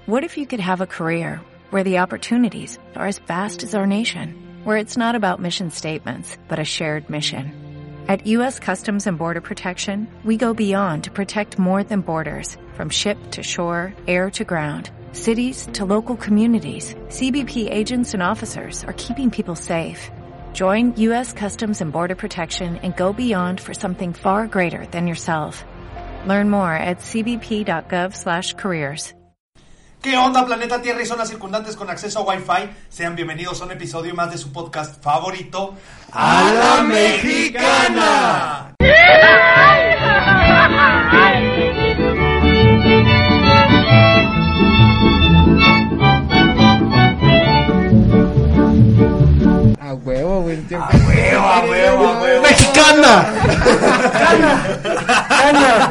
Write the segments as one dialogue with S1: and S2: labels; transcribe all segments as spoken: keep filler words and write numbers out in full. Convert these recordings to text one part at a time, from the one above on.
S1: What if you could have a career where the opportunities are as vast as our nation, where it's not about mission statements, but a shared mission? At U S Customs and Border Protection, we go beyond to protect more than borders. From ship to shore, air to ground, cities to local communities, C B P agents and officers are keeping people safe. Join U S Customs and Border Protection and go beyond for something far greater than yourself. Learn more at c b p dot gov slash careers.
S2: ¿Qué onda, planeta Tierra y zonas circundantes con acceso a Wi-Fi? Sean bienvenidos a un episodio más de su podcast favorito, ¡A la Mexicana!
S3: A huevo, güey.
S2: A huevo, a huevo, a huevo.
S3: ¡Mexicana! ¡Gana!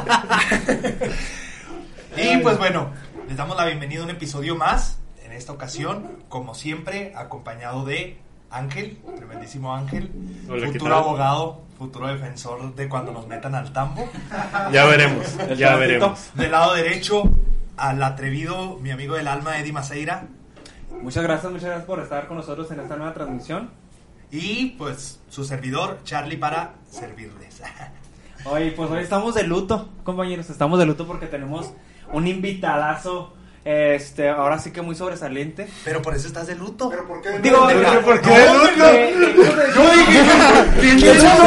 S2: Y pues bueno, les damos la bienvenida a un episodio más. En esta ocasión, como siempre, acompañado de Ángel, tremendísimo Ángel.
S4: Hola,
S2: futuro abogado, futuro defensor de cuando nos metan al tambo.
S4: Ya veremos, ya veremos.
S2: Del lado derecho, al atrevido, mi amigo del alma, Eddie Maceira.
S5: Muchas gracias, muchas gracias por estar con nosotros en esta nueva transmisión.
S2: Y pues su servidor, Charlie, para servirles.
S5: Oye, pues hoy estamos de luto, compañeros, estamos de luto porque tenemos un invitadazo, este, ahora sí que muy sobresaliente.
S2: Pero por eso estás de luto.
S6: ¿Pero por qué de
S5: Digo,
S6: luto?
S5: ¿pero
S2: por qué de luto?
S6: Yo dije, ¿quién es eso?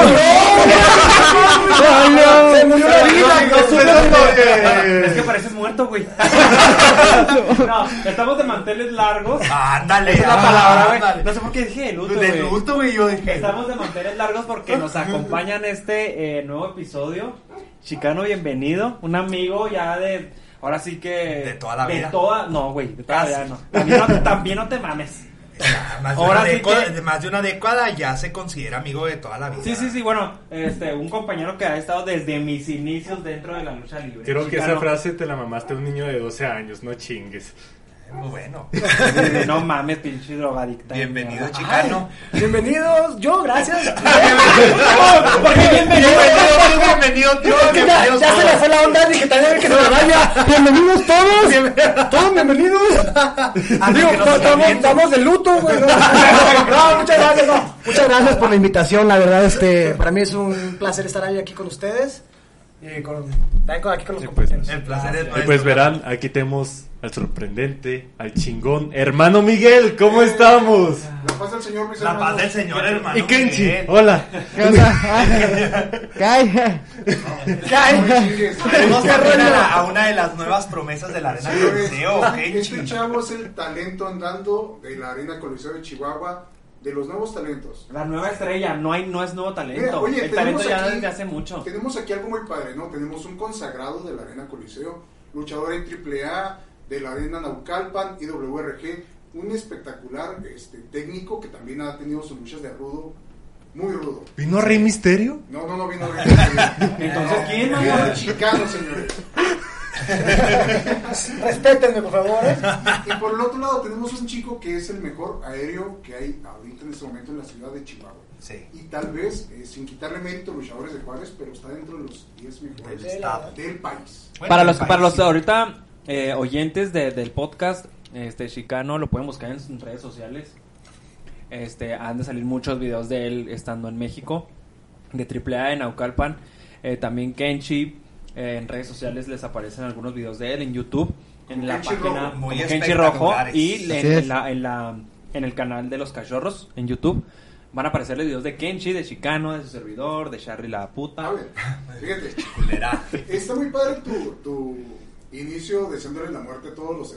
S3: Se murió la vida.
S5: Es que pareces muerto, güey. No, estamos de manteles largos.
S2: Ándale,
S5: Esa es la palabra, güey.
S2: ándale.
S5: No sé por qué dije de luto,
S2: De
S5: güey.
S2: luto, güey, yo dije.
S5: Estamos de manteles largos porque nos acompaña en este eh, nuevo episodio. Chicano, bienvenido. Un amigo ya de... Ahora sí que...
S2: De toda la vida.
S5: De toda... No, güey, de toda la vida no. También no, también no te mames.
S2: Ya, más, de
S5: Ahora
S2: una
S5: sí
S2: década,
S5: que-
S2: de más de una década ya se considera amigo de toda la vida.
S5: Sí, sí, sí, bueno, este, un compañero que ha estado desde mis inicios dentro de la lucha libre.
S4: Creo que
S5: Chicano.
S4: esa frase te la mamaste a un niño de doce años, no chingues.
S2: Muy bueno.
S5: No mames, pinche drogadicta.
S2: Bienvenido,
S5: Mierda.
S2: Chicano.
S3: Bienvenidos, yo, gracias.
S5: Porque bienvenido.
S2: Bienvenido, tío.
S3: Ya,
S2: Bienvenido.
S3: ya se le fue la onda, dije también que se me vaya. Bienvenidos todos. Todos bienvenidos. Digo,
S2: que no se
S3: estamos,
S2: calienten.
S3: estamos de luto, güey. No, no, muchas gracias, no. Muchas gracias por la invitación, la verdad, este, para mí es un placer estar ahí aquí con ustedes. Y con, también con- aquí con los
S4: Sí, pues,
S3: compañeros.
S2: El placer es
S4: Y
S2: nuestro.
S4: pues verán, aquí tenemos al sorprendente, al chingón, hermano Miguel, ¿cómo estamos?
S6: La paz del Señor, mis
S2: La
S6: hermanos.
S2: paz del Señor, hermano.
S4: Y Kenchi,
S2: Miguel.
S4: hola.
S3: ¿Qué onda? ¿Qué ¿Qué hay?
S2: Tenemos que ver a, la- a una de las nuevas promesas de la Arena
S6: Señores,
S2: Coliseo,
S6: este
S2: Kenchi.
S6: chavo es el talento andando de la Arena Coliseo de Chihuahua, de los nuevos talentos.
S5: La nueva estrella, no hay, no es nuevo talento.
S6: Mira, oye,
S5: el talento
S6: tenemos
S5: ya
S6: aquí-
S5: desde hace mucho.
S6: Tenemos aquí algo muy padre, ¿no? Tenemos un consagrado de la Arena Coliseo, luchador en triple A, de la Arena Naucalpan, I W R G, un espectacular este, técnico que también ha tenido sus luchas de rudo, muy rudo.
S4: ¿Vino Rey Misterio?
S6: No, no, no vino
S5: Entonces, ¿quién,
S6: Vino
S5: mamá?
S6: de Chicano, señores.
S3: Respétenme, por favor. ¿eh?
S6: Y por el otro lado tenemos un chico que es el mejor aéreo que hay ahorita en este momento en la ciudad de Chihuahua.
S2: Sí.
S6: Y tal vez, eh, sin quitarle mérito a luchadores de Juárez, pero está dentro de los diez mejores
S2: Del estado.
S6: del país.
S2: Bueno,
S5: Para
S2: el
S5: los,
S2: país,
S5: para los
S2: sí.
S5: ahorita eh, oyentes de, del podcast, este Chicano lo pueden buscar en sus redes sociales. Este, han de salir muchos videos de él estando en México, de triple A en Naucalpan. Eh, también Kenchi, eh, en redes sociales les aparecen algunos videos de él en YouTube, en
S6: Como
S5: la
S6: Kenchi
S5: página
S6: Rojo.
S2: Muy
S5: como Kenchi Rojo
S2: espectaculares.
S5: y
S3: Así
S5: en,
S3: es.
S5: en la, en la en el canal de los cachorros en YouTube. Van a aparecerles videos de Kenchi, de Chicano, de su servidor, de Charlie la puta.
S6: A ver, fíjate,
S2: Culera.
S6: está muy padre tu, tu inicio deseándole la muerte a todos los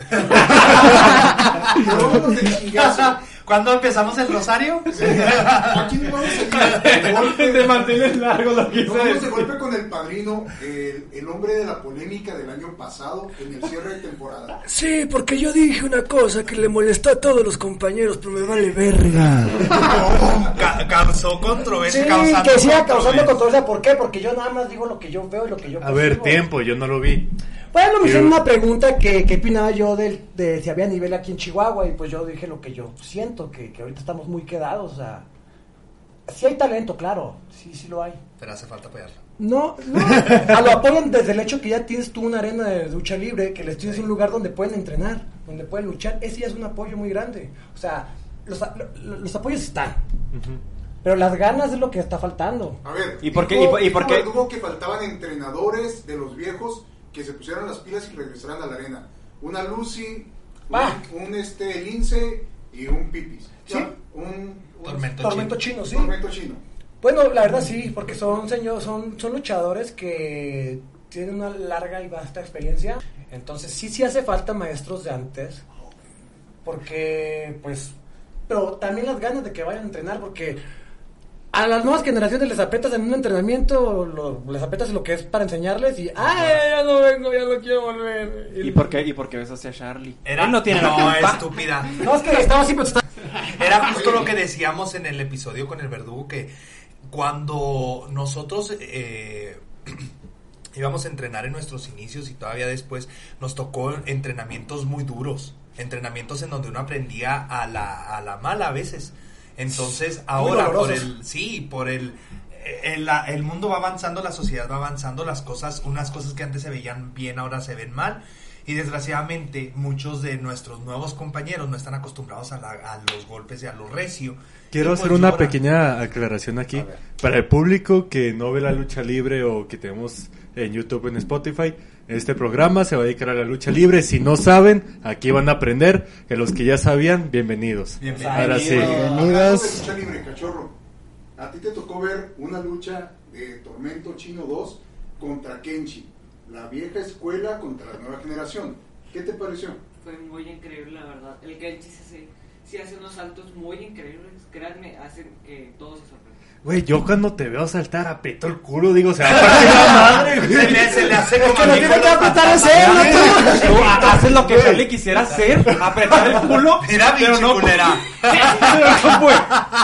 S6: todos los de chingazo.
S2: ¿Cuándo empezamos el rosario?
S6: Sí, aquí nos vamos a ir de golpe.
S5: Te mantienes largo lo que
S6: Nos vamos de golpe con el padrino, el, el hombre de la polémica del año pasado en el cierre de temporada.
S3: Sí, porque yo dije una cosa que le molestó a todos los compañeros, pero me vale verga.
S2: Ca- causó controversia.
S3: Sí,
S2: causando
S3: que siga causando
S2: controversia.
S3: controversia. ¿Por qué? Porque yo nada más digo lo que yo veo y lo que yo
S4: A ver,
S3: percibo.
S4: tiempo, yo no lo vi.
S3: Bueno, me
S4: Pero-
S3: hicieron una pregunta que, que opinaba yo del, de si había nivel aquí en Chihuahua y pues yo dije lo que yo siento, que, que ahorita estamos muy quedados, o sea, sí hay talento, claro, sí, sí lo hay.
S2: Pero hace falta apoyarlo.
S3: No, no, a lo apoyan desde el hecho que ya tienes tú una arena de lucha libre, que les tienes un lugar donde pueden entrenar, donde pueden luchar, ese ya es un apoyo muy grande. O sea, los, lo, los apoyos están, uh-huh. pero las ganas es lo que está faltando.
S6: A ver,
S5: ¿y por qué?
S6: dijo,
S5: ¿Y por qué?
S6: Dijo que faltaban entrenadores de los viejos que se pusieran las pilas y regresaran a la arena. Una Lucy,
S3: ah.
S6: un, un este Lince y un Pipis.
S3: ¿Sí?
S6: Un, un
S2: tormento,
S3: tormento
S2: chino.
S3: chino, sí.
S6: Tormento chino.
S3: Bueno, la verdad sí, porque son señor, son, son luchadores que tienen una larga y vasta experiencia. Entonces sí, sí hace falta maestros de antes. Porque, pues, pero también las ganas de que vayan a entrenar, porque a las nuevas generaciones les apretas en un entrenamiento, lo, les apretas lo que es para enseñarles y ¡ay, ya no vengo, ya no quiero volver!
S5: ¿Y por qué, y por qué ves hacia Charlie?
S2: Era,
S5: Él no tiene
S2: no,
S5: la culpa.
S2: estúpida.
S3: No, es que estaba así, pero está...
S2: Era justo lo que decíamos en el episodio con el verdugo, que cuando nosotros eh, íbamos a entrenar en nuestros inicios y todavía después, nos tocó entrenamientos muy duros, entrenamientos en donde uno aprendía a la, a la mala a veces. Entonces ahora por el sí por el el, el mundo va avanzando, la sociedad va avanzando, las cosas, unas cosas que antes se veían bien ahora se ven mal, y desgraciadamente muchos de nuestros nuevos compañeros no están acostumbrados a, la, a los golpes y a lo recio.
S4: Quiero
S2: pues
S4: hacer una
S2: lloran.
S4: pequeña aclaración aquí para el público que no ve la lucha libre o que tenemos en YouTube o en Spotify. Este programa se va a dedicar a la lucha libre. Si no saben, aquí van a aprender. Que los que ya sabían, bienvenidos.
S2: Bienvenidos.
S4: Ahora sí.
S6: Hablando de lucha libre, cachorro, a ti te tocó ver una lucha de Tormento Chino dos contra Kenshi, la vieja escuela contra la nueva generación. ¿Qué te pareció?
S7: Fue muy increíble, la verdad. El Kenshi sí, sí hace unos saltos muy increíbles. Créanme, hacen que todos se sorprendan.
S4: Güey, yo cuando te veo saltar aprieto el culo, digo, se va a partir la madre, güey.
S2: Se le, se le hace como
S3: que lo
S2: a mí
S3: tiene
S2: con
S3: que
S2: los
S3: apretar
S2: patatas.
S3: ese, ¿no?
S5: Tú ha- haces lo que Charlie quisiera hacer, apretar el culo.
S2: Mira,
S5: pero
S2: bicho
S5: no
S2: culera.
S5: no puede.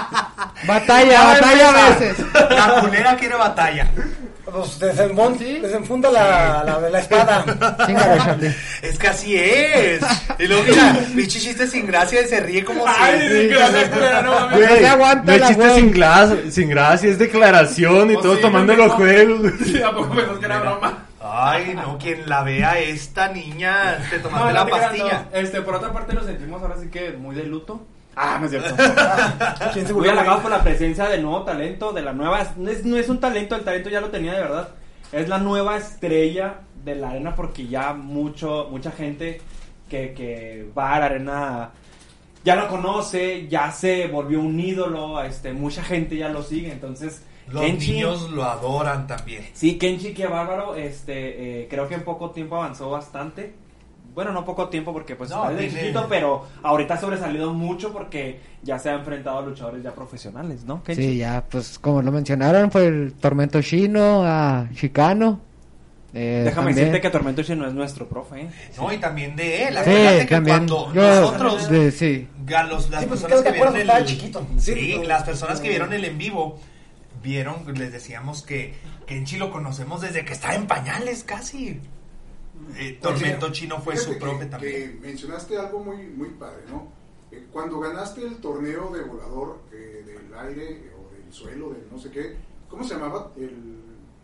S8: Batalla, batalla a veces.
S2: La culera quiere batalla.
S3: Pues desenfunda, desenfunda la, la, la espada.
S8: Chingada, Charlie.
S2: Es que así es. Y luego mira, bicho chiste sin gracia y se ríe como
S5: Ay,
S2: si...
S5: sí, gracias, culera, no mames.
S4: Güey,
S8: No se aguanta
S4: no es
S8: la
S4: chiste
S8: güey.
S4: sin, glas- sin gracia, es declaración y
S5: Oh,
S4: todos
S5: sí,
S4: tomando
S5: pendejo.
S4: los juegos.
S5: Sí, ¿a poco pensás que era broma?
S2: Ay, no, quien la vea esta niña, te tomaste
S5: No,
S2: la
S5: no te creas,
S2: pastilla.
S5: no. Este, por otra parte, nos sentimos ahora sí que muy de luto. Ah, no es cierto.
S3: ¿Quién se
S5: Muy
S3: burló,
S5: halagados
S3: güey?
S5: por la presencia del nuevo talento, de la nueva... No es, no es un talento, el talento ya lo tenía de verdad. Es la nueva estrella de la arena porque ya mucho mucha gente que, que va a la arena ya lo conoce, ya se volvió un ídolo, este mucha gente ya lo sigue, entonces...
S2: Los
S5: Kenshi-
S2: niños lo adoran también.
S5: Sí, Kenshi, qué bárbaro, este, eh, creo que en poco tiempo avanzó bastante. Bueno, no poco tiempo porque pues
S2: No,
S5: está de
S2: tiene-
S5: chiquito, pero ahorita ha sobresalido mucho porque ya se ha enfrentado a luchadores ya profesionales, ¿no? Kenshi?
S8: Sí, ya, pues como lo mencionaron, fue el Tormento Chino a Chicano. Eh,
S5: Déjame
S8: también.
S5: decirte que Tormento Chino no es nuestro profe, ¿eh?
S2: No, y también de él.
S8: Sí,
S2: Acuérdate que
S8: también.
S2: cuando
S8: Yo,
S2: nosotros,
S8: de- sí.
S2: ga- los- las
S3: Sí, pues,
S2: personas
S3: ¿te
S2: que vieron
S3: acuerdas?
S2: el,
S3: Estaba chiquito.
S2: sí,
S3: Sí, pero-
S2: las personas que vieron el en vivo vieron, les decíamos que Kenshi lo conocemos desde que estaba en pañales casi. Eh, Tormento Chino fue
S6: Fíjate
S2: su
S6: que-
S2: profe
S6: que
S2: también.
S6: mencionaste algo muy, muy padre, ¿no? Eh, cuando ganaste el torneo de volador eh, del aire eh, o del suelo, del no sé qué, ¿cómo se llamaba? El,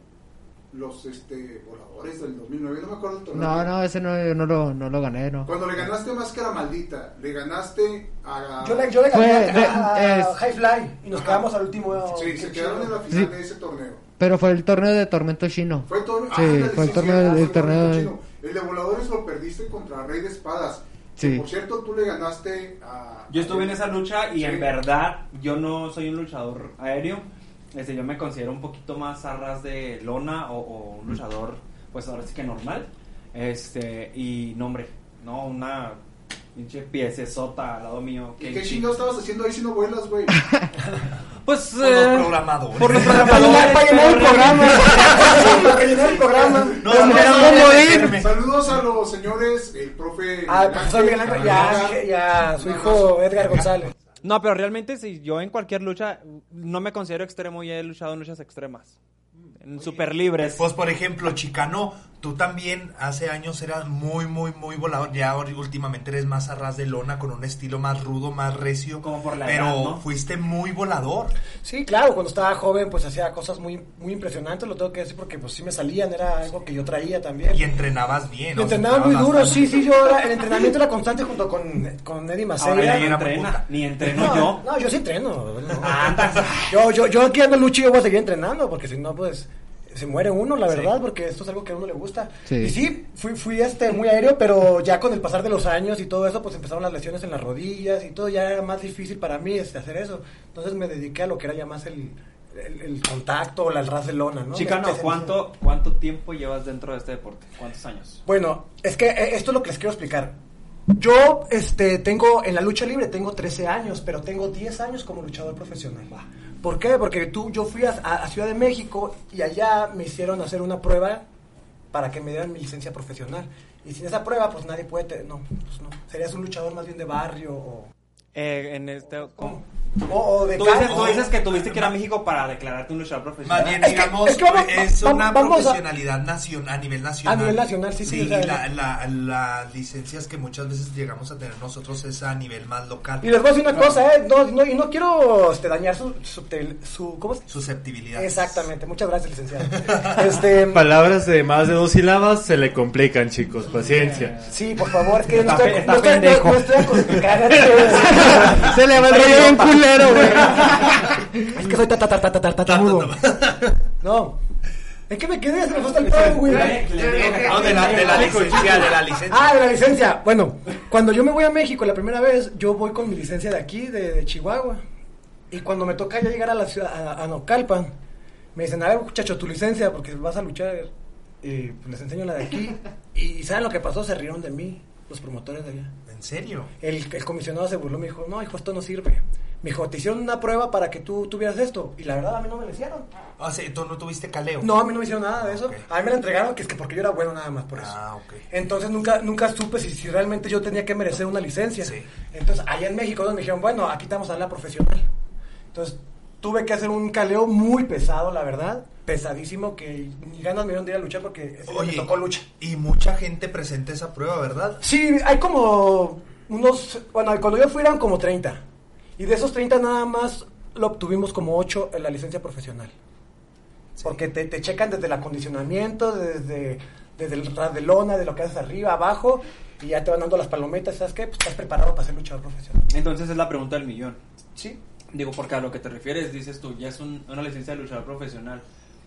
S6: los este, voladores del dos mil nueve, no me acuerdo el torneo.
S8: No, no, ese no, yo no lo, no lo gané, no.
S6: Cuando le ganaste a Máscara Maldita, le ganaste a...
S3: Yo le, yo le
S8: Fue-
S3: gané a,
S8: de-
S3: a
S8: es-
S3: High Fly y nos
S6: Ajá.
S3: quedamos al último.
S6: Sí, se quedaron en la final
S8: Sí.
S6: de ese torneo.
S8: Pero fue el torneo de Tormento Chino.
S6: Fue el torneo,
S8: Sí,
S6: ándale,
S8: fue el
S6: sí,
S8: torneo-
S6: cierto,
S8: el
S6: fue
S8: torneo de-
S6: chino. El de voladores lo perdiste contra Rey de Espadas.
S8: Sí.
S6: Que, por cierto, tú le ganaste a...
S5: Yo estuve en esa lucha y
S6: Sí.
S5: en verdad yo no soy un luchador aéreo. Este, yo me considero un poquito más a ras de lona o, o un luchador, pues ahora sí que normal. Este, y no, hombre, no, una pinche piecesota al lado mío.
S6: ¿Y qué
S5: Kenshi.
S6: chingados estabas haciendo ahí si no vuelas, güey?
S5: Pues,
S2: Por los
S5: eh,
S2: programadores.
S5: por los
S3: Para
S5: programadores.
S3: llenar- para llenar el
S5: pero
S3: programa. Para que llenar el programa.
S2: No,
S3: Como
S2: no,
S3: era
S2: no,
S3: un
S2: no,
S3: comodín.
S2: no, no.
S6: Saludos a los señores, el profe...
S3: Ah, el profesor Miguel Ángel y a- y a su hijo Edgar González.
S5: No, pero realmente si yo en cualquier lucha no me considero extremo y he luchado en luchas extremas. En super libres.
S2: Pues por ejemplo, Chicano tú también hace años eras muy, muy, muy volador. Ya últimamente eres más a ras de lona, con un estilo más rudo, más recio.
S5: Como por la
S2: pero
S5: edad, ¿no?
S2: fuiste muy volador.
S3: Sí, claro, cuando estaba joven pues hacía cosas muy muy impresionantes, lo tengo que decir porque pues sí me salían, era algo que yo traía también.
S2: Y entrenabas bien.
S3: Y entrenaba muy duro, sí, sí, yo era, el entrenamiento era constante junto con, con Eddie Maceira.
S5: Ahora ya ni
S2: era
S5: entrena, ni entreno
S3: No,
S5: yo.
S3: no, yo sí entreno. No. yo, yo, yo aquí ando lucho y yo voy a seguir entrenando, porque si no, pues se muere uno, la verdad, sí. Porque esto es algo que a uno le gusta. Sí. Y sí, fui, fui este muy aéreo, pero ya con el pasar de los años y todo eso, pues empezaron las lesiones en las rodillas y todo, ya era más difícil para mí este, hacer eso. Entonces me dediqué a lo que era ya más el, el, el contacto, el ras de lona, ¿no?
S5: Chicano, ¿cuánto, ¿cuánto tiempo llevas dentro de este deporte? ¿Cuántos años?
S3: Bueno, es que esto es lo que les quiero explicar. Yo este, tengo, en la lucha libre tengo trece años, pero tengo diez años como luchador profesional. ¿Por qué? Porque tú, yo fui a, a Ciudad de México y allá me hicieron hacer una prueba para que me dieran mi licencia profesional. Y sin esa prueba, pues nadie puede, te, no, pues no. Serías un luchador más bien de barrio o...
S5: Eh, en este... ¿cómo?
S3: O, o de
S5: ¿Tú, dices,
S3: ca-
S5: tú dices que tuviste que ir a México para declararte un luchador profesional.
S2: Más bien,
S3: Es que-
S2: digamos,
S3: es que vamos-
S2: es
S3: va-
S2: una
S3: vamos a-
S2: profesionalidad nacion- a nivel nacional.
S3: A nivel nacional, sí, sí,
S2: Sí,
S3: o sea,
S2: y la, la, las licencias que muchas veces llegamos a tener nosotros es a nivel más local.
S3: Y les voy a decir una cosa, ¿eh? No, no, y no quiero este, dañar su, su, tel- su... ¿Cómo se
S2: Susceptibilidad.
S3: Exactamente, muchas gracias, licenciado. Este,
S4: Palabras de más de dos sílabas se le complican, chicos. Paciencia.
S3: sí, por favor, es que no
S5: Está
S3: estoy,
S5: pe- está
S3: no estoy,
S5: pendejo.
S3: no, no estoy acostumbrado.
S8: Se le va el rollo bien culero, güey.
S3: Es que soy ta ta ta ta ta ta tartamudo. No. ¿En qué me quedé? Se me fue hasta el pedo, güey.
S2: No, de la, de la licencia, de la licencia.
S3: Ah, de la licencia. Bueno, cuando yo me voy a México la primera vez, yo voy con mi licencia de aquí, de, de Chihuahua. Y cuando me toca ya llegar a la ciudad, a, a Naucalpan, me dicen, a ver, muchacho, tu licencia, porque vas a luchar. Y pues les enseño la de aquí. Y ¿saben lo que pasó? Se rieron de mí, los promotores de allá.
S2: ¿En serio?
S3: El, el comisionado se burló, me dijo, no, hijo, esto no sirve. Me dijo, te hicieron una prueba para que tú tuvieras esto. Y la verdad, a mí no me lo hicieron.
S2: O sea, ¿tú no tuviste caleo?
S3: No, a mí no me hicieron nada de eso.
S2: Okay.
S3: A mí me la entregaron, que es que porque yo era bueno nada más por eso.
S2: Ah, ok.
S3: Entonces nunca nunca supe si, si realmente yo tenía que merecer una licencia.
S2: Sí.
S3: Entonces allá en México donde me dijeron, bueno, aquí te vamos a dar la profesional. Entonces tuve que hacer un caleo muy pesado, la verdad. Pesadísimo, que ni ganas me dieron de ir a luchar porque ese día
S2: Oye,
S3: me tocó lucha.
S2: y mucha gente presenta esa prueba, ¿verdad?
S3: Sí, hay como unos... Bueno, cuando yo fui eran como treinta. Y de esos treinta nada más lo obtuvimos como ocho en la licencia profesional.
S2: Sí.
S3: Porque te, te checan desde el acondicionamiento, desde, desde el ras de lona, de lo que haces arriba, abajo, y ya te van dando las palometas, ¿sabes qué? Pues estás preparado para ser luchador profesional.
S5: Entonces es la pregunta del millón.
S3: Sí.
S5: Digo, porque a lo que te refieres, dices tú, ya es un- una licencia de luchador profesional.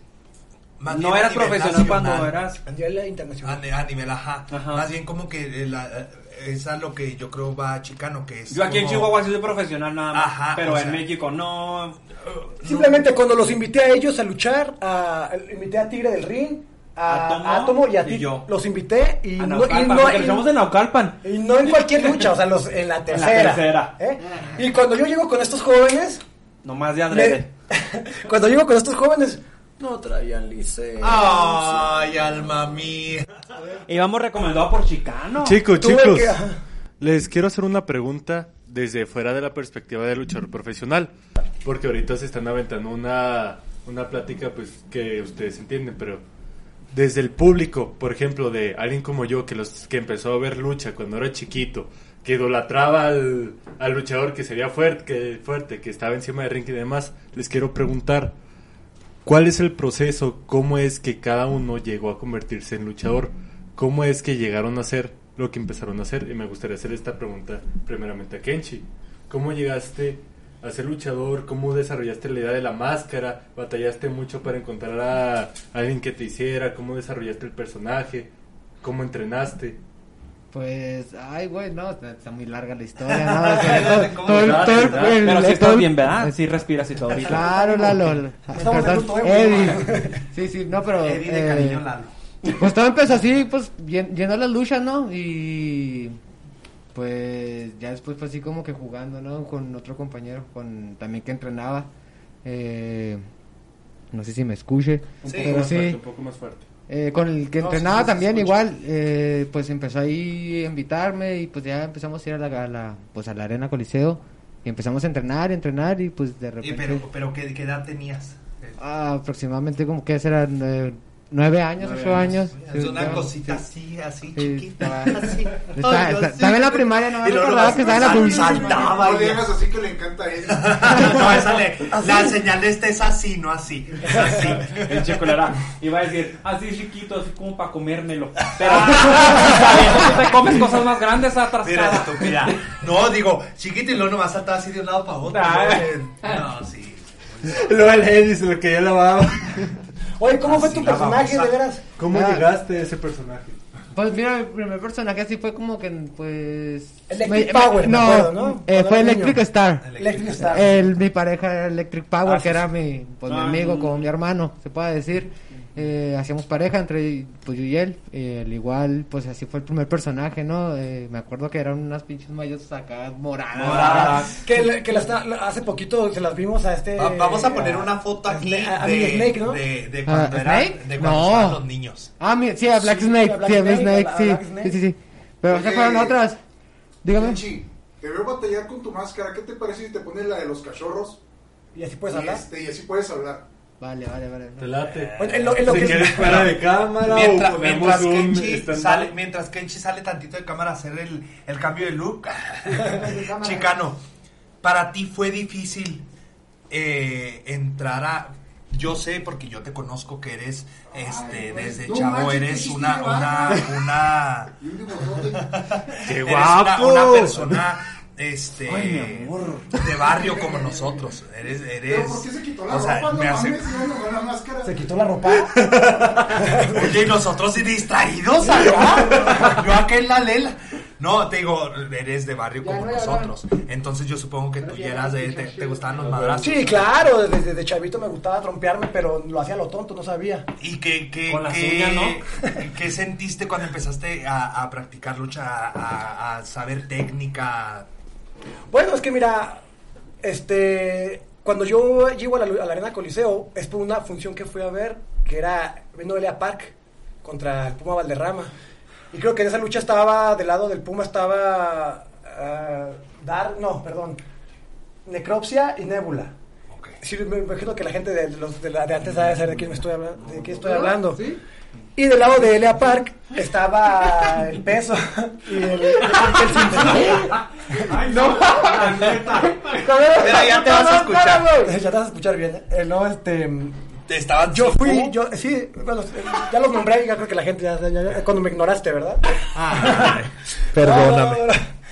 S2: Más
S5: No
S2: bien a
S5: eras
S2: nivel
S5: profesional
S2: nacional.
S5: cuando eras...
S3: A nivel
S2: A,
S3: internacional.
S2: ni- a nivel, ajá.
S5: Ajá.
S2: Más bien como que eh, la, eh, es a lo que yo creo va Chicano, que es
S5: Yo aquí en
S2: como-
S5: Chihuahua sí soy profesional nada más,
S2: Ajá,
S5: pero
S2: o
S5: en
S2: sea-
S5: México no...
S3: Simplemente cuando los invité a ellos a luchar, a, invité a Tigre del Ring, a
S5: Átomo
S3: a Átomo y a
S5: y
S3: ti.
S5: yo.
S3: Los invité y
S5: A
S3: no, y
S5: Naucalpan,
S3: no-
S5: porque
S3: y-
S5: luchamos en Naucalpan.
S3: y no en cualquier lucha, o sea, los, en la tercera.
S5: tercera.
S3: ¿eh? Y cuando yo llego con estos jóvenes,
S5: Nomás de adrede.
S3: me- cuando llego con estos jóvenes, no traían licencia.
S2: Ay, alma mía.
S5: Íbamos recomendado por Chicano.
S4: Chicos,
S3: Tuve
S4: chicos,
S3: que- ajá.
S4: les quiero hacer una pregunta desde fuera de la perspectiva de luchador profesional, porque ahorita se están aventando una, una plática pues que ustedes entienden, pero desde el público, por ejemplo, de alguien como yo que los que empezó a ver lucha cuando era chiquito, que idolatraba al, al luchador que sería fuerte, que, fuerte, que estaba encima de ring y demás, les quiero preguntar, ¿cuál es el proceso? ¿Cómo es que cada uno llegó a convertirse en luchador? ¿Cómo es que llegaron a ser lo que empezaron a hacer? Y me gustaría hacer esta pregunta primeramente a Kenshi. ¿Cómo llegaste a ser luchador? ¿Cómo desarrollaste la idea de la máscara? ¿Batallaste mucho para encontrar a alguien que te hiciera? ¿Cómo desarrollaste el personaje? ¿Cómo entrenaste?
S8: Pues, ay, güey, no, está, está muy larga la historia, ¿no? O sea,
S2: ¿Cómo
S8: todo el-
S4: estás?
S8: todo el-
S4: ¿Verdad?
S8: el-
S5: Pero si
S8: todo
S5: estás
S8: el-
S5: bien, ¿verdad? Sí respiras y todo ahorita.
S8: Claro, Lalo.
S3: Estamos en luto, eh,
S8: Eddie. Sí, sí, no, pero...
S2: Eddie de
S8: eh,
S2: cariño Lalo.
S8: Pues todo empezó así, pues, yen- yendo a las luchas, ¿no? Y... Pues ya después fue así como que jugando, ¿no? Con otro compañero, con también que entrenaba. Eh, no sé si me escuche,
S2: Sí,
S8: pero
S4: más fuerte,
S8: sí.
S4: un poco más fuerte.
S8: Eh, con el que
S2: No,
S8: entrenaba
S2: sí, sí, se
S8: también
S2: escucha.
S8: igual, eh, pues empezó ahí a invitarme y pues ya empezamos a ir a la, a la, pues a la Arena Coliseo y empezamos a entrenar, entrenar y pues de
S2: Y
S8: repente
S2: pero, pero ¿qué, ¿qué edad tenías?
S8: ah, aproximadamente como que serán eh, Nueve años,
S5: Nueve
S8: ocho
S5: años.
S8: años.
S2: Es
S8: sí,
S2: una
S8: estaba-
S2: cosita
S8: sí.
S2: así, así,
S8: Sí,
S2: chiquita.
S8: estaba-
S2: Así.
S8: Estaba,
S2: Ay,
S8: está-
S2: Dios,
S8: estaba en la
S2: sí.
S8: primaria, no me
S2: Y luego
S8: recordaba
S2: nomás
S8: que estaba en la
S2: sal-
S8: primaria.
S2: saltaba
S6: No
S2: y
S6: le
S2: ya.
S6: hagas así que le encanta a él.
S2: No, esa le, la señal de este es así, no así. Es así.
S5: El chico le era, iba a decir, así chiquito, así como para comérmelo. Pero sabiendo que te comes cosas más grandes
S2: Mira,
S5: atrasadas.
S2: estúpida. No, digo, chiquito y luego nomás saltaba así de un lado para otro.
S5: Ah.
S2: No, sí.
S4: Luego el Edis, lo que ya lavaba.
S3: Oye, ¿cómo fue
S2: Así
S3: tu
S2: la
S3: personaje,
S2: babosa.
S3: de veras?
S4: ¿Cómo
S8: Ah.
S4: llegaste a ese personaje?
S8: Pues mira, el primer personaje así fue como que, pues...
S3: Electric Power, me acuerdo, ¿no?
S8: eh,
S3: Cuando
S8: fue
S3: era
S8: Electric
S3: niño.
S8: Star.
S3: Electric Star.
S8: El, mi pareja era Electric Power,
S3: Ah, sí,
S8: que era
S3: sí.
S8: mi, pues, mi
S5: Ah,
S8: amigo,
S5: mm.
S8: como mi hermano, se puede decir. Eh, hacíamos pareja entre pues, yo y él. Eh, al igual, pues así fue el primer personaje, ¿no? Eh, me acuerdo que eran unas pinches mallas acá moradas.
S2: Moradas.
S3: Que, le- que las, hace poquito se las vimos a este...
S2: Va- Vamos a poner una foto aquí
S3: a, a
S2: de,
S3: mi Snake, ¿no?
S2: de, de cuando,
S8: ¿Ah,
S2: era,
S8: Snake?
S2: de cuando
S8: No.
S2: estaban los niños.
S8: Ah, mi- sí, a Black
S3: Sí,
S8: Snake.
S3: a Black
S8: sí, a Black
S3: Snake,
S8: Snake,
S3: a- a
S8: sí.
S3: Black Snake.
S8: Sí, sí, sí. Pero
S6: Oye,
S8: se fueron otras. Dígame.
S6: Kenchi, te veo batallar con tu máscara. ¿Qué te parece si te pones la de los cachorros?
S3: Y así puedes
S6: y,
S3: hablar.
S6: este, y así puedes hablar.
S8: Vale, vale, vale.
S4: Te late.
S3: Bueno, en lo, en lo
S4: Si
S3: que
S4: quieres fuera de cámara
S2: Mientras,
S4: o ponemos
S2: mientras,
S4: un
S2: Kenchi
S4: stand-up.
S2: sale, mientras Kenchi sale tantito de cámara a hacer el, el cambio de look. Chicano, para ti fue difícil eh, entrar a... Yo sé, porque yo te conozco que eres, este,
S6: Ay, pues,
S2: desde
S6: no
S2: chavo,
S6: manches,
S2: eres
S6: qué
S2: una,
S6: chiste,
S2: una, una...
S6: Y un dibujote.
S4: ¡Qué
S2: Eres
S4: guapo!
S2: Una, una persona, este,
S5: Ay, mi amor.
S2: de barrio como nosotros. Eres, eres.
S6: ¿Pero por qué se quitó la
S2: o sea,
S6: ropa? No
S2: me hace-
S6: mames, iba con la máscara.
S3: se quitó la ropa.
S2: Oye, y nosotros distraídos acá. Yo acá en la lela. No, te digo, eres de barrio
S8: Ya
S2: como
S8: no, ya
S2: nosotros. Entonces yo supongo que tú ya eras de, te, te gustaban los madrazos.
S3: Sí, claro, desde, desde chavito me gustaba trompearme, pero lo hacía a lo tonto, no sabía.
S2: ¿Y qué, qué,
S5: Con las
S2: qué-
S5: uñas, ¿no?
S2: qué sentiste cuando empezaste a, a practicar lucha, a, a- a saber técnica?
S3: Bueno, es que mira, este, cuando yo llego a la, a la Arena Coliseo, es por una función que fui a ver, que era viendo Elia Park contra el Puma Valderrama. Y creo que en esa lucha estaba, del lado del Puma estaba, ah, Dar, no, perdón, Necropsia y Nebula.
S2: Ok.
S3: Sí, me imagino que la gente de, de los, de, la- de antes sabe saber de quién me estoy hablando, de quién estoy hablando.
S8: ¿Sí?
S3: Y del lado de Elia Park estaba el peso y el, el, el cinturón.
S5: Ay, no, la neta.
S2: Pero ya te vas a escuchar.
S3: Ya te vas a escuchar bien. Eh, no, este.
S2: Estaban
S3: Yo fui,
S2: cinco.
S3: yo, sí, bueno, ya los nombré y ya creo que la gente ya, ya- ya- cuando me ignoraste, ¿verdad?
S2: Ah,
S3: No, no, no, no.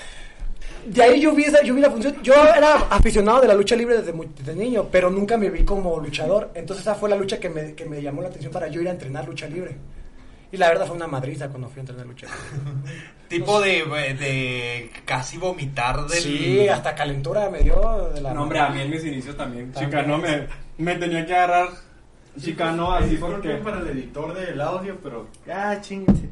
S3: De ahí yo vi, esa, yo vi la función. Yo era aficionado de la lucha libre desde, muy, desde niño, pero nunca me vi como luchador. Entonces esa fue la lucha que me, que me llamó la atención para yo ir a entrenar lucha libre. Y la verdad fue una madriza cuando fui a entrenar lucha libre.
S2: tipo de, de casi vomitar del...
S3: Sí, hasta calentura me dio de la...
S5: No, hombre, a mí en mis inicios también.
S3: También.
S5: Chicano me, me tenía que agarrar. Chicano así porque.
S4: para el editor del audio, pero. Ah, chingate.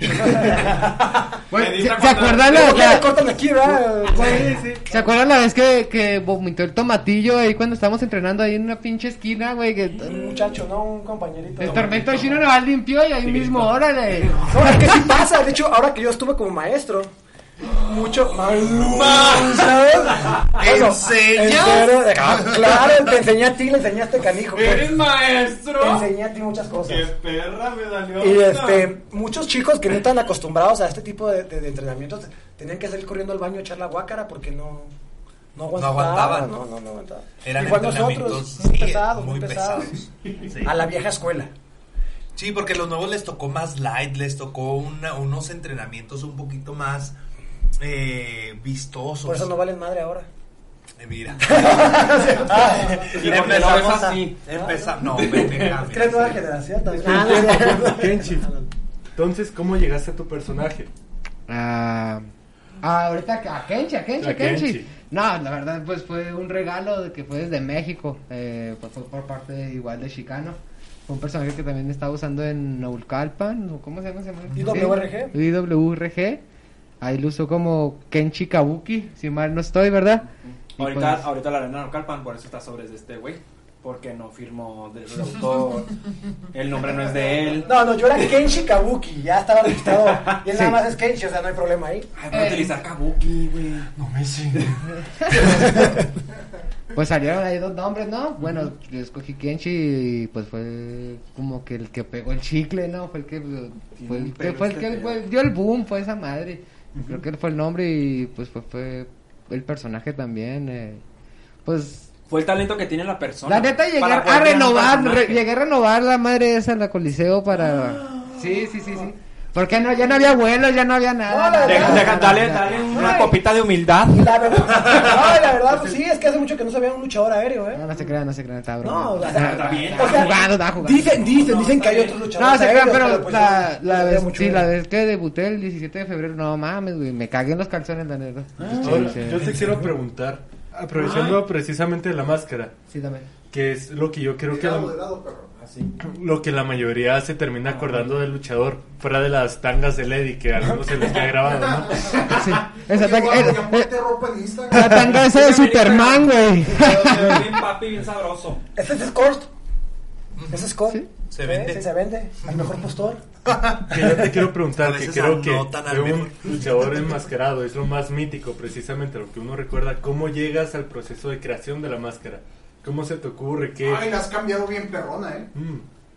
S8: Bueno,
S5: Me
S8: ¿se,
S5: dice
S8: ¿se
S5: cuando-
S8: acuerdan
S3: ¿Por
S8: la,
S3: qué me
S8: la-
S3: cortan aquí, verdad?
S8: Sí, sí. ¿Se acuerdan la vez que, que vomitó el tomatillo ahí cuando estábamos entrenando ahí en una pinche esquina, güey? Que
S3: Un muchacho, ¿no? Un compañerito.
S8: el tormento chino nos limpió y ahí mismo, órale.
S3: No, es que sí pasa. De hecho, ahora que yo estuve como maestro, mucho más. ¿Sabes? Bueno,
S2: ¿Enseñas?
S3: en serio, ah, claro, te enseñé a ti, le enseñé a este canijo. pues.
S5: ¿Eres
S3: Te
S5: maestro?
S3: enseñé a ti muchas cosas.
S5: ¡Qué perra me salió!
S3: Y este, muchos chicos que no están acostumbrados a este tipo de, de, de entrenamientos tenían que salir corriendo al baño a echar la guácara porque no, no aguantaban.
S2: aguantaban.
S3: No, no, no aguantaban.
S2: Eran
S3: Igual
S2: entrenamientos,
S3: nosotros, muy
S2: sí,
S3: pesados,
S2: muy
S3: muy pesados.
S2: pesados. Sí.
S3: A la vieja escuela.
S2: Sí, porque a los nuevos les tocó más light, les tocó una, unos entrenamientos un poquito más eh, vistosos.
S3: Por eso no valen madre ahora.
S2: Eh, mira.
S5: Y porque no es así.
S2: Empezamos. No, ven, ven, ven,
S3: Es que eres nueva
S2: ven.
S3: generación también. Ah, no es cierto.
S4: Kenchi. Entonces, ¿cómo llegaste a tu personaje?
S8: Ah, ah, ahorita a Kenchi, a Kenchi,
S4: A
S8: a Kenchi.
S4: Kenchi.
S8: No, la verdad, pues fue un regalo de que fue desde México. Eh, pues fue por parte de- igual de Chicano. Fue un personaje que también estaba usando en Naucalpan, ¿o ¿cómo se llama? ¿Se llama?
S3: I W R G.
S8: Sí, I W R G. Ahí lo usó como Kenchi Kabuki, si mal no estoy, ¿verdad? Y
S5: Ahorita,
S8: pues-
S5: ahorita la arena no calpan, por eso está sobre de este güey. Porque no firmó derechos de autor. El nombre no es de él.
S3: No, no, yo era Kenshi Kabuki, ya estaba registrado. Y él
S8: Sí.
S3: nada más es Kenshi, o sea, no hay problema ahí.
S5: Ay, voy a utilizar Kabuki, güey.
S2: No me sé.
S8: pues salieron ahí dos nombres, ¿no? Bueno, yo escogí Kenshi y pues fue como que el que pegó el chicle, ¿no? Fue el que fue el que fue el que fue- dio el boom, fue esa madre. Creo que él fue el nombre y pues fue, fue el personaje también. Eh, pues
S5: Fue el talento que tiene la persona.
S8: la neta llegué
S5: para
S8: a
S5: poder crear un
S8: renovar, re-
S5: personaje.
S8: llegué a renovar la madre esa en la Coliseo para... Sí, sí, sí, sí. Porque no, ya no había vuelos, ya no había nada.
S3: No, la
S8: nada,
S5: De-
S3: verdad.
S5: de-
S8: nada,
S5: dale,
S8: nada.
S5: dale una
S3: Ay.
S5: copita de humildad.
S3: La verdad, no, la verdad, pues sí, es que hace mucho que no se veía un luchador aéreo, ¿eh?
S8: No, no se crean, no se crean, está broma.
S3: No, o sea,
S5: Está bien.
S3: o sea,
S8: jugando, está jugando.
S3: Dicen, dicen, dicen que hay otros
S8: No,
S3: luchadores
S8: se crean,
S3: aéreos,
S8: pero
S3: pues,
S8: la,
S3: yo-
S8: la
S3: yo
S8: vez,
S3: veo mucho
S8: sí,
S3: eso.
S8: la vez que debuté el diecisiete de febrero, no mames, güey, me cagué en los calzones, la neta.
S4: Ahora,
S8: sí,
S4: yo te quiero preguntar, aprovechando precisamente la máscara,
S8: sí, también.
S4: que es lo que yo creo
S6: De
S4: que la-
S6: lado, de lado, perro.
S4: lo que la mayoría se termina acordando del luchador, fuera de las tangas de Lady que a algunos se les queda grabado, ¿no?
S8: Sí, esa
S6: Oye,
S8: tanga,
S6: guapo,
S8: eh,
S6: ya
S8: eh,
S6: ponte ropa en Instagram.
S8: la tanga esa de Superman, güey.
S5: Bien papi, bien sabroso.
S3: Este es Scott. Ese es Scott.
S8: Sí.
S2: Se vende.
S3: Sí, se vende. El mejor postor.
S4: Que yo te quiero preguntar,
S2: A
S4: que
S2: veces
S4: creo que
S2: anotan al
S4: de un
S2: mejor.
S4: luchador enmascarado es lo más mítico, precisamente lo que uno recuerda. ¿Cómo llegas al proceso de creación de la máscara? ¿Cómo se te ocurre? ¿Qué?
S6: Ay, la has cambiado bien perrona, ¿eh?
S4: Mm.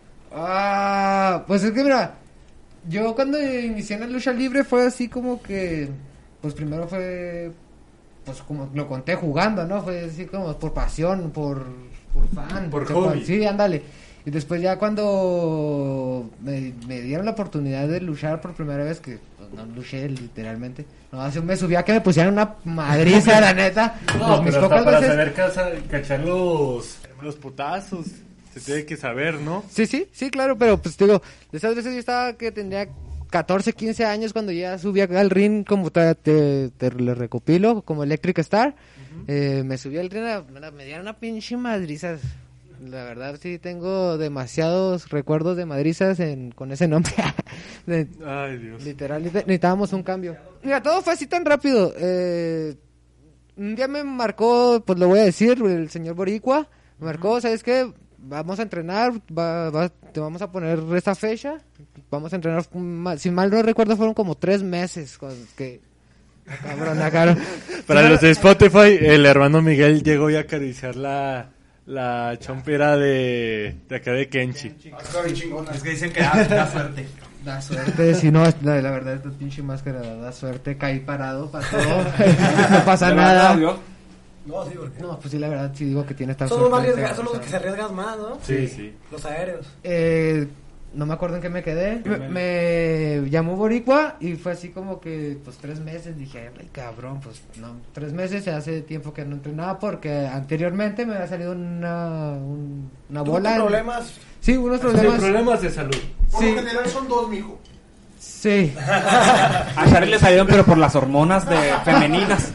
S8: Ah, pues es que mira, yo cuando inicié en la lucha libre fue así como que, pues primero fue, pues como lo conté jugando, ¿no? Fue así como por pasión, por, por fan.
S4: Por
S8: se
S4: hobby.
S8: fue- Sí, ándale. Y después ya cuando me, me dieron la oportunidad de luchar por primera vez, que pues, no luché literalmente, no, hace un mes subía que me pusieran una madriza, la neta.
S4: No,
S8: Pues mis
S4: pero hasta
S8: pocas
S4: para
S8: veces-
S4: saber caza- cachar los, los putazos, se tiene que saber, ¿no?
S8: Sí, sí, sí, claro, pero pues te digo, de esas veces yo estaba que tendría catorce, quince años cuando ya subí acá al ring, como te, te, te le recopilo, como Electric Star. Eh, me subí al ring, a- me, me dieron una pinche madrizas. La verdad sí tengo demasiados recuerdos de madrizas en, con ese nombre. De-
S4: Ay, Dios.
S8: literal, nece- necesitábamos un cambio. Mira, todo fue así tan rápido. Eh, un día me marcó, pues lo voy a decir, el señor Boricua. Me marcó, ¿sabes qué? Vamos a entrenar, va, va- te vamos a poner esta fecha. Vamos a entrenar, ma- si mal no recuerdo, fueron como tres meses. Con que, ah, cabrón, ah, cabrón.
S4: Para
S8: Sí,
S4: los de Spotify, el hermano Miguel llegó y a acariciar la, la chompera de, de acá de Kenchi.
S6: Ah, está bien chingona.
S2: Es que dicen que da, da suerte.
S8: Da suerte, si no, la, la verdad, esta pinche máscara da suerte, caí parado, pasó, no pasa
S5: De verdad,
S8: nada.
S5: Dios.
S3: No, sí, porque.
S8: No, pues sí, la verdad, sí digo que tiene esta
S3: Son los más
S8: suerte.
S3: arriesgados, son los
S8: o
S3: que se
S8: sea,
S3: arriesgan más, ¿no?
S4: Sí, sí.
S3: Los aéreos.
S8: eh, no me acuerdo en qué me quedé. Me, me llamó Boricua y fue así como que, pues tres meses. Dije, ay, cabrón, pues no. Tres meses se hace tiempo que no entrenaba porque anteriormente me había salido una, un- una
S3: ¿Tuvo
S8: bola. en-
S3: problemas?
S8: Sí, unos
S4: Sí,
S8: problemas.
S4: problemas de salud.
S6: Por
S8: Sí.
S6: lo general son dos, mijo.
S8: Sí.
S5: A Shari le salieron, pero por las hormonas de femeninas.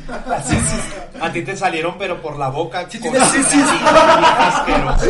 S2: A ti te salieron, pero por la boca.
S3: Sí,
S2: con-
S3: tienes- sí, sí, sí.
S2: asquerosa.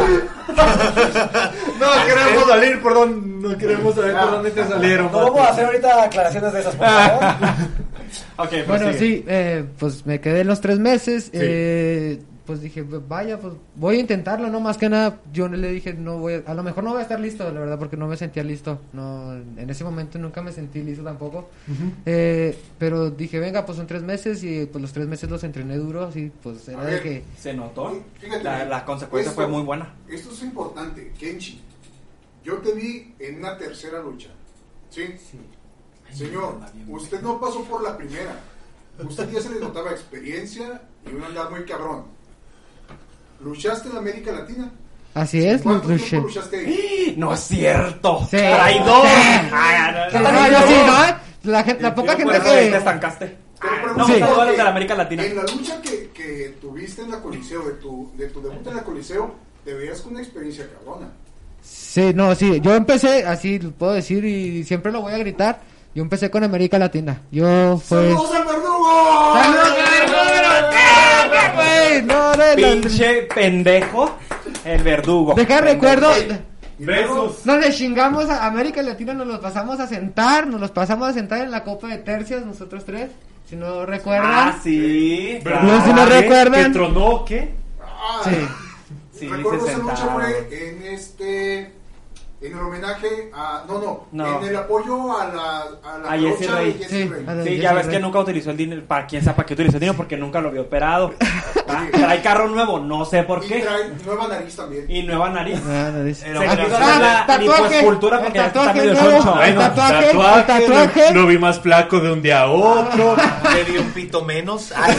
S4: No queremos salir por dónde, no queremos saber por dónde te salieron.
S3: No vamos a hacer ahorita aclaraciones de esas, por favor.
S5: Ok,
S8: Bueno,
S5: prosigue.
S8: sí, eh, pues me quedé en los tres meses. Eh, pues dije, vaya, pues voy a intentarlo, ¿no? Más que nada, yo le dije, no voy a, a lo mejor no voy a estar listo, la verdad, porque no me sentía listo. No, en ese momento nunca me sentí listo tampoco. Eh, pero dije, venga, pues son tres meses y pues los tres meses los entrené duro, así, pues era
S6: A
S8: de
S6: ver.
S8: que...
S5: Se notó.
S6: Fíjate,
S5: La, la consecuencia
S6: esto-
S5: fue muy buena.
S6: Esto es importante, Kenchi. Yo te vi en una tercera lucha. ¿Sí? Señor, usted no pasó por la primera. Usted ya se le notaba experiencia y un andar muy cabrón. ¿Luchaste en América Latina?
S8: Así es,
S6: ¿Cuánto
S8: luché.
S6: tiempo luchaste ahí?
S5: No es cierto.
S8: Sí.
S5: Traidor.
S8: Sí.
S5: Ay,
S8: Sí, no, yo sí, ¿no? La, gente, la poca
S5: Por
S8: gente
S5: eso ahí te
S8: que...
S5: estancaste.
S6: Te lo pregunto
S5: No,
S8: Sí.
S5: saludos a los
S6: porque
S5: de la América Latina.
S6: En la lucha que, que tuviste en la Coliseo, de tu, de tu debut en la Coliseo, te veías con una experiencia cabrona.
S8: Sí, no, sí, yo empecé, así lo puedo decir y siempre lo voy a gritar, yo empecé con América Latina. Yo fue...
S6: ¡Saludos al verdugo!
S8: ¡Saludos, verdugo! Güey, no, no, no,
S5: Pinche pendejo. El verdugo.
S8: deja recuerdo,
S6: Y luego,
S4: Besos.
S8: nos le chingamos a América Latina, nos los pasamos a sentar, nos los pasamos a sentar en la Copa de Tercias, nosotros tres, si no recuerdan.
S5: Ah, sí.
S4: ¿Verdad?
S8: No, si no
S4: ¿Qué?
S8: recuerdan.
S4: ¿Que tronó qué?
S6: ah,
S8: Sí.
S5: Sí,
S6: recuerdo
S5: se
S6: esa lucha
S5: sentaron.
S6: fue en este En el homenaje a... No, no,
S5: No.
S6: en el apoyo a la... A, la
S5: A Jesse
S6: jarocha de
S5: Rey.
S6: Jesse
S8: Sí,
S6: Rey.
S8: a la-
S5: Sí,
S8: Jesse
S5: ya ves
S8: Rey.
S5: que nunca utilizó el dinero. Para quién sabe para qué utilizó el dinero, porque nunca lo había operado. Ah, trae carro nuevo, no sé por
S6: Y
S5: qué.
S6: trae nueva nariz también.
S5: Y nueva nariz.
S8: Ah, no dice.
S5: Se
S2: Pero-
S5: quiso
S2: Ah,
S5: hacer la
S8: tatuaje,
S5: lipoescultura porque
S8: el
S5: ya está
S8: tatuaje
S5: medio
S8: nuevo.
S5: choncho.
S8: Ay,
S4: Bueno,
S8: tatuaje,
S4: tatuaje,
S8: el tatuaje.
S4: Lo, lo vi más flaco de un día a otro.
S2: Le dio un pito menos. Ay,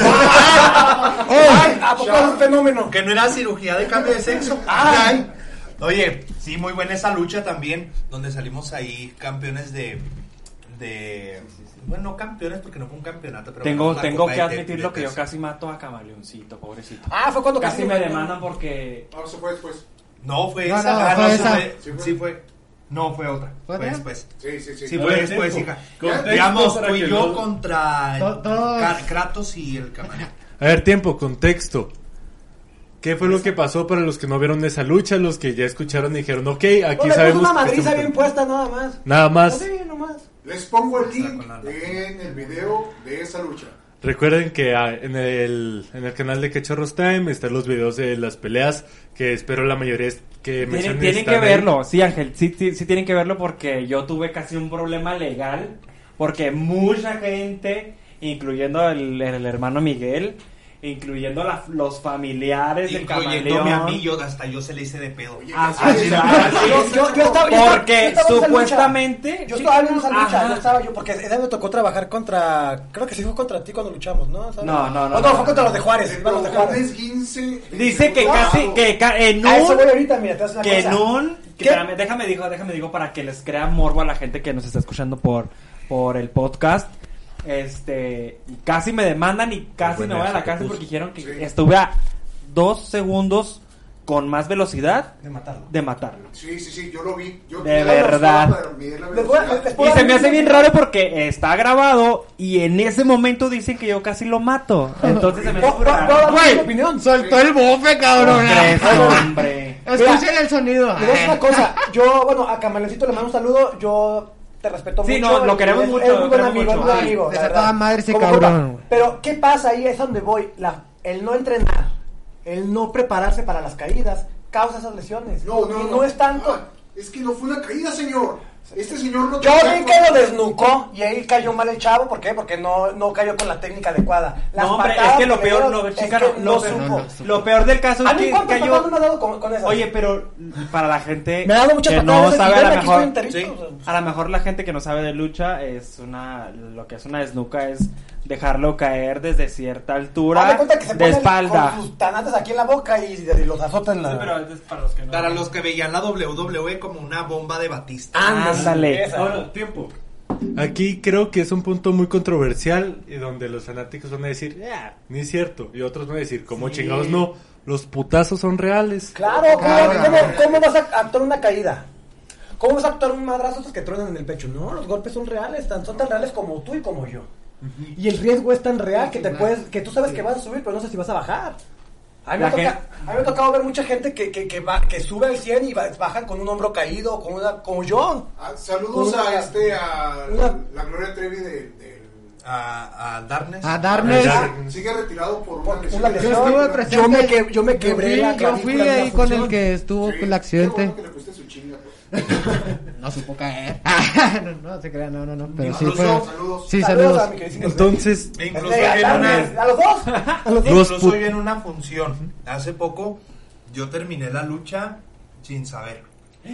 S3: Ay, ¿a poco es un fenómeno?
S2: que no era cirugía de cambio de sexo. Ay. Oye, sí, muy buena esa lucha también, donde salimos ahí campeones de... de bueno, no campeones porque no fue un campeonato, pero
S5: Tengo,
S2: ganamos la
S5: tengo
S2: Copa
S5: que
S2: de
S5: admitirlo
S2: Te-
S5: que
S2: de
S5: yo
S2: Texas.
S5: casi mato a Camaleoncito, pobrecito.
S3: Ah, fue cuando
S5: Casi me demandan porque...
S6: No, se fue después.
S2: No, fue
S8: No,
S2: esa.
S8: no,
S2: Ah,
S8: fue
S2: no, sí
S8: esa.
S2: fue.
S6: Sí fue.
S2: Sí fue. No, fue otra.
S8: ¿Fue
S2: Fue
S8: otra?
S2: después.
S6: Sí, sí, sí.
S2: Sí,
S4: A
S2: fue
S4: ver,
S2: después,
S4: tiempo.
S2: hija.
S4: Contexto
S2: Digamos,
S4: para
S2: fui
S4: que
S2: yo
S4: no-
S2: contra
S8: To- todos-
S2: Car- Kratos y el camaleón.
S4: A ver, tiempo, contexto. ¿Qué fue lo que pasó para los que no vieron esa lucha? Los que ya escucharon y dijeron, ok, aquí
S3: No, le puso
S4: sabemos...
S3: una
S4: que
S3: madriza
S4: estamos-
S3: bien puesta, nada más.
S4: Nada más.
S3: Sí, nomás.
S6: Les pongo el
S2: Está
S6: link
S2: con la-
S6: en el video de esa lucha.
S4: Recuerden que ah, en el, en el canal de Cachorros Time están los videos de las peleas, que espero la mayoría es- que
S5: Tienen,
S4: mencionen
S5: tienen que
S4: están ahí.
S5: verlo, sí Ángel, sí, sí, sí tienen que verlo porque yo tuve casi un problema legal, porque mucha gente, incluyendo el, el hermano Miguel, incluyendo la- los familiares del
S2: Incluyéndome
S5: camaleón.
S2: a mí, yo hasta yo se le hice de pedo.
S5: Ah,
S6: Ah,
S5: sí,
S6: sí,
S5: ah,
S6: sí,
S5: sí.
S3: Yo, yo, yo estaba, yo estaba-
S5: Porque
S3: yo estaba en esa lucha.
S5: supuestamente...
S3: Yo
S5: sí,
S3: estaba en esa lucha,
S5: ajá.
S3: yo estaba yo, porque esa vez me tocó trabajar contra, creo que sí fue contra ti cuando luchamos, ¿no? ¿Sabes?
S5: No, no, no,
S3: Oh,
S5: no,
S3: fue
S5: no,
S3: contra
S5: no.
S3: los de Juárez,
S6: Se
S3: iban los de
S6: provocó un
S3: Juárez.
S6: esguince.
S5: Dice que
S6: Wow.
S5: casi, que ca- en
S3: A eso voy
S5: un...
S3: ahorita, mira, te voy a decir
S5: Que
S3: una
S5: en
S3: cosa.
S5: un... que
S3: ¿Qué?
S5: espérame, déjame digo, déjame digo para que les crea morbo a la gente que nos está escuchando por, por el podcast. Este, casi me demandan y casi
S4: Buena
S5: me voy a la
S4: esa que
S5: cárcel
S4: puso.
S5: porque dijeron que
S6: Sí.
S5: estuve a dos segundos con más velocidad
S3: De matarlo.
S5: de matarlo.
S6: Sí, sí, sí, yo lo vi. Yo
S5: De
S6: vi la
S5: verdad.
S6: velocidad para medir la
S3: Les voy a-
S6: velocidad.
S3: les
S5: Y
S3: puedo
S5: se me
S3: dar
S5: hace
S3: un-
S5: bien raro porque está grabado y en ese momento dicen que yo casi lo mato. Entonces se me hace
S3: ¿Puedo- puedo- puedo
S5: raro.
S3: dar
S8: Güey,
S3: mi opinión?
S8: Soltó el bofe, cabrón.
S5: ¿Crees, hombre?
S8: Escuchen el sonido.
S3: Les voy a decir una cosa, yo, bueno, a Camaleoncito le mando un saludo, yo te respeto
S5: Sí,
S3: mucho.
S5: no, lo queremos
S3: es,
S5: mucho,
S3: Es
S5: lo
S3: un buen
S5: queremos
S3: amigo, es
S5: mucho.
S3: un buen
S5: Sí,
S3: amigo.
S8: de
S3: la
S8: esa
S3: verdad.
S8: toda madre ese
S3: Como
S8: cabrón.
S3: compa. Pero, ¿qué pasa ahí? Es donde voy. La, el no entrenar, el no prepararse para las caídas, causa esas lesiones.
S6: No, no,
S3: Y
S6: no.
S3: no es tanto...
S6: Ah, es que no fue una caída, señor. Este señor no
S3: Yo
S6: tenía
S3: vi que lo desnucó y ahí cayó mal el chavo. ¿Por qué? Porque no, no cayó con la técnica adecuada. Las
S5: No, hombre,
S3: patadas
S5: es que lo
S3: le
S5: peor,
S3: dieron
S5: no,
S3: es
S5: chica,
S3: que
S5: no,
S3: no
S5: no,
S3: supo.
S8: no, no.
S5: Lo peor del caso
S3: A
S5: es
S3: mí
S5: que
S3: cuántas
S5: cayó...
S3: patadas no me ha dado con, con esas.
S5: Oye, pero para la gente
S3: me ha dado muchas
S5: que
S3: patadas
S5: no
S3: esas y
S5: sabe a
S3: verme,
S5: lo
S3: aquí
S5: mejor,
S3: estoy enterito,
S2: sí.
S3: o sea.
S5: a lo mejor la gente que no sabe de lucha es una, lo que es una desnuca es dejarlo caer desde cierta
S3: Haz de
S5: altura
S3: cuenta que se
S5: de
S3: pone
S5: espalda.
S3: con sus tanates aquí en la boca y, y los azota en la...
S5: Sí, pero es para los que no.
S2: Para los que veían la doble u doble u E como una bomba de Batista.
S5: Ándale.
S3: Esa.
S4: Ahora, tiempo. Aquí creo que es un punto muy controversial y donde los fanáticos van a decir, "Ah, ni es cierto", y otros van a decir, ¿cómo
S5: Sí.
S4: chingados no? Los putazos son reales.
S3: Claro, ¿cómo,
S8: Claro.
S3: cómo, cómo vas a actuar una caída? ¿Cómo vas a actuar un madrazo estos que truenan en el pecho? No, los golpes son reales, tan, son tan reales como tú y como yo. Y el riesgo es tan real que te puedes, que tú sabes que vas a subir, pero no sé si vas a bajar. A mí, me,
S5: La
S3: toca-
S5: gente-
S3: a mí me ha tocado ver mucha gente que, que, que, va, que sube al cien y va- bajan con un hombro caído, con una, como yo.
S6: Ah, saludos
S3: Una-
S6: a este, a
S3: una-
S6: la Gloria Trevi del... del-
S2: A, a Darkness.
S8: A Darkness.
S4: Ah,
S6: sigue retirado por una
S3: Por
S6: lesión.
S3: una
S8: Yo
S3: lesión.
S8: estuve presente.
S3: Yo me, que, yo me quebré
S8: Yo fui-
S3: la
S8: Yo
S3: clavícula
S8: fui
S3: en una
S8: ahí con el
S3: función.
S8: que estuvo
S6: Sí,
S8: con el accidente.
S6: qué bueno que le pusiste su chinga, pues.
S8: No supo caer. no, no se crea, no, no, no. Pero sí
S6: Incluso,
S8: fue.
S6: saludos.
S8: Sí,
S3: Saludos
S8: saludos.
S3: a mi queridísimo
S4: Entonces,
S2: E incluso
S3: Este,
S2: vi en
S3: a,
S2: una,
S3: Darkness, a los dos. A los dos.
S4: Los
S2: incluso
S4: put-
S2: vi en una función. Hace poco yo terminé la lucha sin saber.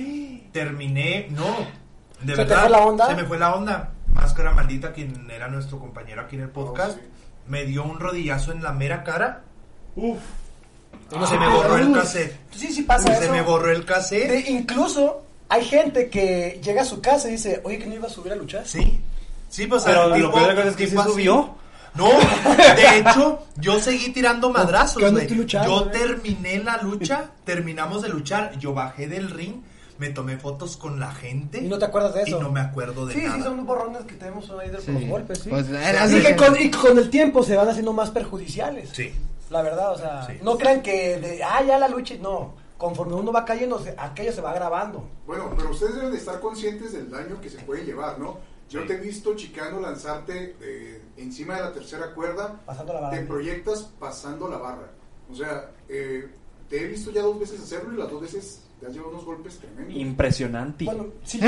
S2: Terminé, no. De
S3: ¿Se te
S2: verdad.
S3: fue la onda?
S2: Se me fue la onda. Máscara Maldita, quien era nuestro compañero aquí en el podcast,
S6: Oh, sí.
S2: me dio un rodillazo en la mera cara.
S5: Uf.
S3: No
S2: se
S3: se
S2: me
S3: puede.
S2: borró el cassette.
S3: Sí, sí pasa
S2: Se
S3: eso.
S2: me borró el cassette.
S3: De- incluso hay gente que llega a su casa y dice, oye, que no iba a subir a luchar.
S2: Sí. Sí, pues
S5: Pero
S2: al
S5: lo
S2: tipo-
S5: peor de la cosa es que
S2: tipo
S5: sí
S2: así.
S5: subió.
S2: No, de hecho, yo seguí tirando madrazos,
S3: ¿Qué onda
S2: güey.
S3: tú luchando,
S2: Yo
S3: güey?
S2: terminé la lucha, terminamos de luchar, yo bajé del ring, me tomé fotos con la gente.
S3: Y no te acuerdas de eso.
S2: Y no me acuerdo de
S3: Sí,
S2: nada.
S3: sí, son borrones que tenemos ahí de
S8: Sí.
S3: los golpes, sí.
S8: Pues, era
S3: Así
S8: así
S3: que
S8: que-
S3: con, y con el tiempo se van haciendo más perjudiciales.
S2: Sí.
S3: La verdad, o sea,
S2: Sí.
S3: no crean que, de, ah, ya la lucha, no. Conforme uno va cayendo, se- aquello se va grabando.
S6: Bueno, pero ustedes deben de estar conscientes del daño que se puede llevar, ¿no? Yo
S2: Sí.
S6: te he visto, Chicano, lanzarte eh, encima de la tercera cuerda,
S3: Pasando la barra.
S6: te proyectas pasando la barra. O sea, eh, te he visto ya dos veces hacerlo y las dos veces te has llevado unos golpes tremendos.
S5: Impresionante.
S3: Bueno, sí.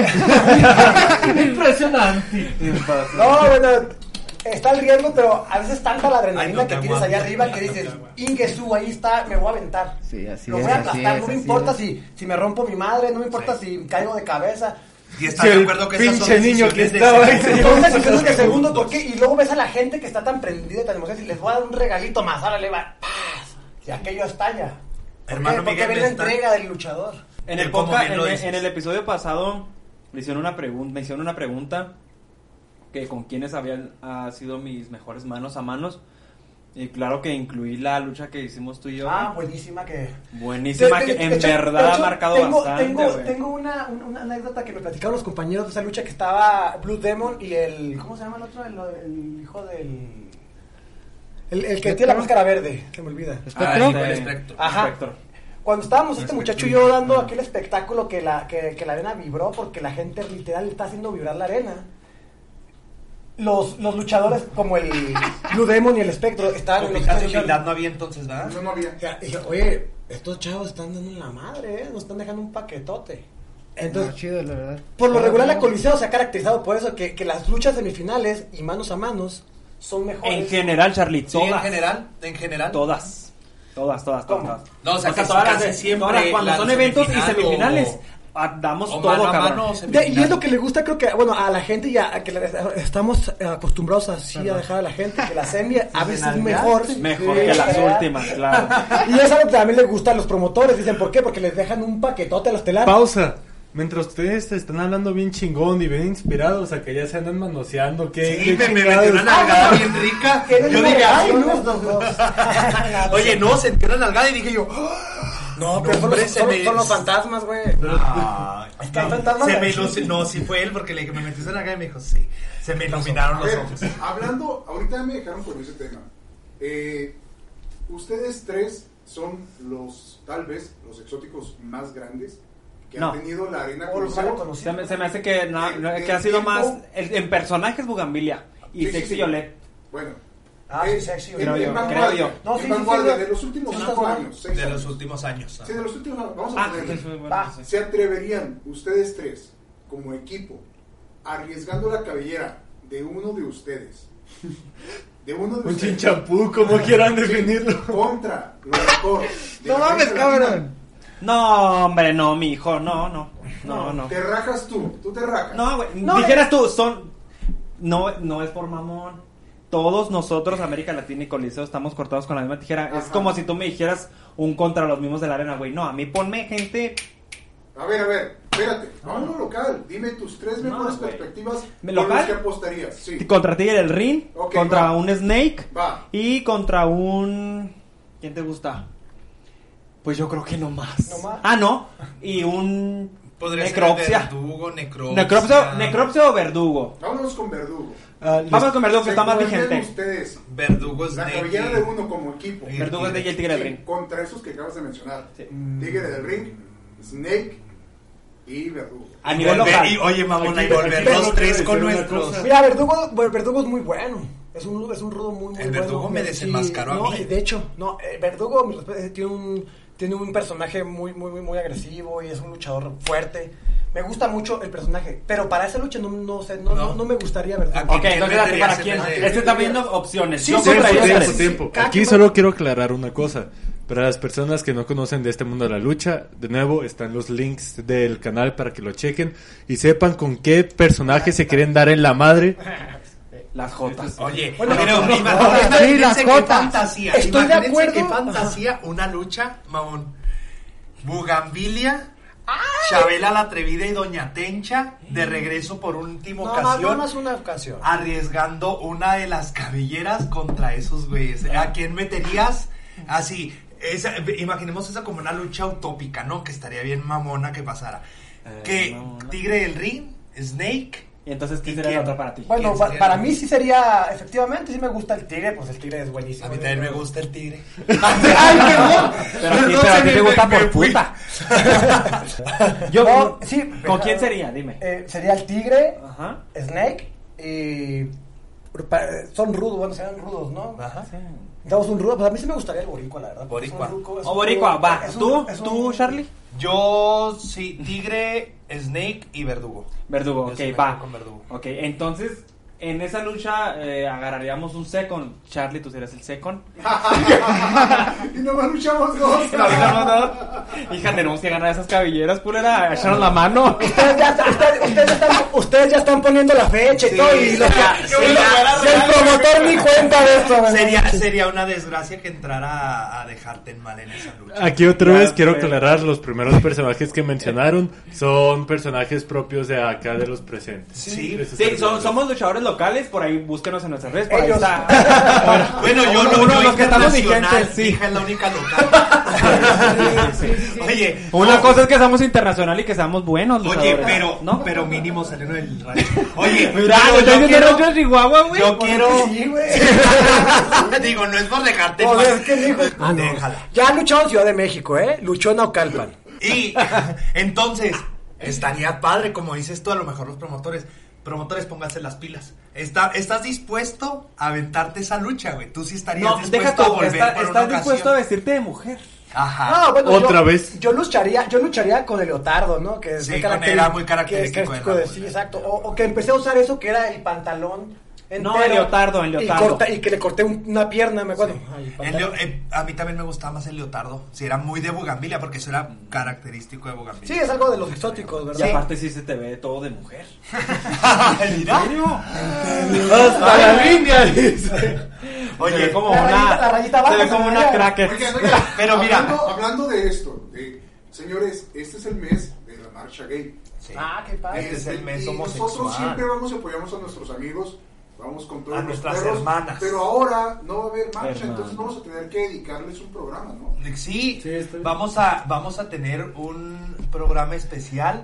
S8: Impresionante.
S3: No, bueno, está el riesgo, pero a veces tanta la adrenalina
S2: Ay, no te
S3: que tienes allá
S2: aguanto.
S3: arriba que dices, Ingesu, ahí está, me voy a aventar.
S8: Sí, así
S3: Lo
S8: es,
S3: voy a
S8: así
S3: aplastar,
S8: es,
S3: no me
S8: así
S3: importa
S8: es.
S3: si, si me rompo mi madre, no me importa si caigo de cabeza.
S2: Y está
S4: Sí,
S2: de
S4: el
S2: acuerdo que esas son
S4: pinche niño que
S2: decisiones de
S4: estaba ahí,
S2: segundos.
S3: Son decisiones de segundo, ¿por qué? Y luego ves a la gente que está tan prendida y tan emocionada y les voy a dar un regalito más, ahora le va, ¡paz! Y aquello estalla. ¿Por
S2: Hermano
S3: qué? Porque
S2: Miguel,
S3: ve
S2: me
S3: la
S2: está-
S3: entrega del luchador.
S5: En
S2: Eh,
S5: el,
S2: como
S5: podcast,
S2: bien
S5: en,
S2: lo
S5: el-
S2: dices.
S5: en el episodio pasado me hicieron una pregunta, me hicieron una pregunta que con quiénes habían ha sido mis mejores manos a manos. Y claro que incluí la lucha que hicimos tú y yo.
S3: Ah, buenísima que...
S5: Buenísima,
S3: De- de-
S5: que en
S3: de hecho-
S5: verdad
S3: de
S5: ha
S3: hecho,
S5: marcado
S3: tengo,
S5: bastante,
S3: Tengo,
S5: güey.
S3: tengo una, una, una anécdota que me platicaron los compañeros de esa lucha que estaba Blue Demon y el... ¿Cómo se llama el otro? El, el hijo del... El, el que tiene la máscara verde, se me olvida.
S2: Ah,
S8: ¿Espectro?
S2: el- el espectro.
S3: Ajá.
S5: Spector.
S3: Cuando estábamos este muchacho y yo dando aquel espectáculo que la, que, que la arena vibró porque la gente literal está haciendo vibrar la arena. Los, los luchadores como el Blue Demon y el Espectro estaban en los
S2: Copitas de
S3: estados
S2: humildad no había entonces, ¿verdad?
S6: No, no había.
S3: y dije, oye, estos chavos están dando en la madre, ¿eh? Nos están dejando un paquetote. Entonces,
S8: Muy chido, la verdad.
S3: por lo
S8: Claro,
S3: regular la
S8: claro.
S3: Coliseo se ha caracterizado por eso, que, que las luchas semifinales y manos a manos son mejores.
S5: En general, Charlie,
S2: Sí, en
S5: todas.
S2: general, en general.
S5: Todas. Todas, todas, todas.
S3: ¿Cómo?
S5: todas.
S2: No, o sea, que
S5: todas
S2: casi
S5: las-
S2: siempre
S5: todas las- cuando
S2: la
S5: son eventos y
S2: semifinal
S5: semifinales,
S2: o-
S5: ah, damos
S2: O
S5: todo,
S2: mano a
S5: cabrón.
S2: mano,
S3: De- y
S2: semifinal.
S3: es lo que le gusta, creo que, bueno, a la gente y a, a que le- estamos acostumbrados así a dejar a la gente que la semi a veces es mejor.
S5: Mejor
S3: Sí,
S5: que las
S3: ¿verdad?
S5: últimas, claro.
S3: Y es algo que también les gusta a los promotores. Dicen, ¿por qué? Porque les dejan un paquetote a los telares.
S4: Pausa. Mientras ustedes están hablando bien chingón y bien inspirados, a que ya se andan manoseando, ¿qué,
S2: Sí,
S4: qué
S2: me, me
S4: chingados?
S2: metió una nalgada bien rica.
S3: Que no
S2: Yo
S3: me
S2: dije,
S3: ay,
S2: ay,
S3: no,
S2: no.
S3: los dos.
S2: Oye, no, sentí una nalgada y dije yo, ¡ah!
S3: No, pero son,
S2: hombre,
S3: los,
S2: se
S3: son-
S2: me-
S3: son los fantasmas, güey.
S2: Ay,
S3: Es que hay fantasmas
S2: se me
S3: aquí.
S2: ilusi- no, sí fue él porque le dije, me metiste en la cara y me dijo, sí. Se me iluminaron
S6: A
S2: los
S6: ver,
S2: ojos.
S6: hablando, ahorita me dejaron con ese tema. Eh, ustedes tres son los, tal vez, los exóticos más grandes que
S5: No.
S6: ha tenido la arena
S3: O los
S6: Coliseo.
S3: van a conocer.
S5: Se me, se me hace que, no, no,
S6: El-
S5: que ha
S6: el
S5: sido
S6: tiempo-
S5: más. el- en personajes Bugambilia y
S6: Sí, sí,
S5: Sexy
S6: sí.
S5: Yolette.
S6: Bueno.
S3: Ah,
S6: eh,
S3: sí, Sexy
S6: en-
S5: Creo
S3: Yolette.
S6: en
S5: yo,
S6: vanguardia,
S5: creo yo.
S3: No,
S6: en
S3: sí, sí,
S6: vanguardia
S3: sí,
S6: de los últimos
S3: sí,
S6: cinco
S3: sí,
S6: años, seis
S2: De
S6: años.
S2: los últimos años.
S6: Sí, de los últimos años. Vamos a
S5: Ah,
S6: ponerle.
S5: sí, sí, bueno,
S3: Va.
S5: sí.
S6: ¿Se atreverían ustedes tres, como equipo, arriesgando la cabellera de uno de ustedes, de uno de
S4: Un
S6: ustedes,
S4: chinchampú, como quieran definirlo.
S6: contra lo mejor de
S8: No
S6: la
S8: mames,
S6: gente latina?
S8: cabrón.
S5: No, hombre, no, mi hijo, no, no. No, no.
S6: Te rajas tú, tú te rajas.
S5: No, güey.
S3: No,
S5: Dijeras tú, son. No, no es por mamón. Todos nosotros, América Latina y Coliseo, estamos cortados con la misma tijera. Es
S6: Ajá.
S5: como si tú me dijeras un contra los mismos de la arena, güey. No, a mí ponme gente.
S6: A ver, a ver, espérate, a uno local, dime tus tres
S5: No,
S6: mejores
S5: güey.
S6: perspectivas
S5: ¿Me
S6: con
S5: local?
S6: los que apostarías. Sí.
S5: Contra Tigre del Ring,
S6: Ok,
S5: contra
S6: va.
S5: un Snake
S6: Va.
S5: y contra un. ¿Quién te gusta? Pues yo creo que no más.
S3: ¿No más?
S5: Ah, no. Y un.
S2: Podría
S5: Necropsia.
S2: ser verdugo, necropsia.
S5: Necropsia, necropsia o verdugo.
S6: Vámonos con Verdugo.
S4: Ah, les-
S5: Vamos con verdugo que
S6: ¿Se
S5: está más
S6: atreverían
S5: vigente.
S6: ustedes,
S2: Verdugo es
S6: la
S2: Snake
S6: cabellera
S2: y-
S6: de uno como equipo,
S2: y-
S5: Verdugo es de el Tigre del
S6: sí,
S5: Ring.
S6: contra esos que acabas de mencionar?
S5: Sí.
S6: Tigre del Ring, Snake y Verdugo.
S5: A nivel
S2: Volver-
S5: local.
S2: y, oye, mamona, y
S4: Aquí-
S2: volver
S4: aquí
S2: los
S4: tengo que
S2: tres
S4: decir
S2: con
S4: una
S2: nuestros.
S4: cosa.
S3: Mira, Verdugo, bueno, Verdugo es muy bueno. Es un, es un rudo muy, muy
S2: El
S3: bueno.
S2: Verdugo me
S3: Sí,
S2: desenmascaró a
S3: no,
S2: mí.
S3: De hecho, no, eh, Verdugo mi respeto, eh, tiene un, tiene un personaje muy, muy, muy, muy agresivo y es un luchador fuerte. Me gusta mucho el personaje, pero para esa lucha no, no sé, no,
S2: No.
S3: no, no me gustaría Verdugo.
S2: Aquí-
S5: Ok,
S2: ¿Quién
S5: entonces
S2: meterías
S5: ¿para
S2: en
S5: quién?
S2: ese?
S5: Este está viendo opciones.
S3: Sí,
S5: Yo
S3: sí,
S5: contra
S3: sí,
S5: ellos
S3: sí,
S5: tres.
S4: tiempo,
S3: sí.
S4: tiempo.
S3: Cada
S4: Aquí
S3: quien
S4: solo
S3: va-
S4: quiero aclarar una cosa. Para las personas que no conocen de este mundo de la lucha, de nuevo están los links del canal para que lo chequen y sepan con qué personajes se quieren dar en la madre.
S5: Las Jotas.
S2: Oye,
S3: Bueno,
S2: pero
S3: no, no,
S2: imagínate
S3: sí, las
S2: qué
S3: jotas.
S2: fantasía.
S3: Estoy de
S2: imagínense
S3: acuerdo.
S2: qué fantasía una lucha, mamón. Bugambilia, Chabela la Atrevida y Doña Tencha de regreso por última
S3: No, más,
S2: ocasión.
S3: no más una ocasión.
S2: Arriesgando una de las cabelleras contra esos güeyes. ¿A quién meterías? Así, esa, imaginemos esa como una lucha utópica, ¿no? Que estaría bien mamona que pasara.
S5: Eh,
S2: que
S5: mamona.
S2: Tigre del Ring, Snake.
S5: Y entonces, ¿quién
S2: ¿Y
S5: sería la
S2: quién?
S5: otra para ti?
S3: Bueno,
S2: ¿Quién
S3: pa-
S2: sería?
S3: para mí sí sería, efectivamente, sí me gusta el tigre, pues el tigre es buenísimo.
S2: A mí también me gusta el tigre.
S3: ¡Ay, perdón!
S5: Pero a ti,
S2: No
S5: pero a
S2: sé,
S5: ti te
S2: me-
S5: gusta
S2: me
S5: por
S2: fui.
S5: puta. Yo,
S3: No, sí,
S5: ¿Con
S3: pero-
S5: quién sería? Dime.
S3: Eh, sería el tigre,
S5: Ajá.
S3: Snake y son rudos, bueno, serán rudos, ¿no?
S2: Ajá.
S5: Sí.
S3: Damos un rudo, pues a mí sí me gustaría el boricua, la verdad.
S2: Boricua.
S3: Es un ruco, es
S5: O
S3: un
S5: boricua,
S3: rudo,
S5: va.
S3: es un-
S5: ¿Tú?
S3: es un-
S5: ¿Tú, Charlie?
S2: Yo, sí, tigre, snake y verdugo.
S5: Verdugo,
S2: Yo
S5: ok,
S2: sí me
S5: va.
S2: quedo con verdugo.
S5: Ok, entonces, en esa lucha eh, agarraríamos un second. Charlie, tú serías el second.
S6: Y nomás luchamos dos.
S5: No, no, no, no. Hija, tenemos que ganar esas cabelleras, pulera. Echarnos la mano.
S3: Ustedes ya, están- ustedes, ustedes ya están, ustedes ya están poniendo la fecha y
S2: Sí,
S3: todo. Y, lo-
S2: sería-
S3: y
S2: sería-
S3: la- y el promotor ni cuenta de esto. ¿verdad?
S2: Sería, sería una desgracia que entrara a, a dejarte en mal en esa lucha.
S4: Aquí otra
S5: Ya
S4: vez quiero
S5: sé.
S4: aclarar, los primeros personajes que mencionaron son personajes propios de acá de los presentes.
S2: Sí.
S4: Esos
S5: Sí,
S4: personajes.
S5: son- somos luchadores locales, por ahí búsquenos en nuestras redes, por ahí
S3: Ellos.
S5: está.
S2: Bueno, yo
S5: Uno-
S2: no,
S5: uno
S2: yo
S5: de los que estamos
S2: internacional,
S5: vigentes, sí.
S2: mi hija es la única local. Oye,
S5: Una
S2: no,
S5: cosa es que seamos internacional y que seamos buenos
S2: Oye,
S5: luchadores,
S2: pero,
S5: ¿no?
S2: pero mínimo saliendo del rancho. Oye,
S5: Mira,
S2: pero
S5: yo
S2: yo
S5: quiero...
S2: quiero,
S5: rancho de Chihuahua, güey.
S2: yo quiero,
S3: Sí, güey.
S2: digo, no es por dejarte en
S3: Joder,
S2: mal.
S3: ¿qué dijo? Ah, no.
S2: Déjala.
S3: Ya luchó en Ciudad de México, ¿eh? Luchó en Naucalpan.
S2: Y entonces, estaría padre, como dices tú, a lo mejor los promotores. Promotores, pónganse las pilas. Está, ¿Estás dispuesto a aventarte esa lucha, güey? Tú sí estarías
S5: No,
S2: dispuesto
S5: deja tú,
S2: a volver
S5: está-
S2: por
S5: estás
S2: una
S5: dispuesto a
S2: ocasión.
S5: vestirte de mujer.
S2: Ajá.
S3: No, bueno,
S4: Otra
S3: yo-
S4: vez.
S3: Yo lucharía, yo lucharía con el leotardo, ¿no? Que es
S2: Sí,
S3: muy
S2: con-
S3: caracteri-
S2: era muy
S3: que-
S2: característico
S3: que es
S2: de
S3: de-
S2: Raúl.
S3: sí, exacto. O, o que empecé a usar eso que era el pantalón entero.
S5: No, el leotardo, el leotardo.
S3: Y, corta- y que le corté un- una pierna, me acuerdo. Ay, el
S2: El
S3: pantalón.
S2: leo- eh, a mí también me gustaba más el leotardo. Sí, era muy de Bugambilia, porque eso era característico de Bugambilia.
S3: Sí, es algo de los exóticos,
S5: Y
S3: ¿verdad?
S5: aparte sí se te ve todo de mujer.
S2: Mira.
S4: Hasta la línea, dice.
S5: Oye,
S2: Oye,
S5: como
S3: la
S5: una...
S3: rayita- la rayita
S5: se
S3: baja,
S5: ve
S3: se
S5: como
S3: me
S5: una
S3: veía.
S5: cracker.
S6: Oigan, oigan,
S2: Pero mira.
S6: hablando, hablando de esto, de, señores, este es el mes de la marcha gay.
S2: Sí.
S3: Ah, qué padre.
S2: Este es el mes
S6: y
S2: homosexual.
S6: nosotros siempre vamos y apoyamos a nuestros amigos, vamos con todos
S2: A
S6: los
S2: nuestras
S6: perros,
S2: hermanas.
S6: pero ahora no va a haber marcha,
S5: Hermanas.
S6: entonces vamos a tener que dedicarles un programa, ¿no?
S2: Sí,
S3: Sí, estoy-
S2: vamos a vamos a tener un programa especial.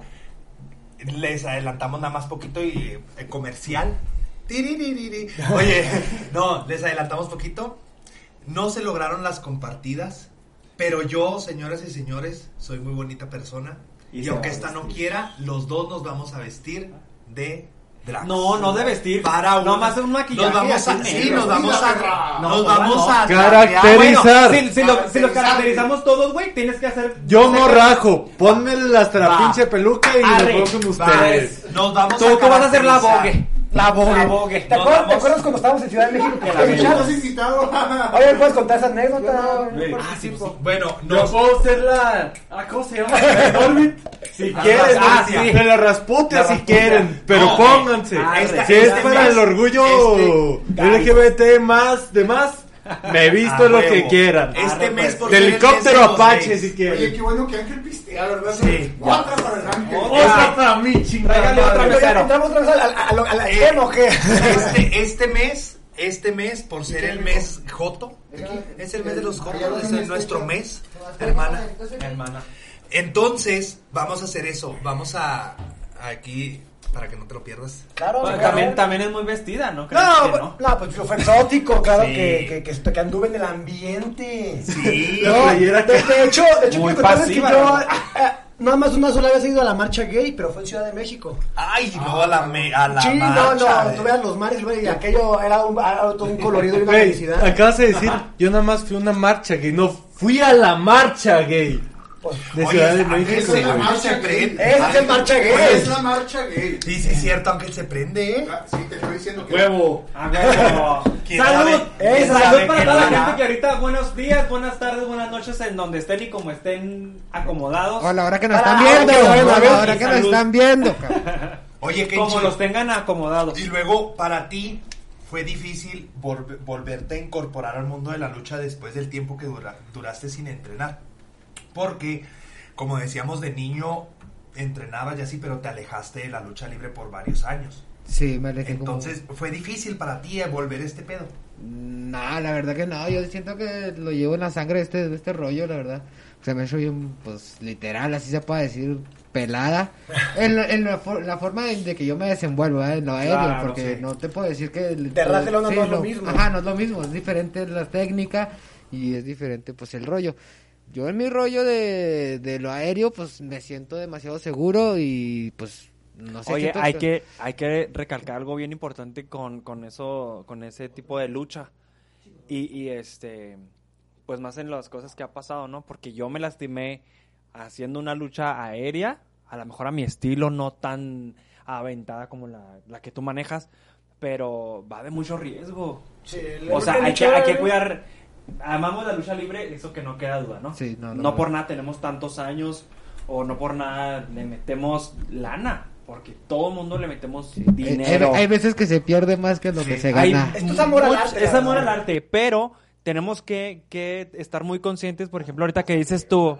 S2: Les adelantamos nada más poquito y eh, comercial. Tiriririri. Oye, no, les adelantamos poquito. No se lograron las compartidas, pero yo, señoras y señores, soy muy bonita persona.
S5: Y
S2: Y,
S5: se
S2: aunque
S5: va a
S2: esta no
S5: vestir.
S2: quiera, los dos nos vamos a vestir de drag.
S5: No, no de vestir.
S2: Para
S5: No,
S2: una-
S5: más un maquillaje
S2: Nos vamos a,
S5: así
S2: sí,
S5: negro.
S2: nos vamos a,
S6: No,
S2: nos
S5: no,
S2: vamos
S5: no.
S2: a
S4: Caracterizar.
S5: Bueno, si, si, lo- si los caracterizamos todos, güey, tienes que hacer...
S4: Yo no rajo, ponme hasta la
S2: Va.
S4: pinche peluca y
S5: Arre.
S4: lo pongo con
S2: Va,
S4: ustedes.
S2: Nos vamos
S5: Tú, tú vas a hacer la
S2: caracterizar.
S5: bogue.
S3: La bogue.
S5: La bogue.
S3: ¿Te,
S2: Nos
S3: acuerdas,
S2: vamos-
S3: ¿Te acuerdas cuando estábamos en Ciudad de México? Que
S5: la
S3: fue
S5: vi.
S3: luchar?
S6: Estás invitado.
S3: Oye, ¿puedes contar esa anécdota?
S6: Yo no.
S5: Ah, sí, pues sí.
S2: Bueno,
S4: Yo
S2: nos,
S4: puedo ser la... ah, ¿cómo se llama? Orbit. Si
S2: Ah,
S4: quieren,
S2: ah,
S4: sí.
S2: sí.
S4: de la rasputia
S2: La
S4: si
S2: rasputia.
S4: quieren, pero
S2: No,
S4: pónganse.
S5: eh, esta-
S4: si es
S2: este
S4: para
S2: mes-
S4: el orgullo
S2: este-
S4: L G B T más, de más, me he visto
S2: A
S4: lo
S2: huevo.
S4: que quieran.
S2: Este mes por
S4: De
S2: ser el mes
S4: helicóptero
S2: de los
S4: Apache
S2: gays.
S4: si
S6: Oye,
S4: quieren.
S6: qué bueno que Ángel pistea, ¿verdad?
S2: Sí.
S6: Otra para el Ángel.
S4: Otra para mí, chingada.
S5: Tráigale otra
S4: madre.
S5: vez.
S3: Pero ya entramos otra vez al, al, al, al- al
S2: Eh,
S3: tema, ¿o qué?
S2: Este, este mes, este mes, por ser el mes Joto, es el mes de los Jotos, es el- nuestro mes, hermana.
S5: Hermana.
S2: Entonces, vamos a hacer eso, vamos a, aquí, para que no te lo pierdas.
S3: Claro,
S5: Pues,
S3: claro.
S5: también, también es muy vestida, ¿no? ¿Crees
S3: No,
S5: que
S3: pues,
S5: no?
S3: no, pues yo fue exótico, claro
S2: Sí.
S3: que, que, que, que anduve en el ambiente.
S2: Sí.
S4: La
S3: No,
S4: playera
S3: de,
S4: que-
S3: de hecho, de hecho,
S5: Muy
S3: quiero contarles que
S5: pasiva,
S3: yo
S5: ¿no?
S3: eh, nada más una sola vez he ido a la marcha gay, pero fue en Ciudad de México.
S2: Ay, no, a la, me- a la
S3: Sí, no,
S2: marcha,
S3: no,
S2: eh.
S3: tú veas los mares, güey, y aquello era, un, era todo un colorido y una
S4: Güey,
S3: felicidad.
S4: acabas de decir, yo nada más fui a una marcha gay, no fui a la marcha gay
S3: Pues,
S4: de
S2: Oye,
S4: Ciudad de
S2: Ángel
S4: México,
S2: se-
S6: la
S4: güey.
S6: marcha
S2: se
S6: gay.
S2: prende.
S3: esa es el marcha
S6: Oye,
S3: gay.
S6: es la marcha gay.
S2: Sí, sí, es cierto, aunque se prende, ¿eh?
S6: Ah, Sí, te estoy diciendo que...
S4: Huevo.
S5: A huevo.
S2: ¿Quién
S5: Salud.
S2: sabe?
S5: Eh,
S3: ¿Quién
S5: salud
S2: sabe
S5: para
S2: qué
S5: toda la
S2: hará?
S5: gente que ahorita, buenos días, buenas tardes, buenas noches, en donde estén y como estén acomodados.
S8: O a la hora que nos
S3: Para-
S8: están viendo.
S3: que lo vayan a
S8: A
S3: ver,
S8: la hora
S5: y
S8: que nos
S5: salud.
S8: están viendo, cabrón.
S2: Oye, qué
S5: Como
S2: chido.
S5: los tengan acomodados.
S2: Y luego, para ti, fue difícil volv- volverte a incorporar al mundo de la lucha después del tiempo que dura- duraste sin entrenar. Porque, como decíamos, de niño entrenabas y así, pero te alejaste de la lucha libre por varios años.
S8: Sí, me alejé como...
S2: Entonces, fue difícil para ti eh, volver a este pedo.
S8: No, la verdad que no, yo siento que lo llevo en la sangre este, este rollo, la verdad. Se me ha hecho bien, pues, literal, así se puede decir, pelada. En, la- en la, for- la forma de, de que yo me desenvuelvo, ¿eh? En lo aéreo,
S5: Claro,
S8: porque
S5: sí.
S8: no te puedo decir que... el-
S3: De ras de lona
S8: sí,
S3: no es lo mismo.
S8: Ajá, no es lo mismo, es diferente la técnica y es diferente, pues, el rollo. Yo en mi rollo de, de lo aéreo, pues, me siento demasiado seguro y, pues, no sé.
S5: Oye,
S8: siento
S5: hay que, hay que recalcar algo bien importante con, con eso, con ese tipo de lucha. Y, y este, pues más en las cosas que ha pasado, ¿no? Porque yo me lastimé haciendo una lucha aérea, a lo mejor a mi estilo, no tan aventada como la, la que tú manejas, pero va de mucho riesgo.
S3: Sí,
S5: O sea, hay que, hay que cuidar. Amamos la lucha libre, eso que no queda duda, ¿no?
S8: Sí, no, no,
S5: no
S8: no.
S5: por nada tenemos tantos años, o no por nada le metemos lana, porque todo el mundo le metemos
S8: Sí.
S5: dinero.
S8: Hay, hay veces que se pierde más que lo que se
S5: Hay
S8: gana.
S3: Esto es amor al
S5: mucho-
S3: arte,
S5: Es
S3: la
S5: amor al
S3: verdad.
S5: arte, pero tenemos que, que estar muy conscientes, por ejemplo, ahorita que dices tú,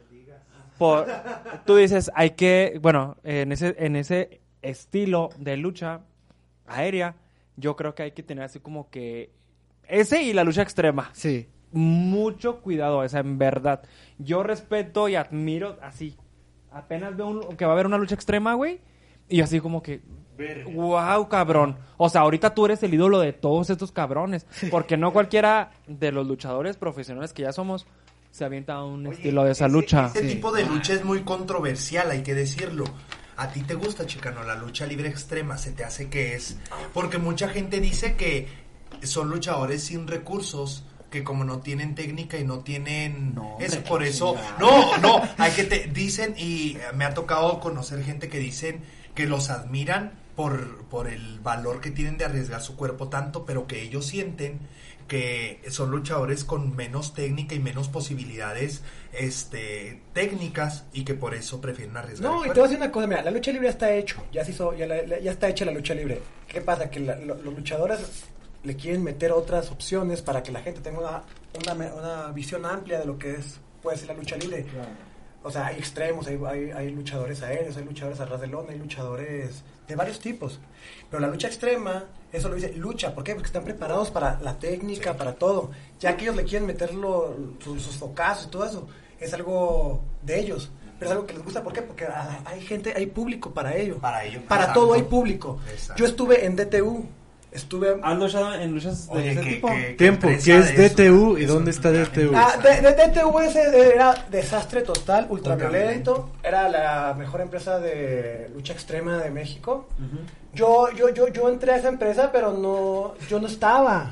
S5: por, tú dices, hay que, bueno, en ese, en ese estilo de lucha aérea, yo creo que hay que tener así como que ese y la lucha extrema.
S8: Sí.
S5: Mucho cuidado, esa en verdad. Yo respeto y admiro así. Apenas veo un- que va a haber una lucha extrema, güey. Y así como que, wow, cabrón. O sea, ahorita tú eres el ídolo de todos estos cabrones. Porque no cualquiera de los luchadores profesionales que ya somos se avienta a un
S2: Oye,
S5: estilo de esa
S2: ese-
S5: lucha.
S2: Ese
S8: Sí.
S2: tipo de lucha es muy controversial, hay que decirlo. ¿A ti te gusta, Chicano, la lucha libre extrema? ¿Se te hace que es? Porque mucha gente dice que son luchadores sin recursos, que como no tienen técnica y no tienen...
S5: No,
S2: es
S5: hombre,
S2: por
S5: qué
S2: eso...
S5: chingada.
S2: No, no, hay que te dicen, y me ha tocado conocer gente que dicen que los admiran por, por el valor que tienen de arriesgar su cuerpo tanto, pero que ellos sienten que son luchadores con menos técnica y menos posibilidades este técnicas y que por eso prefieren arriesgar.
S3: No,
S2: el
S3: y te voy a
S2: cuerpo.
S3: decir una cosa, mira, la lucha libre ya está hecho, ya se hizo, ya, la- la- ya está hecha la lucha libre. ¿Qué pasa? Que la- lo- los luchadores le quieren meter otras opciones para que la gente tenga una, una, me- una visión amplia de lo que es puede ser la lucha libre. O sea, hay extremos, hay, hay, hay luchadores aéreos, hay luchadores a ras de lona, hay luchadores de varios tipos. Pero la lucha extrema, eso lo dice lucha, ¿por qué? Porque están preparados para la técnica, para todo. Ya que ellos le quieren meter lo- sus, sus focazos y todo eso, es algo de ellos. Pero es algo que les gusta, ¿por qué? Porque ah, hay gente, hay público para ello.
S2: Para ello,
S3: Para
S2: exacto.
S3: todo hay público.
S2: Exacto.
S3: Yo estuve en D T U, estuve...
S5: ¿Has luchado en luchas de
S2: Oye,
S5: ese
S2: que-
S5: tipo?
S2: que-
S4: Tiempo,
S2: empresa
S4: ¿qué es
S2: de eso?
S4: D T U y
S2: Eso
S4: dónde
S2: es
S4: está D T U?
S3: Ah, de, de D T U ese era desastre total, ultraviolento.
S2: Ultraviolento.
S3: Era la mejor empresa de lucha extrema de México. Yo, yo, yo, yo entré a esa empresa, pero no, yo no estaba